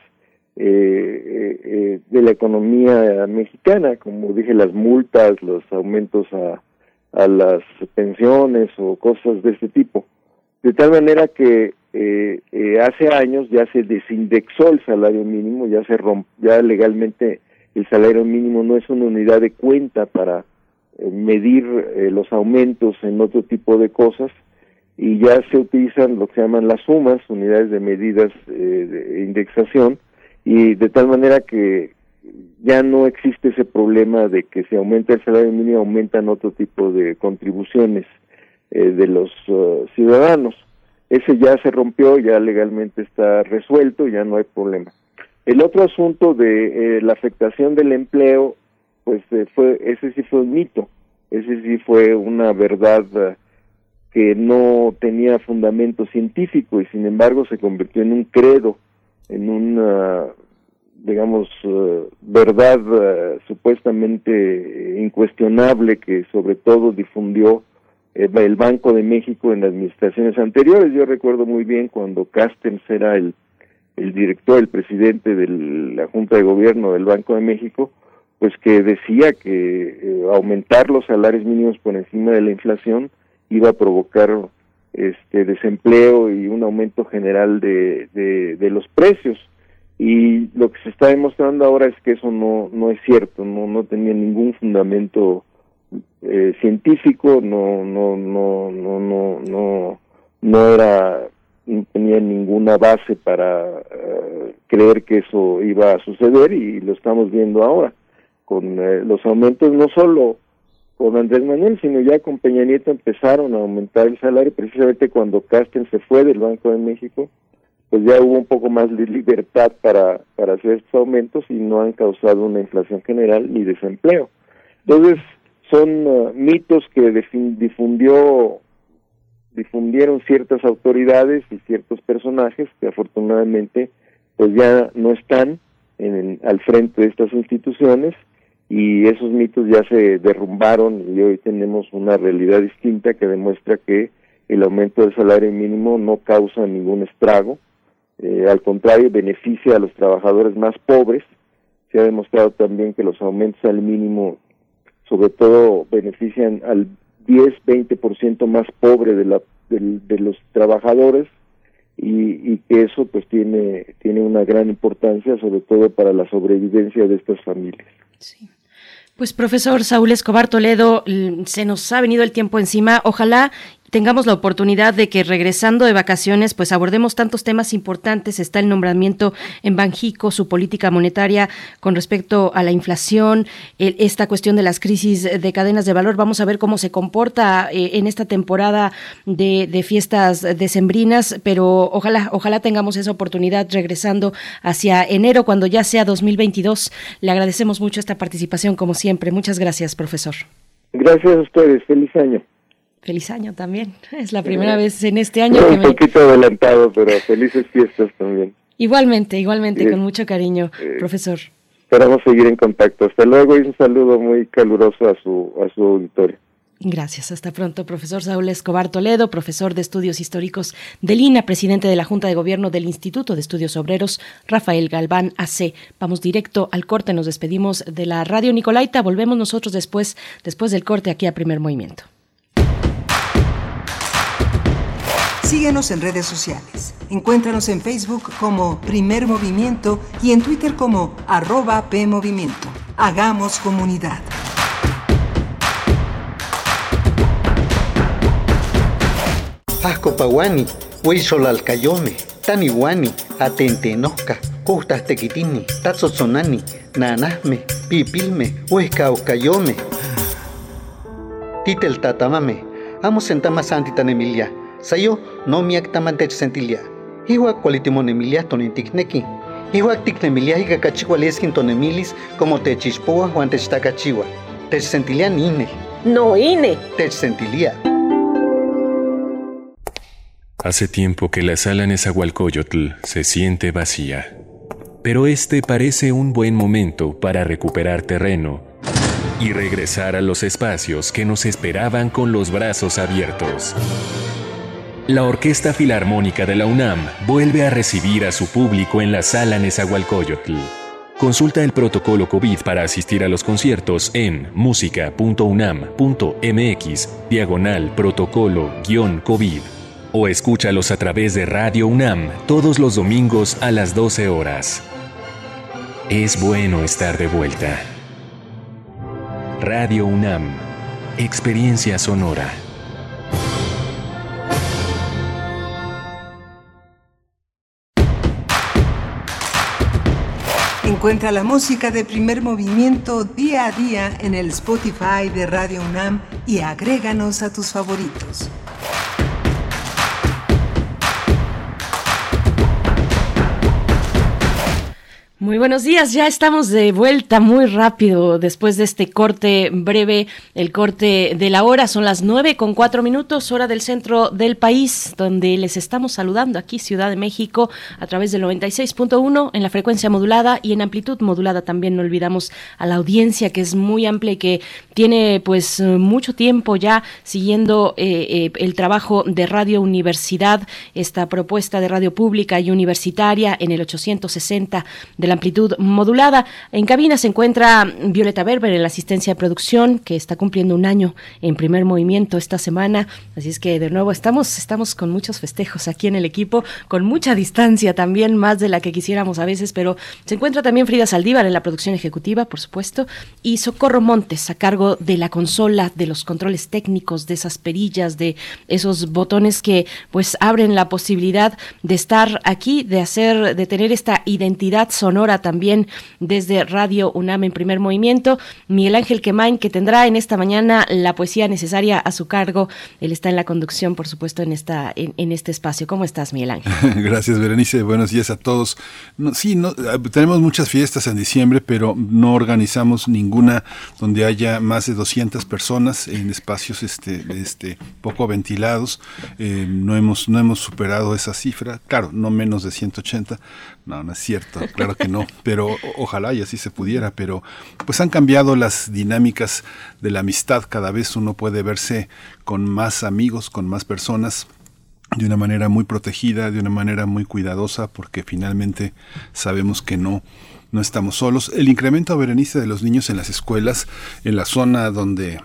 de la economía mexicana, como dije, las multas, los aumentos a las pensiones o cosas de este tipo. De tal manera que hace años ya se desindexó el salario mínimo, ya legalmente el salario mínimo no es una unidad de cuenta para medir los aumentos en otro tipo de cosas, y ya se utilizan lo que se llaman las sumas, unidades de medidas de indexación, y de tal manera que ya no existe ese problema de que si aumenta el salario mínimo aumentan otro tipo de contribuciones de los ciudadanos. ese ya se rompió, ya legalmente está resuelto, ya no hay problema. El otro asunto de la afectación del empleo, pues ese sí fue un mito, ese sí fue una verdad que no tenía fundamento científico y sin embargo se convirtió en un credo, en una, digamos, verdad supuestamente incuestionable que sobre todo difundió el Banco de México en administraciones anteriores. Yo recuerdo muy bien cuando Carstens era el director, el presidente de la Junta de Gobierno del Banco de México, pues que decía que aumentar los salarios mínimos por encima de la inflación iba a provocar desempleo y un aumento general de los precios. Y lo que se está demostrando ahora es que eso no es cierto, no tenía ningún fundamento científico, no tenía ninguna base para creer que eso iba a suceder, y lo estamos viendo ahora con los aumentos, no solo con Andrés Manuel, sino ya con Peña Nieto empezaron a aumentar el salario. Precisamente cuando Carstens se fue del Banco de México, pues ya hubo un poco más de libertad para hacer estos aumentos y no han causado una inflación general ni desempleo. Entonces son mitos que difundieron ciertas autoridades y ciertos personajes que afortunadamente pues ya no están al frente de estas instituciones, y esos mitos ya se derrumbaron y hoy tenemos una realidad distinta que demuestra que el aumento del salario mínimo no causa ningún estrago, al contrario, beneficia a los trabajadores más pobres. Se ha demostrado también que los aumentos al mínimo sobre todo benefician al 10-20% más pobre de los trabajadores, y que eso pues tiene una gran importancia, sobre todo para la sobrevivencia de estas familias. Sí. Pues profesor Saúl Escobar Toledo, se nos ha venido el tiempo encima. Ojalá tengamos la oportunidad de que regresando de vacaciones pues abordemos tantos temas importantes. Está el nombramiento en Banxico, su política monetaria con respecto a la inflación, esta cuestión de las crisis de cadenas de valor. Vamos a ver cómo se comporta en esta temporada de fiestas decembrinas, pero ojalá tengamos esa oportunidad regresando hacia enero, cuando ya sea 2022. Le agradecemos mucho esta participación como siempre. Muchas gracias, profesor. Gracias a ustedes. Feliz año. Feliz año también. Es la primera vez en este año que un poquito adelantado, pero felices fiestas también. Igualmente, con mucho cariño, profesor. Esperamos seguir en contacto. Hasta luego, y un saludo muy caluroso a su auditorio. Gracias, hasta pronto, profesor Saúl Escobar Toledo, profesor de Estudios Históricos del INA, presidente de la Junta de Gobierno del Instituto de Estudios Obreros, Rafael Galván AC. Vamos directo al corte, nos despedimos de la Radio Nicolaita, volvemos nosotros después del corte aquí a Primer Movimiento. Síguenos en redes sociales. Encuéntranos en Facebook como Primer Movimiento y en Twitter como @PMovimiento. Hagamos comunidad. Ascopawani, Huizolalcayome, Taniwani, Atentenoca, Costas Tequitini, Tazotzonani, Nanasme, Pipilme, Huescaoscayome. Titel Tatamame, Amo Sentama Santitan Emilia. Sayo no miactamantech sentilia. Igual cualitimon Emilia toninticnequi. Igual ticnemilia y cacachihualesquin tonemilis como techispoa Juan techtacachiwa. Tech sentilia nine. No ine. Tech sentilia. Hace tiempo que la sala Nezahualcóyotl se siente vacía. Pero este parece un buen momento para recuperar terreno y regresar a los espacios que nos esperaban con los brazos abiertos. La Orquesta Filarmónica de la UNAM vuelve a recibir a su público en la sala Nezahualcóyotl. Consulta el protocolo COVID para asistir a los conciertos en musica.unam.mx/protocolo-COVID o escúchalos a través de Radio UNAM todos los domingos a las 12 horas. Es bueno estar de vuelta. Radio UNAM, experiencia sonora. Encuentra la música de Primer Movimiento día a día en el Spotify de Radio UNAM y agréganos a tus favoritos. Muy buenos días, ya estamos de vuelta muy rápido después de este corte breve, el corte de la hora. Son las 9:04, hora del centro del país, donde les estamos saludando aquí, Ciudad de México, a través del 96.1 en la frecuencia modulada y en amplitud modulada. También no olvidamos a la audiencia, que es muy amplia y que tiene pues mucho tiempo ya siguiendo el trabajo de Radio Universidad, esta propuesta de radio pública y universitaria en el 860 de la amplitud modulada. En cabina se encuentra Violeta Berber en la asistencia de producción, que está cumpliendo un año en Primer Movimiento esta semana, así es que de nuevo estamos con muchos festejos aquí en el equipo, con mucha distancia también, más de la que quisiéramos a veces, pero se encuentra también Frida Saldívar en la producción ejecutiva, por supuesto, y Socorro Montes a cargo de la consola, de los controles técnicos, de esas perillas, de esos botones que pues abren la posibilidad de estar aquí, de tener esta identidad sonora también desde Radio UNAM en Primer Movimiento. Miguel Ángel Quemain, que tendrá en esta mañana la poesía necesaria a su cargo. Él está en la conducción, por supuesto, en este espacio. ¿Cómo estás, Miguel Ángel? Gracias, Berenice. Buenos días a todos. Tenemos muchas fiestas en diciembre, pero no organizamos ninguna donde haya más de 200 personas en espacios poco ventilados. No hemos superado esa cifra. Claro, no menos de 180. No es cierto, claro que no, pero ojalá y así se pudiera, pero pues han cambiado las dinámicas de la amistad. Cada vez uno puede verse con más amigos, con más personas, de una manera muy protegida, de una manera muy cuidadosa, porque finalmente sabemos que no estamos solos. El incremento, Berenice, de los niños en las escuelas, en la zona donde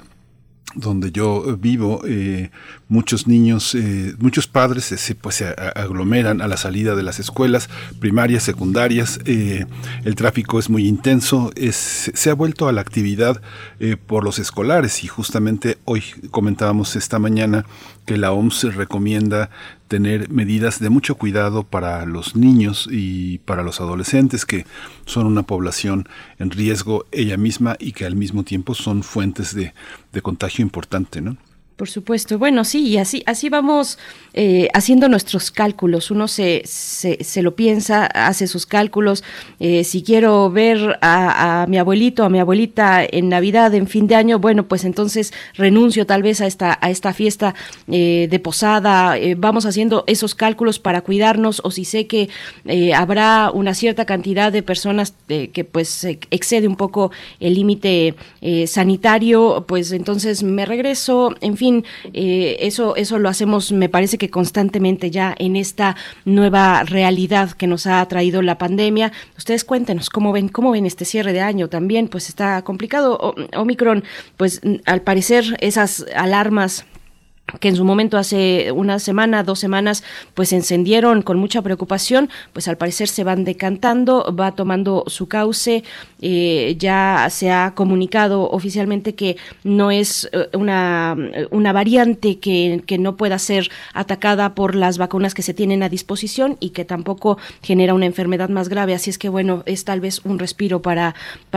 yo vivo, muchos niños, muchos padres se aglomeran a la salida de las escuelas primarias, secundarias. El tráfico es muy intenso, se ha vuelto a la actividad por los escolares, y justamente hoy comentábamos esta mañana que la OMS recomienda tener medidas de mucho cuidado para los niños y para los adolescentes, que son una población en riesgo ella misma y que al mismo tiempo son fuentes de contagio importante, ¿no? Por supuesto. Bueno, sí, y así vamos haciendo nuestros cálculos. Uno se lo piensa, hace sus cálculos. Si quiero ver a mi abuelito, a mi abuelita en Navidad, en fin de año, bueno, pues entonces renuncio tal vez a esta fiesta de posada. Vamos haciendo esos cálculos para cuidarnos, o si sé que habrá una cierta cantidad de personas que pues excede un poco el límite sanitario, pues entonces me regreso, en fin. Eso lo hacemos, me parece que constantemente ya en esta nueva realidad que nos ha traído la pandemia. Ustedes cuéntenos cómo ven este cierre de año. También pues está complicado. Omicron, pues al parecer esas alarmas que en su momento hace una semana, 2 semanas, pues se encendieron con mucha preocupación, pues al parecer se van decantando, va tomando su cauce. Ya se ha comunicado oficialmente que no es una variante que no pueda ser atacada por las vacunas que se tienen a disposición y que tampoco genera una enfermedad más grave. Así es que bueno, es tal vez un respiro para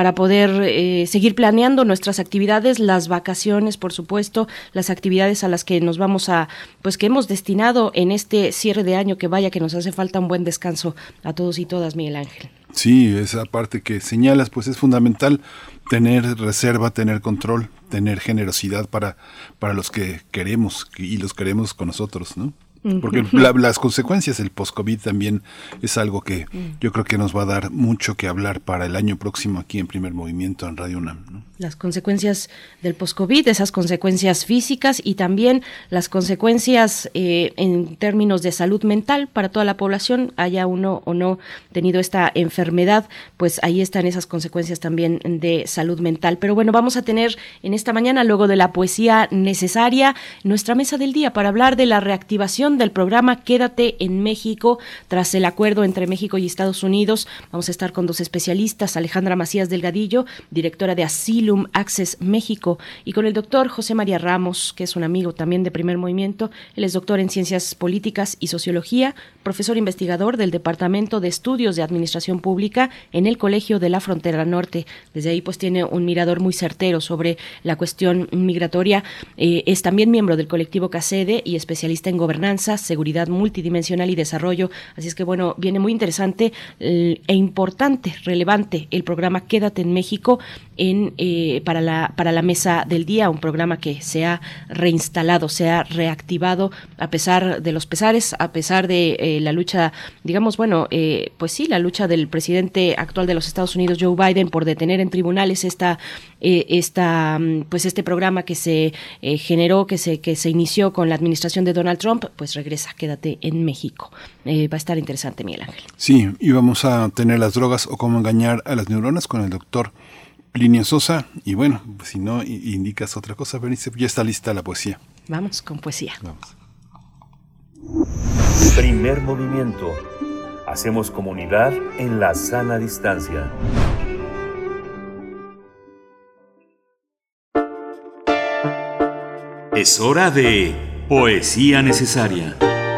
poder seguir planeando nuestras actividades, las vacaciones, por supuesto, las actividades a las que nos vamos que hemos destinado en este cierre de año, que vaya que nos hace falta un buen descanso a todos y todas, Miguel Ángel. Sí, esa parte que señalas, pues es fundamental tener reserva, tener control, tener generosidad para los que queremos y los queremos con nosotros, ¿no? Porque las consecuencias del post-COVID también es algo que yo creo que nos va a dar mucho que hablar para el año próximo aquí en Primer Movimiento en Radio UNAM, ¿no? Las consecuencias del post-COVID, esas consecuencias físicas y también las consecuencias en términos de salud mental para toda la población, haya uno o no tenido esta enfermedad, pues ahí están esas consecuencias también de salud mental. Pero bueno, vamos a tener en esta mañana, luego de la poesía necesaria, nuestra mesa del día para hablar de la reactivación del programa Quédate en México tras el acuerdo entre México y Estados Unidos. Vamos a estar con 2 especialistas, Alejandra Macías Delgadillo, directora de Asylum Access México, y con el doctor José María Ramos, que es un amigo también de Primer Movimiento. Él es doctor en Ciencias Políticas y Sociología, profesor investigador del Departamento de Estudios de Administración Pública en el Colegio de la Frontera Norte. Desde ahí pues tiene un mirador muy certero sobre la cuestión migratoria. Es también miembro del colectivo CACEDE y especialista en gobernanza defensa, seguridad multidimensional y desarrollo. Así es que bueno, viene muy interesante e importante, relevante el programa Quédate en México para la mesa del día, un programa que se ha reinstalado, se ha reactivado a pesar de los pesares, a pesar de la lucha, digamos, bueno, pues sí, la lucha del presidente actual de los Estados Unidos, Joe Biden, por detener en tribunales este programa que se generó, que se inició con la administración de Donald Trump. Pues regresa, Quédate en México. Va a estar interesante, Miguel Ángel. Sí, y vamos a tener las drogas o cómo engañar a las neuronas con el doctor Plinio Sosa. Y bueno, si no indicas otra cosa, Berenice, ya está lista la poesía. Vamos con poesía. Vamos. Primer movimiento. Hacemos comunidad en la sana distancia. Es hora de Poesía Necesaria.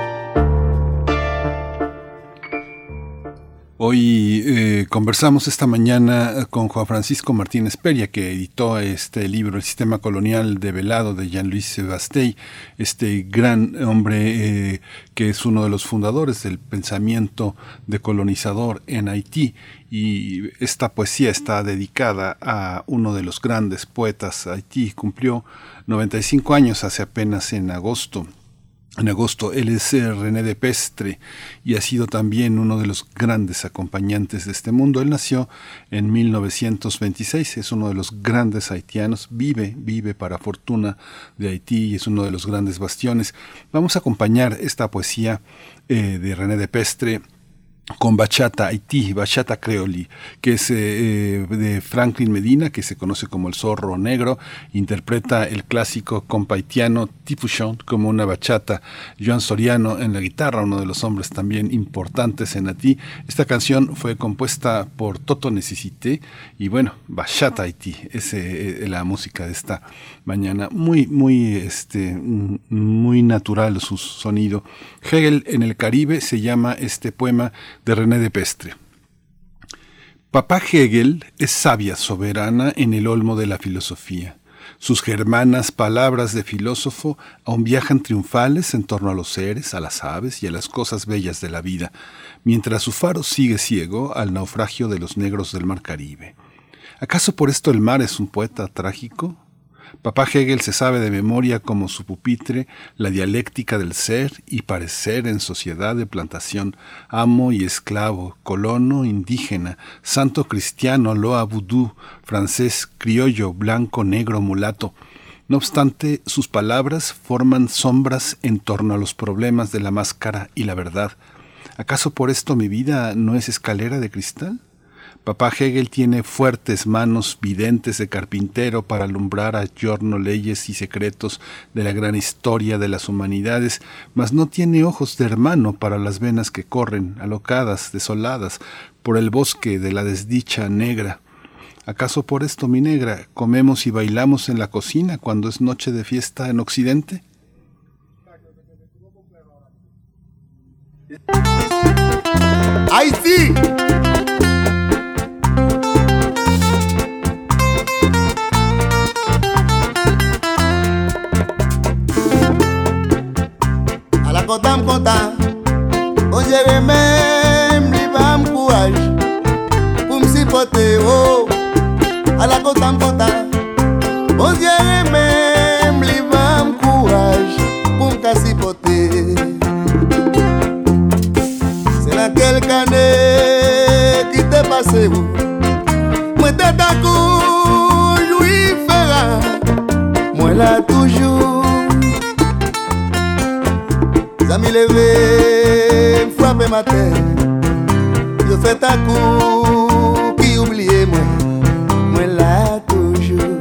Hoy conversamos esta mañana con Juan Francisco Martínez Peria, que editó este libro, El sistema colonial develado, de Jean-Louis Bastei, este gran hombre que es uno de los fundadores del pensamiento decolonizador en Haití. Y esta poesía está dedicada a uno de los grandes poetas. Haití cumplió 95 años hace apenas en agosto. Él es René de Pestre y ha sido también uno de los grandes acompañantes de este mundo. Él nació en 1926, es uno de los grandes haitianos, vive para fortuna de Haití y es uno de los grandes bastiones. Vamos a acompañar esta poesía de René de Pestre con Bachata Haití, Bachata Creoli, que es de Franklin Medina, que se conoce como el Zorro Negro, interpreta el clásico compa haitiano Tifuchon como una bachata, Joan Soriano en la guitarra, uno de los hombres también importantes en Haití. Esta canción fue compuesta por Toto Necesité y bueno, Bachata Haití es la música de esta mañana, muy natural su sonido. Hegel en el Caribe se llama este poema de René de Pestre. Papá Hegel es sabia soberana en el olmo de la filosofía. Sus germanas palabras de filósofo aún viajan triunfales en torno a los seres, a las aves y a las cosas bellas de la vida, mientras su faro sigue ciego al naufragio de los negros del mar Caribe. ¿Acaso por esto el mar es un poeta trágico? Papá Hegel se sabe de memoria como su pupitre la dialéctica del ser y parecer en sociedad de plantación, amo y esclavo, colono, indígena, santo cristiano, loa vudú, francés, criollo, blanco, negro, mulato. No obstante, sus palabras forman sombras en torno a los problemas de la máscara y la verdad. ¿Acaso por esto mi vida no es escalera de cristal? Papá Hegel tiene fuertes manos videntes de carpintero para alumbrar a giorno leyes y secretos de la gran historia de las humanidades, mas no tiene ojos de hermano para las venas que corren, alocadas, desoladas, por el bosque de la desdicha negra. ¿Acaso por esto, mi negra, comemos y bailamos en la cocina cuando es noche de fiesta en Occidente? ¡Ay, sí! Kotam kotam, oye même li bam courage, pour m'sipoter oh. À la kotam kotam, oye même li bam courage, pour m'kasipoter. C'est laquelle année qui t'est passé oh. Moi t'es d'accord, Louis Ferrand, moi là toujours. Zami levé, frappé ma tête. Je fais ta coup, qui oublie moi là toujours.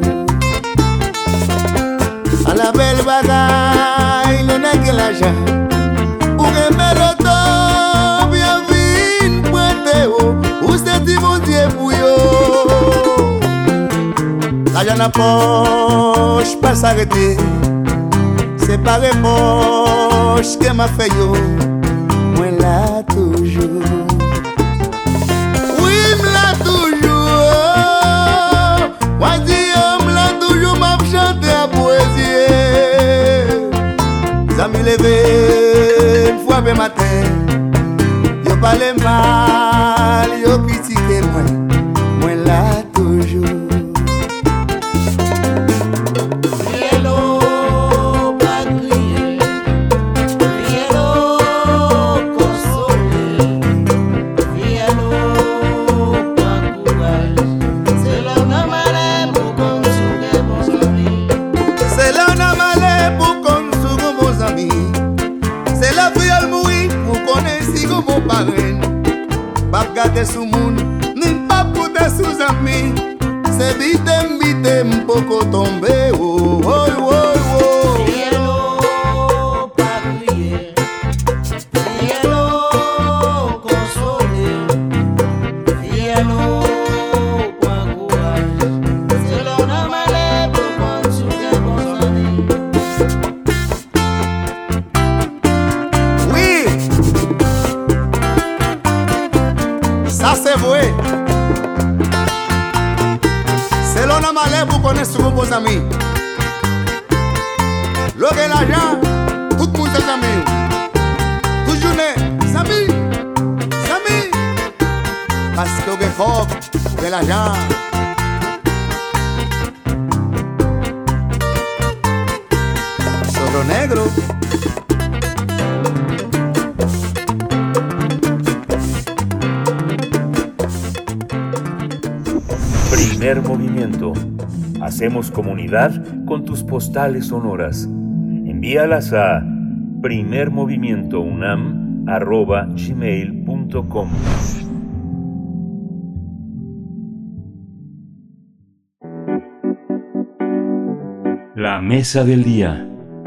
À la belle bagaille, le nez que l'argent. Pour aimer l'auto, bien vite, pointe haut. Où c'est dit mon Dieu pour yo? L'argent n'a poche, pas s'arrêter. C'est pas les poches que m'a fait yo, moi là toujours. Oui, m'l'a toujours. Moi dis, m'l'a toujours m'a chanté à poésie. Ça m'y levé, pale mal, yo critique moi là toujours. Cielo pas crier, cielo consoler, cielo pas courage, c'est là una male pour consoler vos amis, c'est là una male pour consoler vos amis, c'est la vie al mourir pour connaître como parrain, pas garder sous monde, ni pas pour des sous-amis. Se vite un poco tombe, oh, oh, oh, oh. Cielo pa' crier, cielo consoler, cielo pa' curar, cielo na male pour consoler vos amis. Oui, ça c'est vrai. C'est l'on a malé pour connaître vos amis. Lo que la ya, tout le monde est ami. Tout journée, sami, sami. Parce que le fort de la ya. Zorro negro. Primer movimiento. Hacemos comunidad con tus postales sonoras. Envíalas a primermovimientounam@gmail.com. La mesa del día.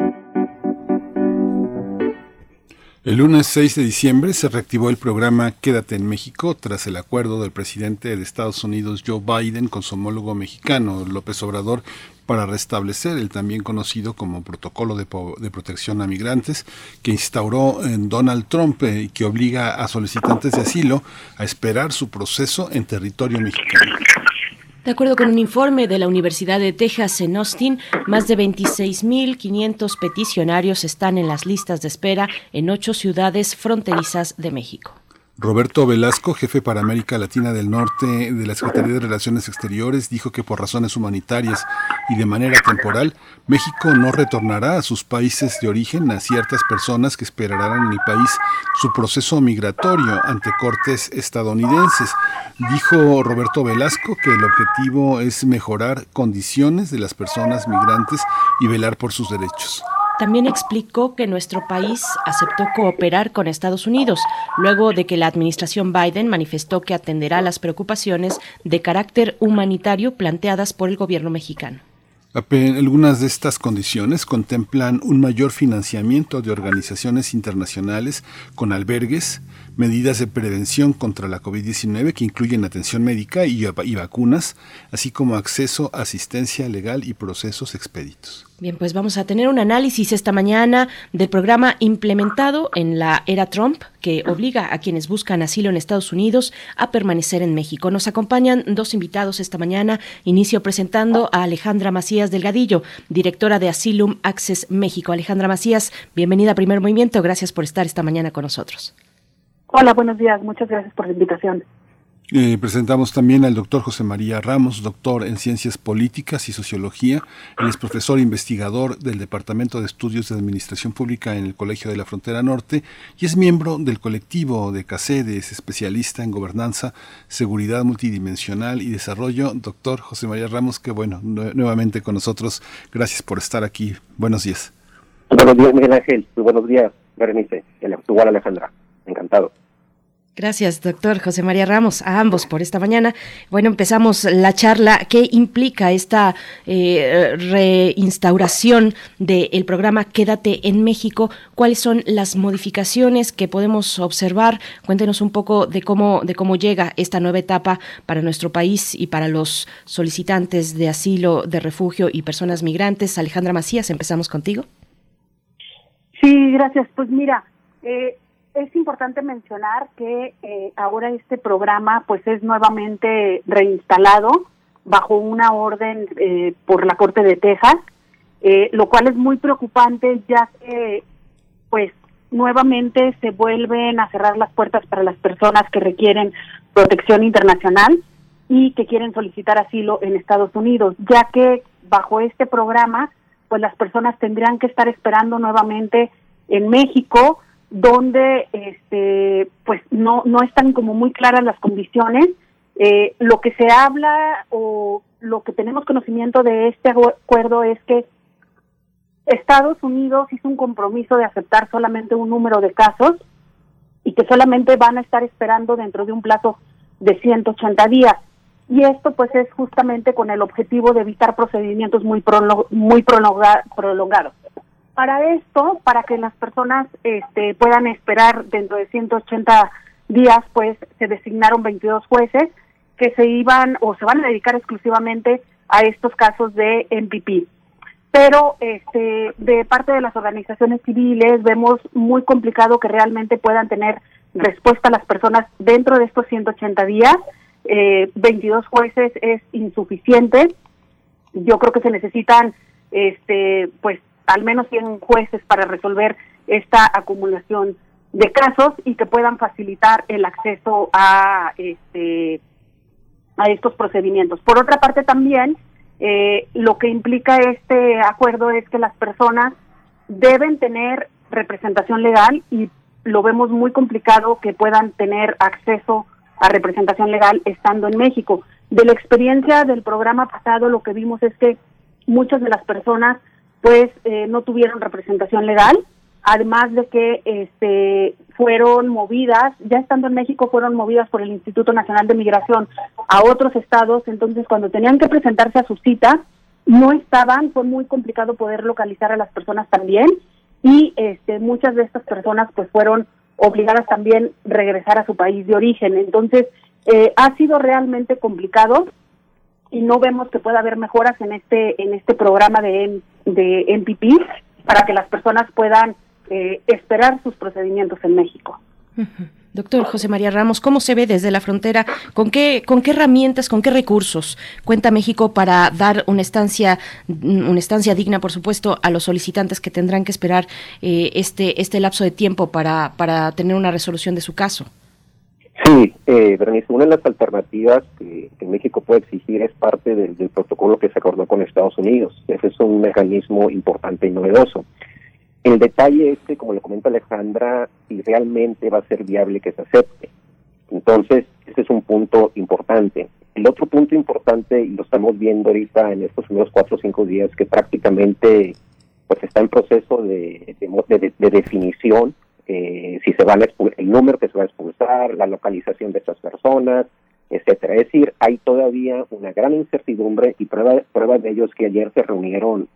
El lunes 6 de diciembre se reactivó el programa Quédate en México tras el acuerdo del presidente de Estados Unidos Joe Biden con su homólogo mexicano López Obrador para restablecer el también conocido como Protocolo de Protección a Migrantes que instauró Donald Trump y que obliga a solicitantes de asilo a esperar su proceso en territorio mexicano. De acuerdo con un informe de la Universidad de Texas en Austin, más de 26.500 peticionarios están en las listas de espera en 8 ciudades fronterizas de México. Roberto Velasco, jefe para América Latina del Norte de la Secretaría de Relaciones Exteriores, dijo que por razones humanitarias y de manera temporal, México no retornará a sus países de origen a ciertas personas que esperarán en el país su proceso migratorio ante cortes estadounidenses. Dijo Roberto Velasco que el objetivo es mejorar condiciones de las personas migrantes y velar por sus derechos. También explicó que nuestro país aceptó cooperar con Estados Unidos, luego de que la administración Biden manifestó que atenderá las preocupaciones de carácter humanitario planteadas por el gobierno mexicano. Algunas de estas condiciones contemplan un mayor financiamiento de organizaciones internacionales con albergues, medidas de prevención contra la COVID-19 que incluyen atención médica y vacunas, así como acceso a asistencia legal y procesos expeditos. Bien, pues vamos a tener un análisis esta mañana del programa implementado en la era Trump que obliga a quienes buscan asilo en Estados Unidos a permanecer en México. Nos acompañan dos invitados esta mañana. Inicio presentando a Alejandra Macías Delgadillo, directora de Asylum Access México. Alejandra Macías, bienvenida a Primer Movimiento. Gracias por estar esta mañana con nosotros. Hola, buenos días. Muchas gracias por la invitación. Presentamos también al doctor José María Ramos, doctor en Ciencias Políticas y Sociología. Él es profesor investigador del Departamento de Estudios de Administración Pública en el Colegio de la Frontera Norte y es miembro del colectivo de CACEDE, es especialista en gobernanza, seguridad multidimensional y desarrollo. Doctor José María Ramos, qué bueno, nuevamente con nosotros. Gracias por estar aquí. Buenos días. Buenos días, Miguel Ángel. Muy buenos días, Berenice. Igual, Alejandra. Encantado. Gracias, doctor José María Ramos, a ambos por esta mañana. Bueno, empezamos la charla. ¿Qué implica esta reinstauración del programa Quédate en México? ¿Cuáles son las modificaciones que podemos observar? Cuéntenos un poco de cómo llega esta nueva etapa para nuestro país y para los solicitantes de asilo, de refugio y personas migrantes. Alejandra Macías, empezamos contigo. Sí, gracias. Pues mira, es importante mencionar que ahora este programa pues es nuevamente reinstalado bajo una orden por la Corte de Texas, lo cual es muy preocupante ya que pues nuevamente se vuelven a cerrar las puertas para las personas que requieren protección internacional y que quieren solicitar asilo en Estados Unidos, ya que bajo este programa, pues las personas tendrían que estar esperando nuevamente en México, donde pues no están como muy claras las condiciones. Lo que se habla o lo que tenemos conocimiento de este acuerdo es que Estados Unidos hizo un compromiso de aceptar solamente un número de casos y que solamente van a estar esperando dentro de un plazo de 180 días. Y esto pues es justamente con el objetivo de evitar procedimientos muy prolongados. Para esto, para que las personas puedan esperar dentro de 180 días, pues se designaron 22 jueces que se van a dedicar exclusivamente a estos casos de MPP. Pero de parte de las organizaciones civiles vemos muy complicado que realmente puedan tener respuesta a las personas dentro de estos 180 días. 22 jueces es insuficiente. Yo creo que se necesitan pues al menos 100 jueces para resolver esta acumulación de casos y que puedan facilitar el acceso a estos procedimientos. Por otra parte también, lo que implica este acuerdo es que las personas deben tener representación legal y lo vemos muy complicado que puedan tener acceso a representación legal estando en México. De la experiencia del programa pasado, lo que vimos es que muchas de las personas pues no tuvieron representación legal, además de que fueron movidas, ya estando en México, fueron movidas por el Instituto Nacional de Migración a otros estados. Entonces cuando tenían que presentarse a su cita, no estaban, fue muy complicado poder localizar a las personas también, y muchas de estas personas pues fueron obligadas también a regresar a su país de origen. Entonces ha sido realmente complicado y no vemos que pueda haber mejoras en este programa de MPP para que las personas puedan esperar sus procedimientos en México. Doctor José María Ramos, ¿cómo se ve desde la frontera? ¿Con qué herramientas, con qué recursos cuenta México para dar una estancia digna, por supuesto, a los solicitantes que tendrán que esperar este lapso de tiempo para tener una resolución de su caso? Sí, Berenice, una de las alternativas que México puede exigir es parte del protocolo que se acordó con Estados Unidos. Ese es un mecanismo importante y novedoso. El detalle es, como le comenta Alejandra, si realmente va a ser viable que se acepte. Entonces, ese es un punto importante. El otro punto importante, y lo estamos viendo ahorita en estos primeros 4 o 5 días, que prácticamente pues está en proceso de definición, si se van el número que se va a expulsar, la localización de estas personas, etcétera. Es decir, hay todavía una gran incertidumbre, y prueba de ello es que ayer se reunieron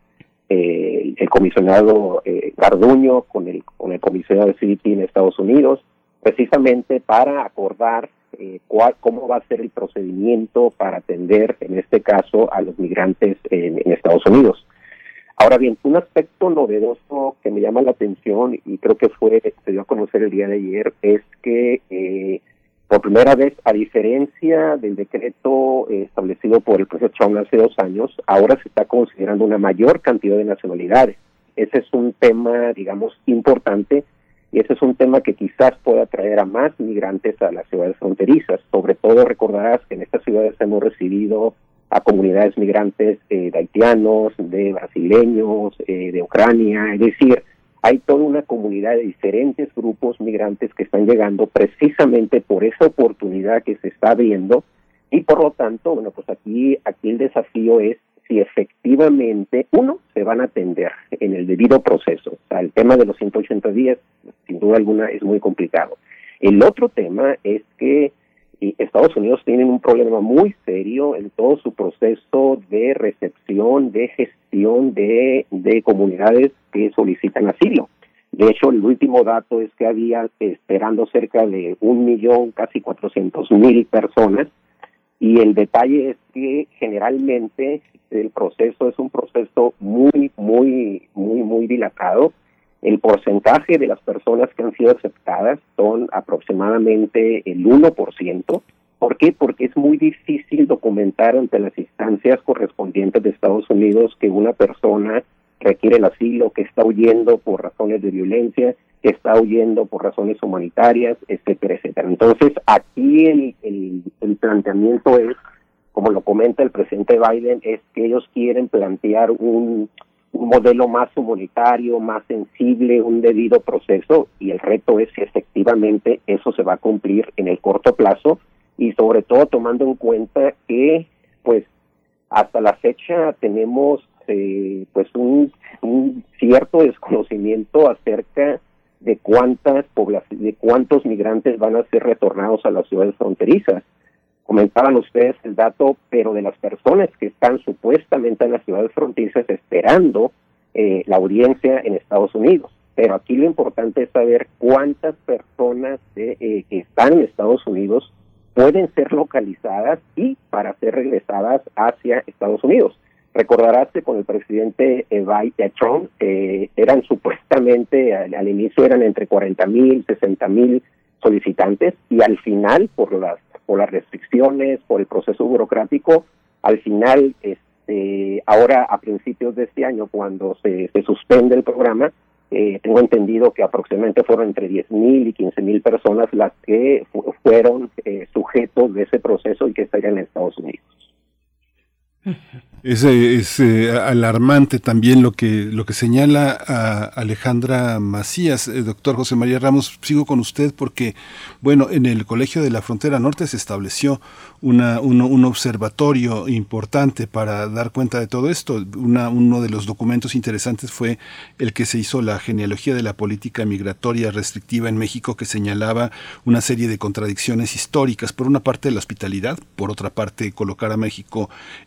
el comisionado Garduño con el comisionado de CBP en Estados Unidos, precisamente para acordar cómo va a ser el procedimiento para atender, en este caso, a los migrantes en Estados Unidos. Ahora bien, un aspecto novedoso que me llama la atención, y creo que se dio a conocer el día de ayer, es que por primera vez, a diferencia del decreto establecido por el presidente Trump hace 2 años, ahora se está considerando una mayor cantidad de nacionalidades. Ese es un tema, digamos, importante, y ese es un tema que quizás pueda atraer a más migrantes a las ciudades fronterizas. Sobre todo recordarás que en estas ciudades hemos recibido a comunidades migrantes de haitianos, de brasileños, de Ucrania, es decir, hay toda una comunidad de diferentes grupos migrantes que están llegando precisamente por esa oportunidad que se está abriendo, y por lo tanto, bueno, pues aquí el desafío es si efectivamente, uno, se van a atender en el debido proceso. O sea, el tema de los 180 días, sin duda alguna, es muy complicado. El otro tema es que Estados Unidos tiene un problema muy serio en todo su proceso de recepción, de gestión de comunidades que solicitan asilo. De hecho, el último dato es que había esperando cerca de 1 millón, casi 400,000 personas, y el detalle es que generalmente el proceso es un proceso muy dilatado. El porcentaje de las personas que han sido aceptadas son aproximadamente el 1%. ¿Por qué? Porque es muy difícil documentar ante las instancias correspondientes de Estados Unidos que una persona requiere el asilo, que está huyendo por razones de violencia, que está huyendo por razones humanitarias, etcétera, etcétera. Entonces, aquí el planteamiento es, como lo comenta el presidente Biden, es que ellos quieren plantear un modelo más humanitario, más sensible, un debido proceso, y el reto es si efectivamente eso se va a cumplir en el corto plazo, y sobre todo tomando en cuenta que, pues, hasta la fecha tenemos pues un cierto desconocimiento acerca de cuántos migrantes van a ser retornados a las ciudades fronterizas. Comentaban ustedes el dato, pero de las personas que están supuestamente en las ciudades fronterizas esperando la audiencia en Estados Unidos. Pero aquí lo importante es saber cuántas personas que están en Estados Unidos pueden ser localizadas y para ser regresadas hacia Estados Unidos. Recordarás que con el presidente Trump eran supuestamente, al inicio eran entre 40,000, 60,000 solicitantes, y al final, por las restricciones, por el proceso burocrático, al final, ahora a principios de este año, cuando se suspende el programa, tengo entendido que aproximadamente fueron entre 10,000 y 15,000 personas las que fueron sujetos de ese proceso y que estarían en Estados Unidos. Es alarmante también lo que señala a Alejandra Macías. Doctor José María Ramos, sigo con usted porque, bueno, en el Colegio de la Frontera Norte se estableció un observatorio importante para dar cuenta de todo esto. Uno de los documentos interesantes fue el que se hizo la genealogía de la política migratoria restrictiva en México, que señalaba una serie de contradicciones históricas. Por una parte, la hospitalidad; por otra parte, colocar a México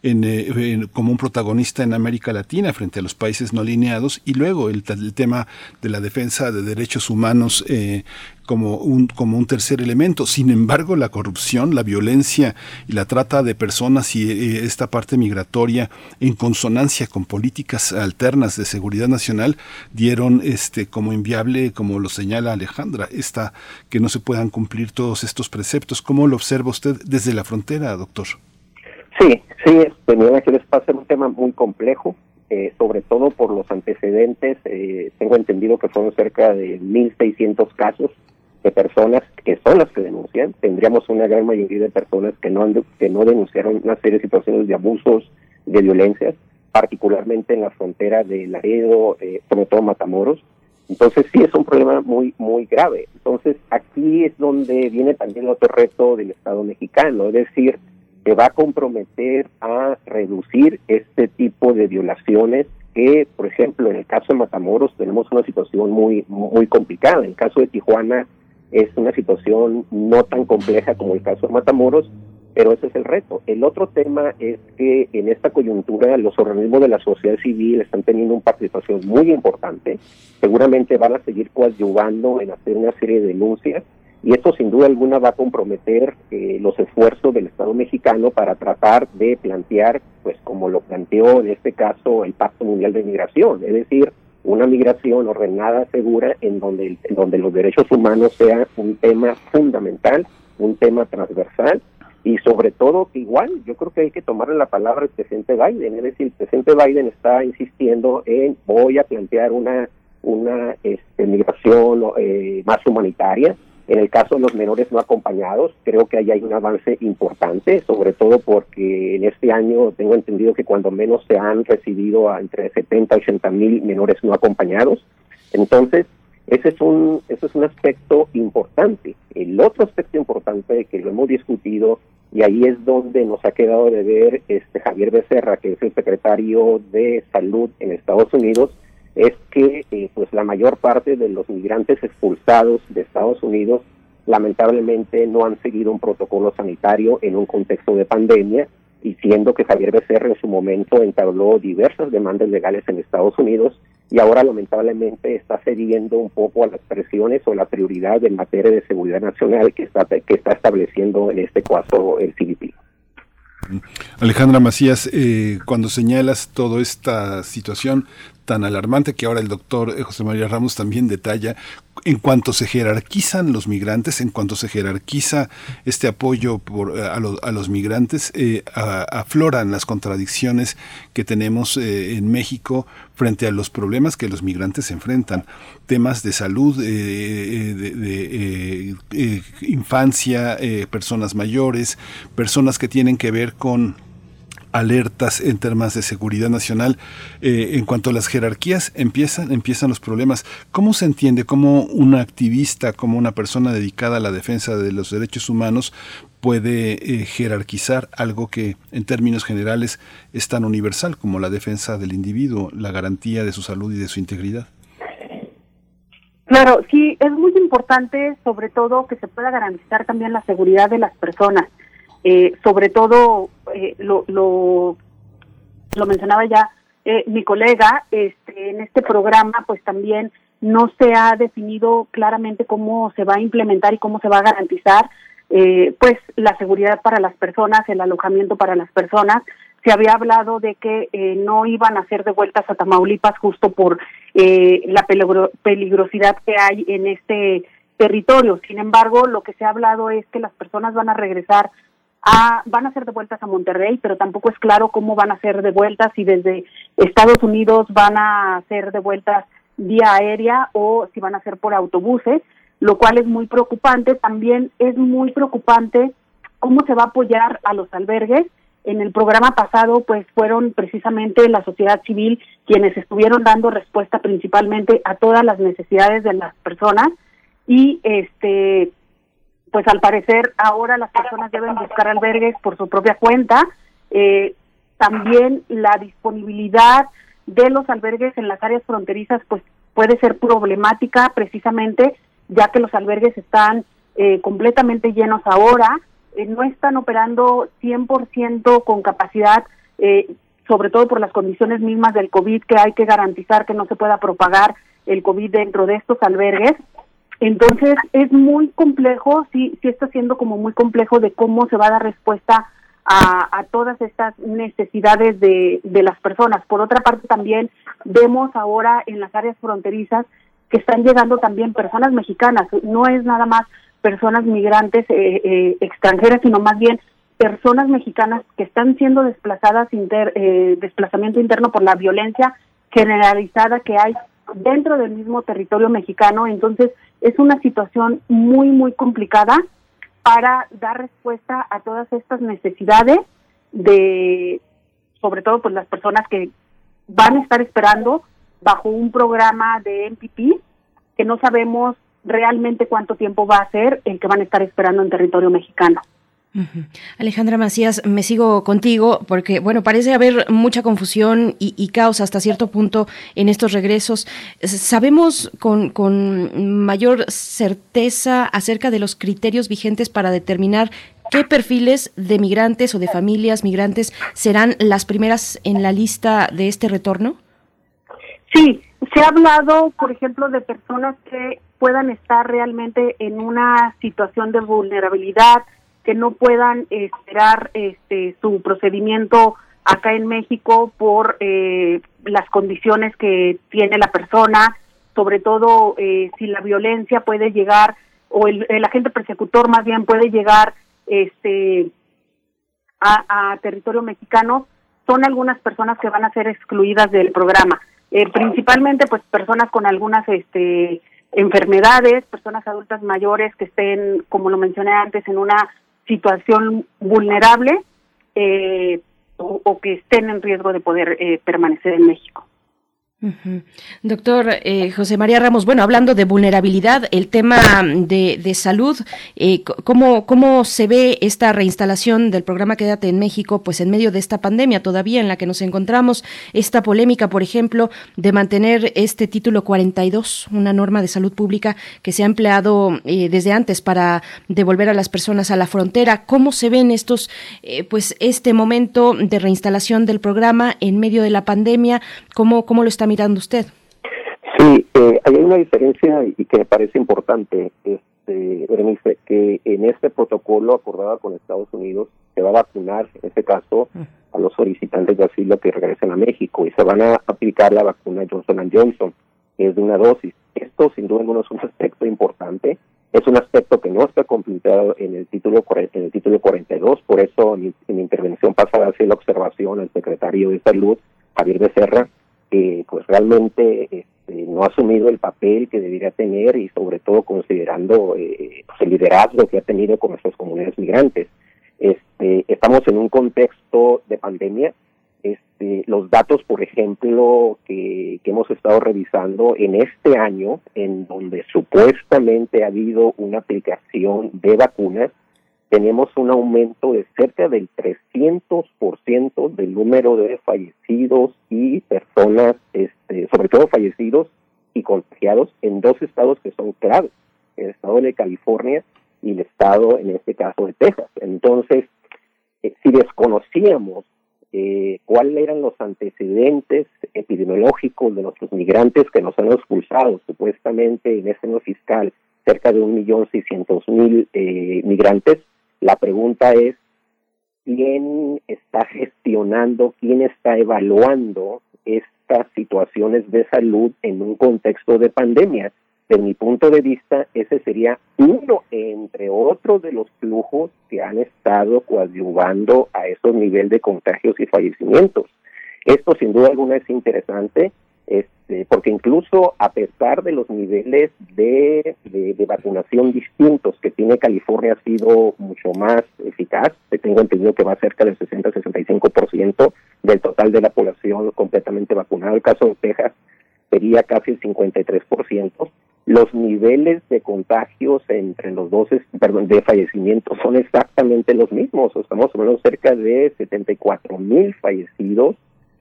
como un protagonista en América Latina frente a los países no alineados, y luego el tema de la defensa de derechos humanos como un tercer elemento. Sin embargo, la corrupción, la violencia y la trata de personas y esta parte migratoria, en consonancia con políticas alternas de seguridad nacional, dieron como inviable, como lo señala Alejandra, que no se puedan cumplir todos estos preceptos. ¿Cómo lo observa usted desde la frontera, doctor? Sí, Miguel Ángeles, va a ser un tema muy complejo, sobre todo por los antecedentes. Tengo entendido que fueron cerca de 1,600 casos de personas que son las que denuncian. Tendríamos una gran mayoría de personas que no denunciaron una serie de situaciones de abusos, de violencias, particularmente en la frontera de Laredo, sobre todo Matamoros. Entonces sí es un problema muy, muy grave. Entonces aquí es donde viene también otro reto del Estado mexicano, es decir, se va a comprometer a reducir este tipo de violaciones que, por ejemplo, en el caso de Matamoros tenemos una situación muy, muy complicada. En el caso de Tijuana es una situación no tan compleja como el caso de Matamoros, pero ese es el reto. El otro tema es que en esta coyuntura los organismos de la sociedad civil están teniendo una participación muy importante. Seguramente van a seguir coadyuvando en hacer una serie de denuncias, y esto sin duda alguna va a comprometer los esfuerzos del Estado mexicano para tratar de plantear, pues como lo planteó en este caso el Pacto Mundial de Migración, es decir, una migración ordenada, segura, en donde los derechos humanos sean un tema fundamental, un tema transversal, y sobre todo que igual yo creo que hay que tomarle la palabra al presidente Biden, es decir, el presidente Biden está insistiendo en voy a plantear una migración más humanitaria. En el caso de los menores no acompañados, creo que ahí hay un avance importante, sobre todo porque en este año tengo entendido que cuando menos se han recibido a entre 70 y 80,000 menores no acompañados. Entonces, ese es un aspecto importante. El otro aspecto importante que lo hemos discutido, y ahí es donde nos ha quedado de ver Javier Becerra, que es el secretario de Salud en Estados Unidos, es que pues la mayor parte de los migrantes expulsados de Estados Unidos lamentablemente no han seguido un protocolo sanitario en un contexto de pandemia, y siendo que Javier Becerra en su momento entabló diversas demandas legales en Estados Unidos, y ahora lamentablemente está cediendo un poco a las presiones o la prioridad en materia de seguridad nacional que está estableciendo en este caso el CBP. Alejandra Macías, cuando señalas toda esta situación, tan alarmante que ahora el doctor José María Ramos también detalla, en cuanto se jerarquizan los migrantes, en cuanto se jerarquiza este apoyo a los migrantes, afloran las contradicciones que tenemos en México frente a los problemas que los migrantes enfrentan, temas de salud, de infancia, personas mayores, personas que tienen que ver con alertas en temas de seguridad nacional. En cuanto a las jerarquías, empiezan los problemas. ¿Cómo se entiende cómo una activista, como una persona dedicada a la defensa de los derechos humanos puede jerarquizar algo que en términos generales es tan universal como la defensa del individuo, la garantía de su salud y de su integridad? Claro, sí, es muy importante, sobre todo, que se pueda garantizar también la seguridad de las personas. Sobre todo, lo mencionaba ya mi colega, en este programa pues también no se ha definido claramente cómo se va a implementar y cómo se va a garantizar pues la seguridad para las personas, el alojamiento para las personas. Se había hablado de que no iban a hacer devueltas a Tamaulipas justo por la peligrosidad que hay en este territorio. Sin embargo, lo que se ha hablado es que las personas van a regresar van a ser devueltas a Monterrey, pero tampoco es claro cómo van a ser devueltas, si desde Estados Unidos van a ser devueltas vía aérea o si van a ser por autobuses, lo cual es muy preocupante. También es muy preocupante cómo se va a apoyar a los albergues. En el programa pasado, pues fueron precisamente la sociedad civil quienes estuvieron dando respuesta principalmente a todas las necesidades de las personas y pues al parecer ahora las personas deben buscar albergues por su propia cuenta. También la disponibilidad de los albergues en las áreas fronterizas pues puede ser problemática precisamente ya que los albergues están completamente llenos ahora, no están operando 100% con capacidad, sobre todo por las condiciones mismas del COVID, que hay que garantizar que no se pueda propagar el COVID dentro de estos albergues. Entonces es muy complejo, sí está siendo como muy complejo de cómo se va a dar respuesta a todas estas necesidades de las personas. Por otra parte también vemos ahora en las áreas fronterizas que están llegando también personas mexicanas, no es nada más personas migrantes extranjeras, sino más bien personas mexicanas que están siendo desplazadas, desplazamiento interno por la violencia generalizada que hay dentro del mismo territorio mexicano. Entonces es una situación muy, muy complicada para dar respuesta a todas estas necesidades de, sobre todo, pues las personas que van a estar esperando bajo un programa de MPP, que no sabemos realmente cuánto tiempo va a ser el que van a estar esperando en territorio mexicano. Uh-huh. Alejandra Macías, me sigo contigo porque, bueno, parece haber mucha confusión y caos hasta cierto punto en estos regresos. ¿Sabemos con mayor certeza acerca de los criterios vigentes para determinar qué perfiles de migrantes o de familias migrantes serán las primeras en la lista de este retorno? Sí, se ha hablado, por ejemplo, de personas que puedan estar realmente en una situación de vulnerabilidad, que no puedan esperar su procedimiento acá en México por las condiciones que tiene la persona, sobre todo si la violencia puede llegar, o el agente persecutor más bien puede llegar a territorio mexicano. Son algunas personas que van a ser excluidas del programa, principalmente pues personas con algunas enfermedades, personas adultas mayores que estén, como lo mencioné antes, en una situación vulnerable o que estén en riesgo de poder permanecer en México. Uh-huh. Doctor José María Ramos, bueno, hablando de vulnerabilidad, el tema de salud, ¿cómo se ve esta reinstalación del programa Quédate en México, pues en medio de esta pandemia todavía en la que nos encontramos, esta polémica, por ejemplo, de mantener este título 42, una norma de salud pública que se ha empleado desde antes para devolver a las personas a la frontera? ¿Cómo se ven estos, pues este momento de reinstalación del programa en medio de la pandemia? ¿Cómo lo está mirando usted? Sí, hay una diferencia y que me parece importante. Berenice, que en este protocolo acordado con Estados Unidos se va a vacunar, en este caso, a los solicitantes de asilo que regresen a México y se van a aplicar la vacuna Johnson & Johnson, que es de una dosis. Esto, sin duda alguna, es un aspecto importante. Es un aspecto que no está contemplado en el título 42, por eso en mi intervención pasada hacía la observación al secretario de Salud, Javier Becerra, que pues realmente no ha asumido el papel que debería tener y sobre todo considerando pues el liderazgo que ha tenido con nuestras comunidades migrantes. Estamos en un contexto de pandemia. Los datos, por ejemplo, que hemos estado revisando en este año, en donde supuestamente ha habido una aplicación de vacunas, tenemos un aumento de cerca del 300% del número de fallecidos y personas, sobre todo fallecidos y contagiados en dos estados que son claves, el estado de California y el estado, en este caso, de Texas. Entonces, si desconocíamos cuáles eran los antecedentes epidemiológicos de nuestros migrantes que nos han expulsado, supuestamente en este año fiscal, cerca de 1.600.000 migrantes, la pregunta es, ¿quién está gestionando, quién está evaluando estas situaciones de salud en un contexto de pandemia? Desde mi punto de vista, ese sería uno, entre otros, de los flujos que han estado coadyuvando a esos niveles de contagios y fallecimientos. Esto, sin duda alguna, es interesante, porque incluso a pesar de los niveles de vacunación distintos que tiene California, ha sido mucho más eficaz. Tengo entendido que va cerca del 60-65% del total de la población completamente vacunada. El caso de Texas sería casi el 53%. Los niveles de contagios entre los dos, de fallecimientos son exactamente los mismos. Estamos hablando cerca de 74,000 fallecidos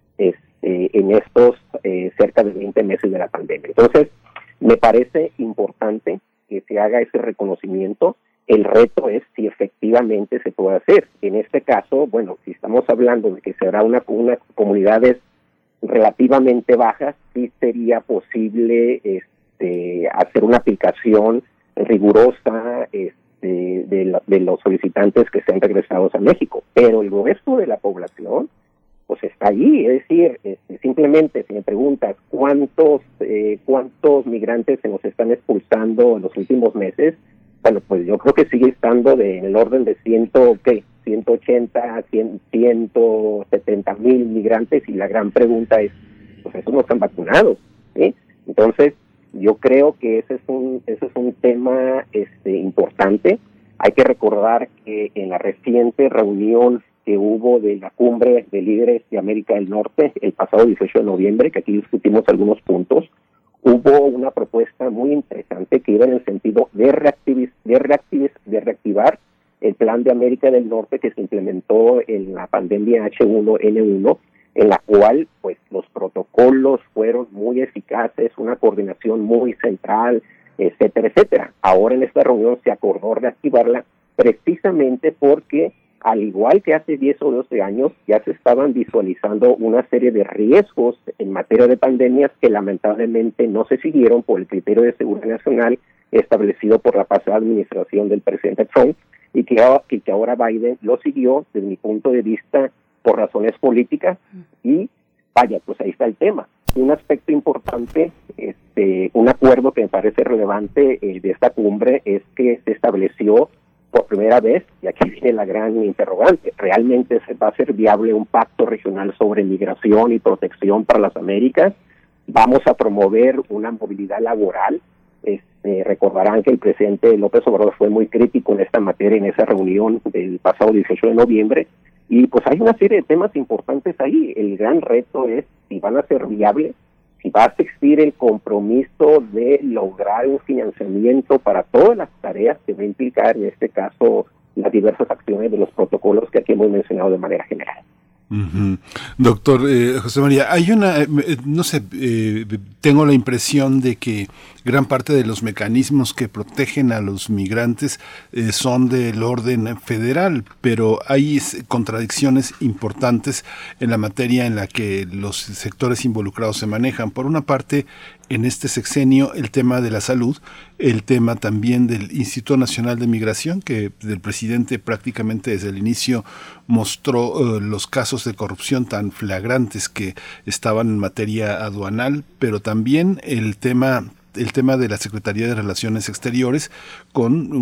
en estos cerca de 20 meses de la pandemia. Entonces, me parece importante que se haga ese reconocimiento. El reto es si efectivamente se puede hacer. En este caso, bueno, si estamos hablando de que será una comunidades relativamente bajas, sí sería posible hacer una aplicación rigurosa de los solicitantes que sean regresados a México. Pero el resto de la población pues está allí. Es decir, simplemente si me preguntas cuántos migrantes se nos están expulsando en los últimos meses, bueno, pues yo creo que sigue estando en el orden de 180, 170 mil migrantes, y la gran pregunta es, pues esos no están vacunados, ¿sí? Entonces, yo creo que ese es un tema importante. Hay que recordar que en la reciente reunión que hubo de la cumbre de líderes de América del Norte el pasado 18 de noviembre, que aquí discutimos algunos puntos, hubo una propuesta muy interesante que iba en el sentido de reactivar el plan de América del Norte que se implementó en la pandemia H1N1, en la cual pues los protocolos fueron muy eficaces, una coordinación muy central, etcétera, etcétera. Ahora en esta reunión se acordó reactivarla precisamente porque, al igual que hace 10 o 12 años, ya se estaban visualizando una serie de riesgos en materia de pandemias que lamentablemente no se siguieron por el criterio de seguridad nacional establecido por la pasada administración del presidente Trump, y que ahora Biden lo siguió, desde mi punto de vista, por razones políticas. Y vaya, pues ahí está el tema. Un aspecto importante, un acuerdo que me parece relevante de esta cumbre, es que se estableció por primera vez, y aquí viene la gran interrogante, ¿realmente se va a ser viable un pacto regional sobre migración y protección para las Américas? ¿Vamos a promover una movilidad laboral? Recordarán que el presidente López Obrador fue muy crítico en esta materia en esa reunión del pasado 18 de noviembre, y pues hay una serie de temas importantes ahí. El gran reto es si van a ser viables, si va a existir el compromiso de lograr un financiamiento para todas las tareas que va a implicar, en este caso, las diversas acciones de los protocolos que aquí hemos mencionado de manera general. Uh-huh. Doctor José María, hay una, no sé, tengo la impresión de que gran parte de los mecanismos que protegen a los migrantes son del orden federal, pero hay contradicciones importantes en la materia en la que los sectores involucrados se manejan. Por una parte, en este sexenio, el tema de la salud, el tema también del Instituto Nacional de Migración, que el presidente prácticamente desde el inicio mostró los casos de corrupción tan flagrantes que estaban en materia aduanal, pero también el tema de la Secretaría de Relaciones Exteriores con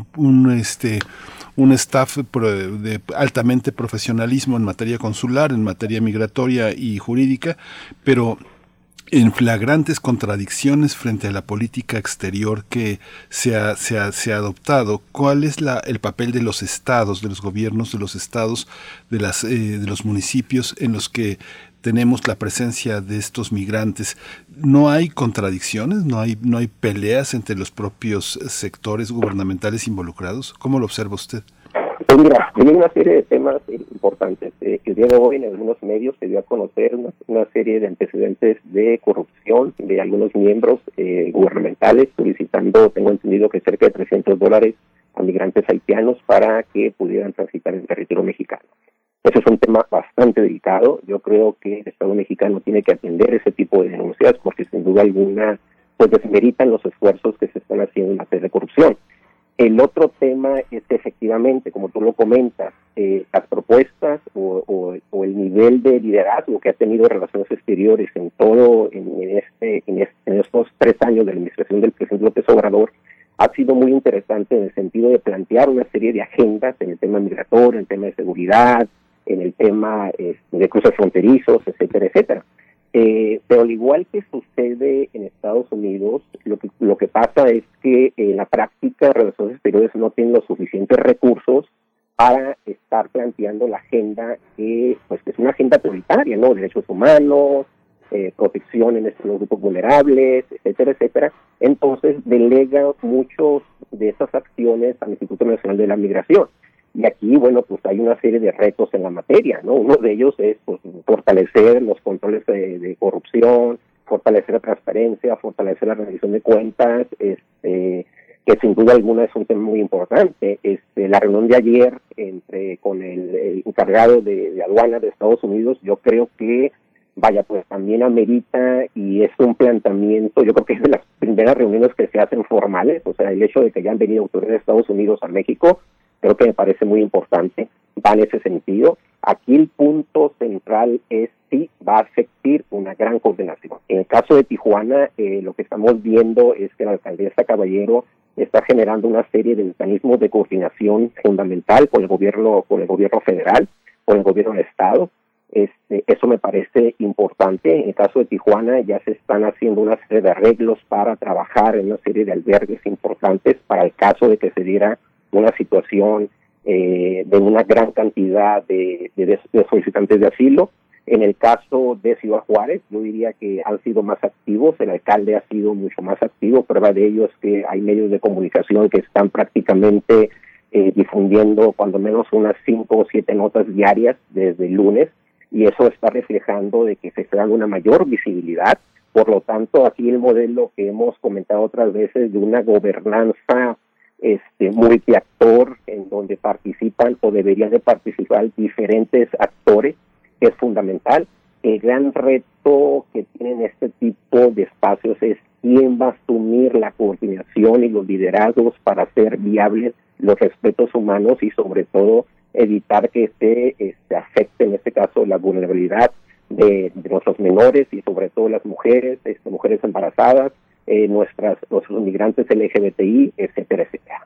un staff de altamente profesionalismo en materia consular, en materia migratoria y jurídica, pero en flagrantes contradicciones frente a la política exterior que se ha adoptado. ¿Cuál es el papel de los estados, de los gobiernos de los estados, de los municipios en los que tenemos la presencia de estos migrantes? ¿No hay contradicciones? ¿No hay peleas entre los propios sectores gubernamentales involucrados? ¿Cómo lo observa usted? Pues mira, hay una serie de temas importantes. El día de hoy en algunos medios se dio a conocer una serie de antecedentes de corrupción de algunos miembros gubernamentales, solicitando, tengo entendido que cerca de $300 a migrantes haitianos para que pudieran transitar en territorio mexicano. Ese es un tema bastante delicado. Yo creo que el Estado mexicano tiene que atender ese tipo de denuncias porque sin duda alguna pues desmeritan los esfuerzos que se están haciendo en materia de corrupción. El otro tema es que efectivamente, como tú lo comentas, las propuestas o el nivel de liderazgo que ha tenido Relaciones Exteriores en estos 3 años de la administración del presidente López Obrador ha sido muy interesante en el sentido de plantear una serie de agendas en el tema migratorio, en el tema de seguridad, en el tema de cruces fronterizos, etcétera, etcétera. Pero al igual que sucede en Estados Unidos, lo que pasa es que en la práctica Relaciones Exteriores no tienen los suficientes recursos para estar planteando la agenda que es una agenda prioritaria, ¿no? Derechos humanos, protección en los grupos vulnerables, etcétera, etcétera. Entonces delega muchos de esas acciones al Instituto Nacional de la Migración. Y aquí, bueno, pues hay una serie de retos en la materia, ¿no? Uno de ellos es pues, fortalecer los controles de corrupción, fortalecer la transparencia, fortalecer la rendición de cuentas, que sin duda alguna es un tema muy importante. La reunión de ayer con el encargado de aduana de Estados Unidos, yo creo que, pues también amerita y es un planteamiento, yo creo que es de las primeras reuniones que se hacen formales, o sea, el hecho de que ya han venido autoridades de Estados Unidos a México, creo que me parece muy importante, va en ese sentido. Aquí el punto central es si va a existir una gran coordinación. En el caso de Tijuana, lo que estamos viendo es que la alcaldesa Caballero está generando una serie de mecanismos de coordinación fundamental con el gobierno federal, con el gobierno del estado. Eso me parece importante. En el caso de Tijuana ya se están haciendo una serie de arreglos para trabajar en una serie de albergues importantes para el caso de que se diera una situación de una gran cantidad de solicitantes de asilo. En el caso de Ciudad Juárez, yo diría que han sido más activos, el alcalde ha sido mucho más activo, prueba de ello es que hay medios de comunicación que están prácticamente difundiendo cuando menos unas 5 o 7 notas diarias desde el lunes, y eso está reflejando de que se está dando una mayor visibilidad. Por lo tanto, aquí el modelo que hemos comentado otras veces de una gobernanza multiactor en donde participan o deberían de participar diferentes actores es fundamental. El gran reto que tienen este tipo de espacios es quién va a asumir la coordinación y los liderazgos para hacer viables los respetos humanos y sobre todo evitar que afecte en este caso la vulnerabilidad de nuestros menores y sobre todo las mujeres, mujeres embarazadas, nuestros migrantes LGBTI, etcétera, etcétera.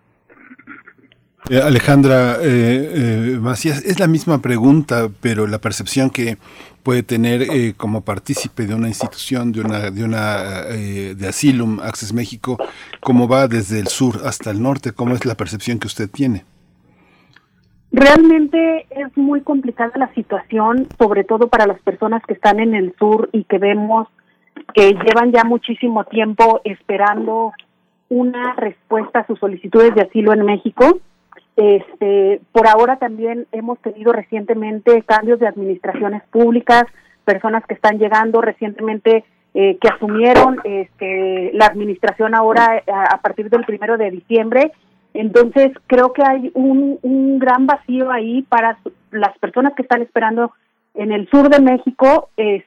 Alejandra Macías, es la misma pregunta, pero la percepción que puede tener como partícipe de una institución, de Asylum Access México, ¿cómo va desde el sur hasta el norte? ¿Cómo es la percepción que usted tiene? Realmente es muy complicada la situación, sobre todo para las personas que están en el sur y que vemos que llevan ya muchísimo tiempo esperando una respuesta a sus solicitudes de asilo en México. Por ahora también hemos tenido recientemente cambios de administraciones públicas, personas que están llegando recientemente, que asumieron la administración ahora a partir del 1 de diciembre. Entonces creo que hay un gran vacío ahí para las personas que están esperando en el sur de México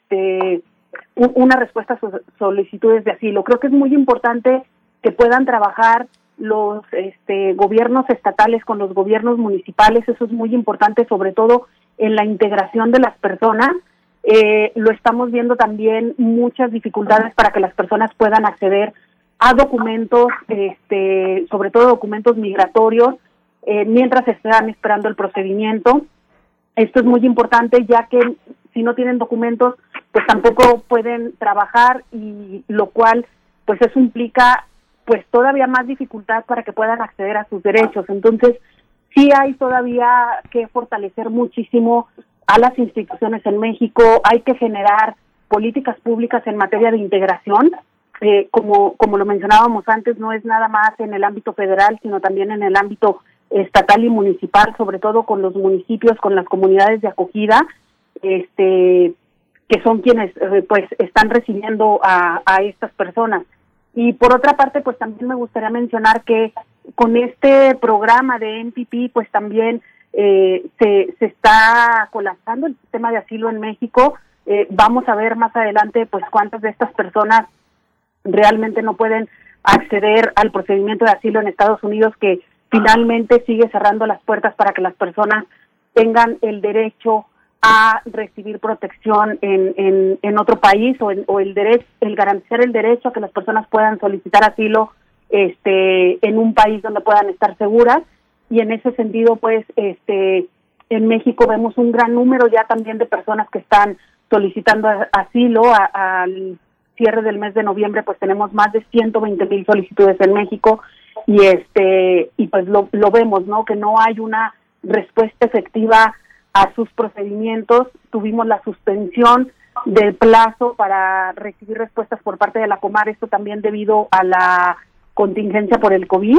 una respuesta a sus solicitudes de asilo. Creo que es muy importante que puedan trabajar los gobiernos estatales con los gobiernos municipales. Eso es muy importante, sobre todo en la integración de las personas. Lo estamos viendo también muchas dificultades para que las personas puedan acceder a documentos, sobre todo documentos migratorios, mientras están esperando el procedimiento. Esto es muy importante, ya que si no tienen documentos, pues tampoco pueden trabajar, y lo cual, pues eso implica, pues todavía más dificultad para que puedan acceder a sus derechos. Entonces, sí hay todavía que fortalecer muchísimo a las instituciones en México. Hay que generar políticas públicas en materia de integración. Como lo mencionábamos antes, no es nada más en el ámbito federal, sino también en el ámbito estatal y municipal, sobre todo con los municipios, con las comunidades de acogida, que son quienes pues están recibiendo a estas personas. Y por otra parte, pues también me gustaría mencionar que con este programa de MPP, pues también se está colapsando el sistema de asilo en México. Vamos a ver más adelante pues cuántas de estas personas realmente no pueden acceder al procedimiento de asilo en Estados Unidos, que finalmente sigue cerrando las puertas para que las personas tengan el derecho a recibir protección en otro país, o el garantizar el derecho a que las personas puedan solicitar asilo en un país donde puedan estar seguras. Y en ese sentido, pues, en México vemos un gran número ya también de personas que están solicitando asilo. Al cierre del mes de noviembre, pues tenemos más de 120,000 solicitudes en México, y pues lo vemos, ¿no? Que no hay una respuesta efectiva a sus procedimientos. Tuvimos la suspensión del plazo para recibir respuestas por parte de la Comar, esto también debido a la contingencia por el COVID,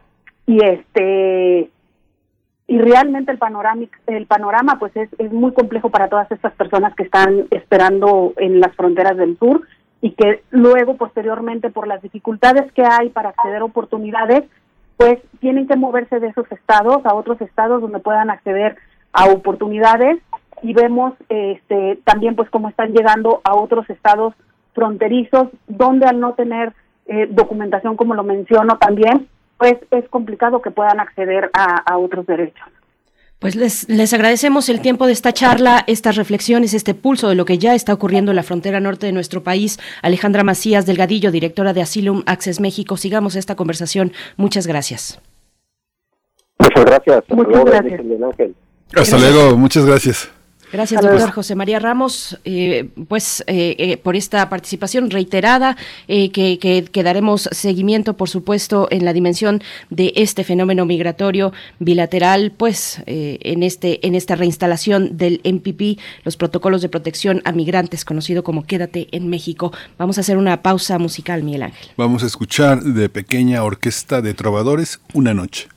y realmente el panorama pues es muy complejo para todas estas personas que están esperando en las fronteras del sur, y que luego posteriormente, por las dificultades que hay para acceder a oportunidades, pues tienen que moverse de esos estados a otros estados donde puedan acceder a oportunidades. Y vemos también pues cómo están llegando a otros estados fronterizos, donde al no tener documentación, como lo menciono también, pues es complicado que puedan acceder a otros derechos. Pues les agradecemos el tiempo de esta charla, estas reflexiones, este pulso de lo que ya está ocurriendo en la frontera norte de nuestro país. Alejandra Macías Delgadillo, directora de Asylum Access México. Sigamos esta conversación. Muchas gracias. Muchas gracias. Muchas gracias. Hasta luego, muchas gracias. Gracias, doctor José María Ramos, por esta participación reiterada, que daremos seguimiento, por supuesto, en la dimensión de este fenómeno migratorio bilateral, pues en esta reinstalación del MPP, los protocolos de protección a migrantes, conocido como Quédate en México. Vamos a hacer una pausa musical, Miguel Ángel. Vamos a escuchar de Pequeña Orquesta de Trovadores, Una Noche.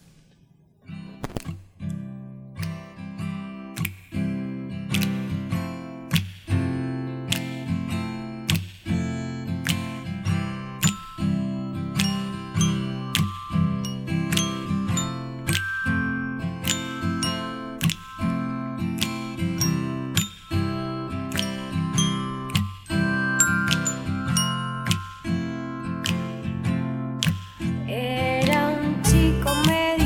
Era un chico medio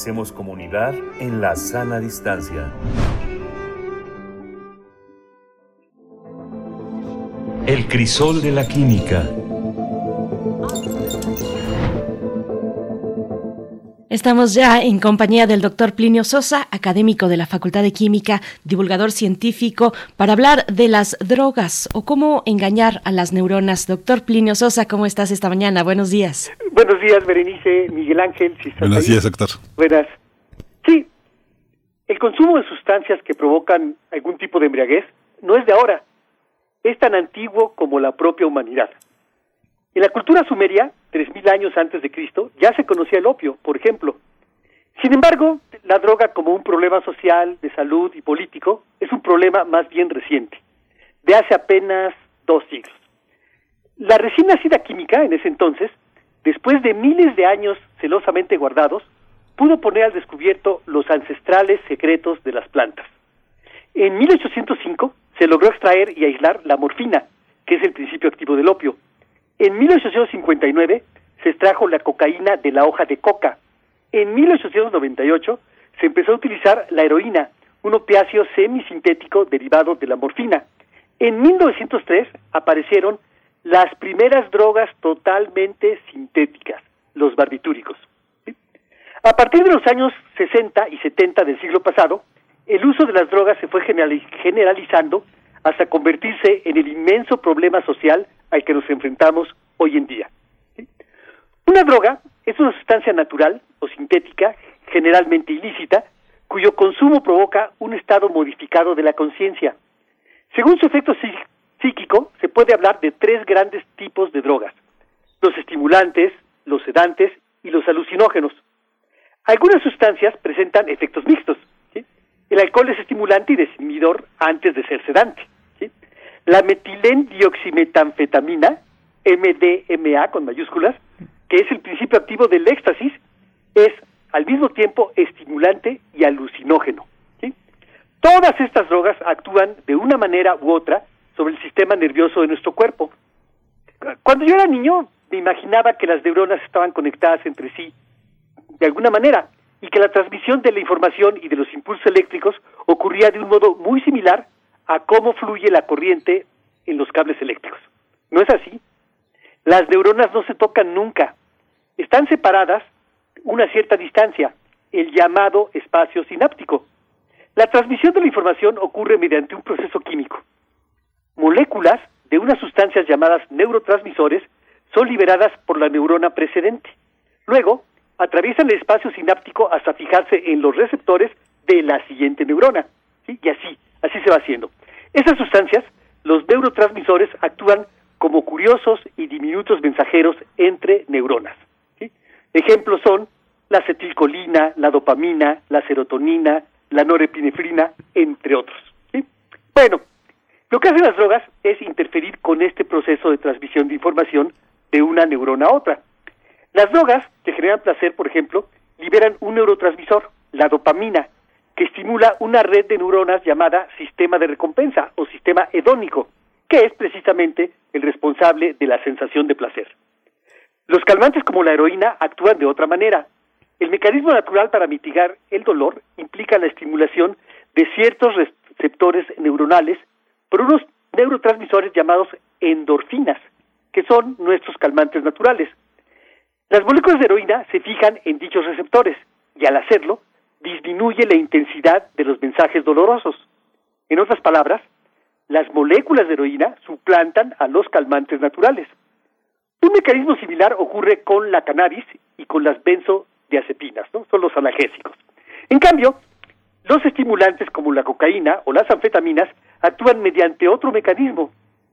Hacemos comunidad en la sana distancia. El crisol de la química. Estamos ya en compañía del doctor Plinio Sosa, académico de la Facultad de Química, divulgador científico, para hablar de las drogas o cómo engañar a las neuronas. Doctor Plinio Sosa, ¿cómo estás esta mañana? Buenos días. Buenos días, Berenice, Miguel Ángel. Si estás Buenos días, doctor. Buenas. Sí, el consumo de sustancias que provocan algún tipo de embriaguez no es de ahora. Es tan antiguo como la propia humanidad. En la cultura sumeria, 3000 años antes de Cristo, ya se conocía el opio, por ejemplo. Sin embargo, la droga como un problema social, de salud y político es un problema más bien reciente, de hace apenas 2 siglos. La recién nacida química, en ese entonces, después de miles de años celosamente guardados, pudo poner al descubierto los ancestrales secretos de las plantas. En 1805 se logró extraer y aislar la morfina, que es el principio activo del opio. En 1859 se extrajo la cocaína de la hoja de coca. En 1898 se empezó a utilizar la heroína, un opiáceo semisintético derivado de la morfina. En 1903 aparecieron las primeras drogas totalmente sintéticas, los barbitúricos. ¿Sí? A partir de los años 60 y 70 del siglo pasado, el uso de las drogas se fue generalizando hasta convertirse en el inmenso problema social al que nos enfrentamos hoy en día. ¿Sí? Una droga es una sustancia natural o sintética, generalmente ilícita, cuyo consumo provoca un estado modificado de la conciencia. Según su efecto psíquico, se puede hablar de 3 grandes tipos de drogas: los estimulantes, los sedantes y los alucinógenos. Algunas sustancias presentan efectos mixtos. ¿Sí? El alcohol es estimulante y desinhibidor antes de ser sedante. ¿Sí? La metilendioximetanfetamina, MDMA con mayúsculas, que es el principio activo del éxtasis, es al mismo tiempo estimulante y alucinógeno. ¿Sí? Todas estas drogas actúan de una manera u otra sobre el sistema nervioso de nuestro cuerpo. Cuando yo era niño, me imaginaba que las neuronas estaban conectadas entre sí de alguna manera y que la transmisión de la información y de los impulsos eléctricos ocurría de un modo muy similar a cómo fluye la corriente en los cables eléctricos. No es así. Las neuronas no se tocan nunca. Están separadas una cierta distancia, el llamado espacio sináptico. La transmisión de la información ocurre mediante un proceso químico. Moléculas de unas sustancias llamadas neurotransmisores son liberadas por la neurona precedente. Luego, atraviesan el espacio sináptico hasta fijarse en los receptores de la siguiente neurona. ¿Sí? Y así se va haciendo. Esas sustancias, los neurotransmisores, actúan como curiosos y diminutos mensajeros entre neuronas. ¿Sí? Ejemplos son la acetilcolina, la dopamina, la serotonina, la norepinefrina, entre otros. ¿Sí? Bueno, lo que hacen las drogas es interferir con este proceso de transmisión de información de una neurona a otra. Las drogas que generan placer, por ejemplo, liberan un neurotransmisor, la dopamina, que estimula una red de neuronas llamada sistema de recompensa o sistema hedónico, que es precisamente el responsable de la sensación de placer. Los calmantes como la heroína actúan de otra manera. El mecanismo natural para mitigar el dolor implica la estimulación de ciertos receptores neuronales por unos neurotransmisores llamados endorfinas, que son nuestros calmantes naturales. Las moléculas de heroína se fijan en dichos receptores y al hacerlo disminuye la intensidad de los mensajes dolorosos. En otras palabras, las moléculas de heroína suplantan a los calmantes naturales. Un mecanismo similar ocurre con la cannabis y con las benzodiazepinas, ¿no? Son los analgésicos. En cambio, los estimulantes como la cocaína o las anfetaminas actúan mediante otro mecanismo.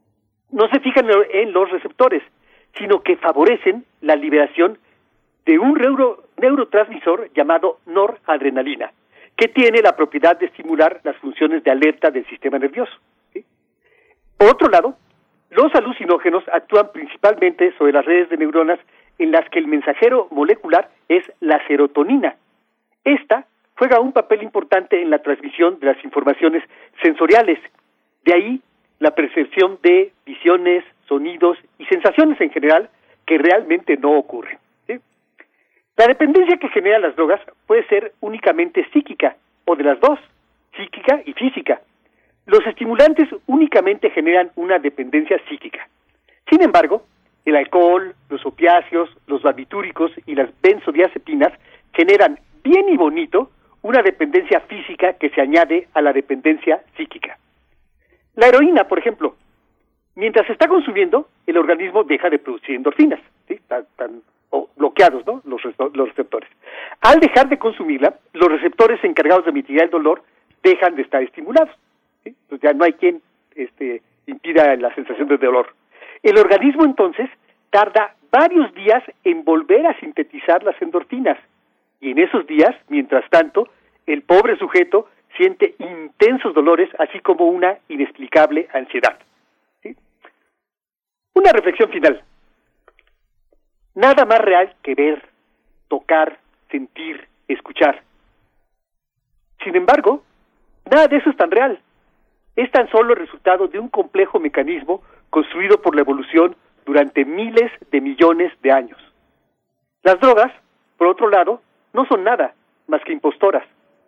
No se fijan en los receptores, sino que favorecen la liberación de un neurotransmisor llamado noradrenalina, que tiene la propiedad de estimular las funciones de alerta del sistema nervioso. ¿Sí? Por otro lado, los alucinógenos actúan principalmente sobre las redes de neuronas en las que el mensajero molecular es la serotonina. Esta juega un papel importante en la transmisión de las informaciones sensoriales. De ahí la percepción de visiones, sonidos y sensaciones en general que realmente no ocurren. ¿Sí? La dependencia que generan las drogas puede ser únicamente psíquica, o de las dos, psíquica y física. Los estimulantes únicamente generan una dependencia psíquica. Sin embargo, el alcohol, los opiáceos, los barbitúricos y las benzodiazepinas generan bien y bonito una dependencia física que se añade a la dependencia psíquica. La heroína, por ejemplo, mientras se está consumiendo, el organismo deja de producir endorfinas, ¿sí? Están bloqueados, ¿no? los receptores. Al dejar de consumirla, los receptores encargados de mitigar el dolor dejan de estar estimulados, ¿sí? Entonces ya no hay quien impida la sensación de dolor. El organismo entonces tarda varios días en volver a sintetizar las endorfinas, y en esos días, mientras tanto, el pobre sujeto siente intensos dolores, así como una inexplicable ansiedad. ¿Sí? Una reflexión final. Nada más real que ver, tocar, sentir, escuchar. Sin embargo, nada de eso es tan real. Es tan solo el resultado de un complejo mecanismo construido por la evolución durante miles de millones de años. Las drogas, por otro lado, no son nada más que impostoras.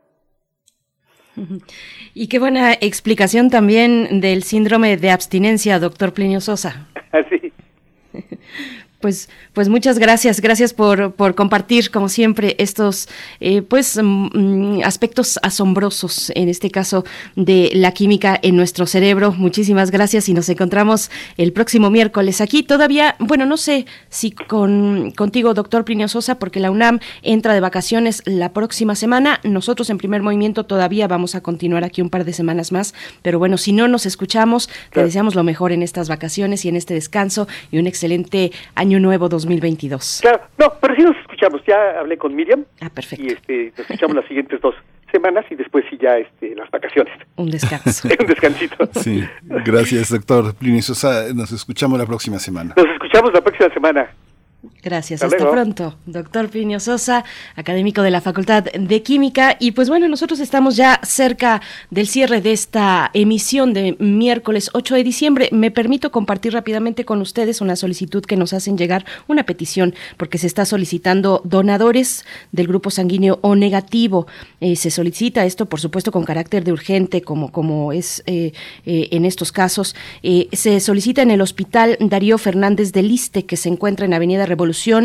Y qué buena explicación también del síndrome de abstinencia, doctor Plinio Sosa. Así. Pues muchas gracias por compartir, como siempre, estos aspectos asombrosos, en este caso, de la química en nuestro cerebro. Muchísimas gracias y nos encontramos el próximo miércoles aquí. Todavía, no sé si contigo, doctor Plinio Sosa, porque la UNAM entra de vacaciones la próxima semana. Nosotros en Primer Movimiento todavía vamos a continuar aquí un par de semanas más, pero bueno, si no nos escuchamos, te deseamos lo mejor en estas vacaciones y en este descanso y un excelente año nuevo 2022. Claro, no, pero sí nos escuchamos. Ya hablé con Miriam. Perfecto. Y nos escuchamos las siguientes 2 semanas y después sí ya las vacaciones. Un descanso. Un descansito. Sí, gracias, doctor Plinio Sosa. Nos escuchamos la próxima semana. Nos escuchamos la próxima semana. Gracias, hasta pronto. Doctor Plinio Sosa, académico de la Facultad de Química. Y pues bueno, nosotros estamos ya cerca del cierre de esta emisión de miércoles 8 de diciembre. Me permito compartir rápidamente con ustedes una solicitud que nos hacen llegar, una petición, porque se está solicitando donadores del grupo sanguíneo O negativo. Se solicita esto, por supuesto, con carácter de urgente, como es en estos casos. Se solicita en el Hospital Darío Fernández del Liste, que se encuentra en Avenida Revolución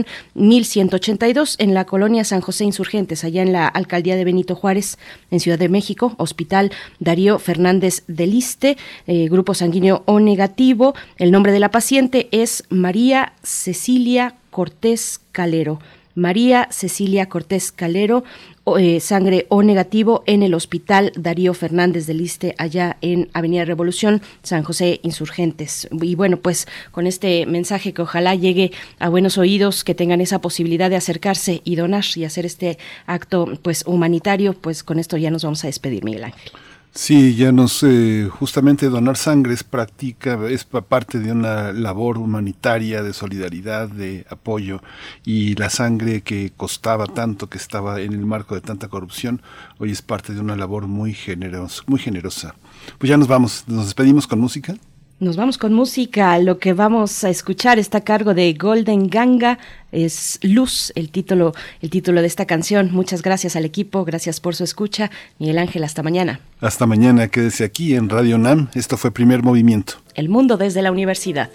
1182 en la colonia San José Insurgentes, allá en la alcaldía de Benito Juárez, en Ciudad de México. Hospital Darío Fernández del Liste, grupo sanguíneo O negativo. El nombre de la paciente es María Cecilia Cortés Calero. María Cecilia Cortés Calero, sangre O negativo en el Hospital Darío Fernández del Liste, allá en Avenida Revolución, San José Insurgentes. Y bueno, pues con este mensaje que ojalá llegue a buenos oídos, que tengan esa posibilidad de acercarse y donar y hacer este acto pues humanitario, pues con esto ya nos vamos a despedir, Miguel Ángel. Sí, ya justamente donar sangre es parte de una labor humanitaria, de solidaridad, de apoyo, y la sangre que costaba tanto, que estaba en el marco de tanta corrupción, hoy es parte de una labor muy generosa. Pues ya nos vamos, nos despedimos con música. Nos vamos con música. Lo que vamos a escuchar está a cargo de Golden Ganga, es Luz, el título de esta canción. Muchas gracias al equipo, gracias por su escucha. Miguel Ángel, hasta mañana. Hasta mañana, quédese aquí en Radio UNAM. Esto fue Primer Movimiento. El mundo desde la universidad.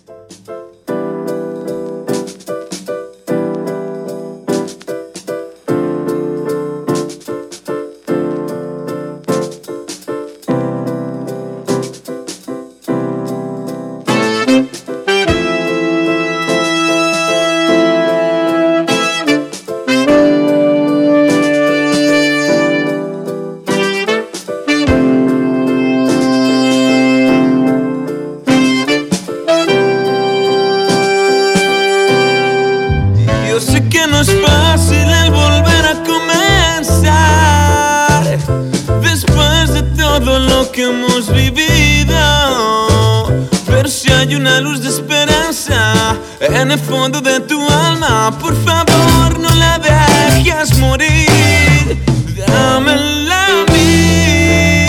En el fondo de tu alma, por favor no la dejes morir, dámela a mí.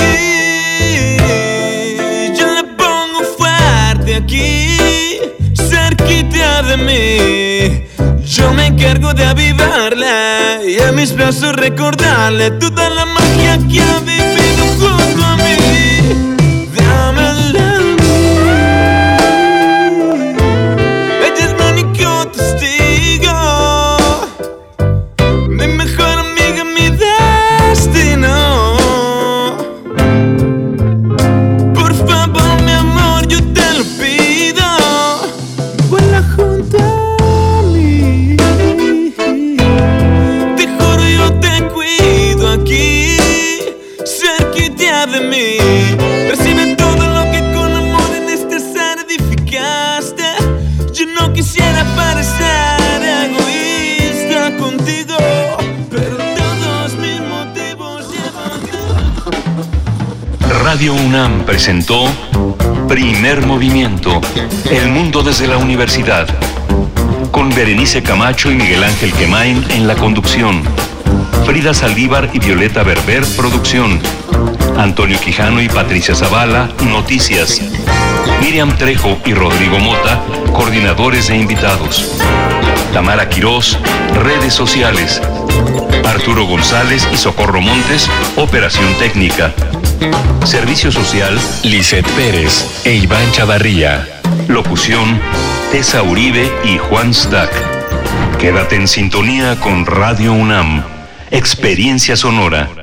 Yo la pongo fuerte aquí, cerquita de mí. Yo me encargo de avivarla. y en mis brazos recordarle toda la magia que ha vivido junto a mí. Dámela a mí. Ella es mi único testigo, mi mejor amiga, mi destino. Por favor, mi amor, yo te lo pido, vuela junto a mí. Te juro, yo te cuido aquí, cerquita de mí. Recibe todo lo que con amor en esta sala edificaste. Yo no quisiera parecer egoísta contigo, pero todos mis motivos llevan. Radio UNAM presentó Primer Movimiento, El Mundo desde la Universidad, con Berenice Camacho y Miguel Ángel Quemain en la conducción, Frida Saldívar y Violeta Berber, producción, Antonio Quijano y Patricia Zavala, noticias, Miriam Trejo y Rodrigo Mota, coordinadores e invitados, Tamara Quirós, redes sociales, Arturo González y Socorro Montes, operación técnica. Servicio social, Lisette Pérez e Iván Chavarría. Locución, Tessa Uribe y Juan Stack. Quédate en sintonía con Radio UNAM. Experiencia sonora.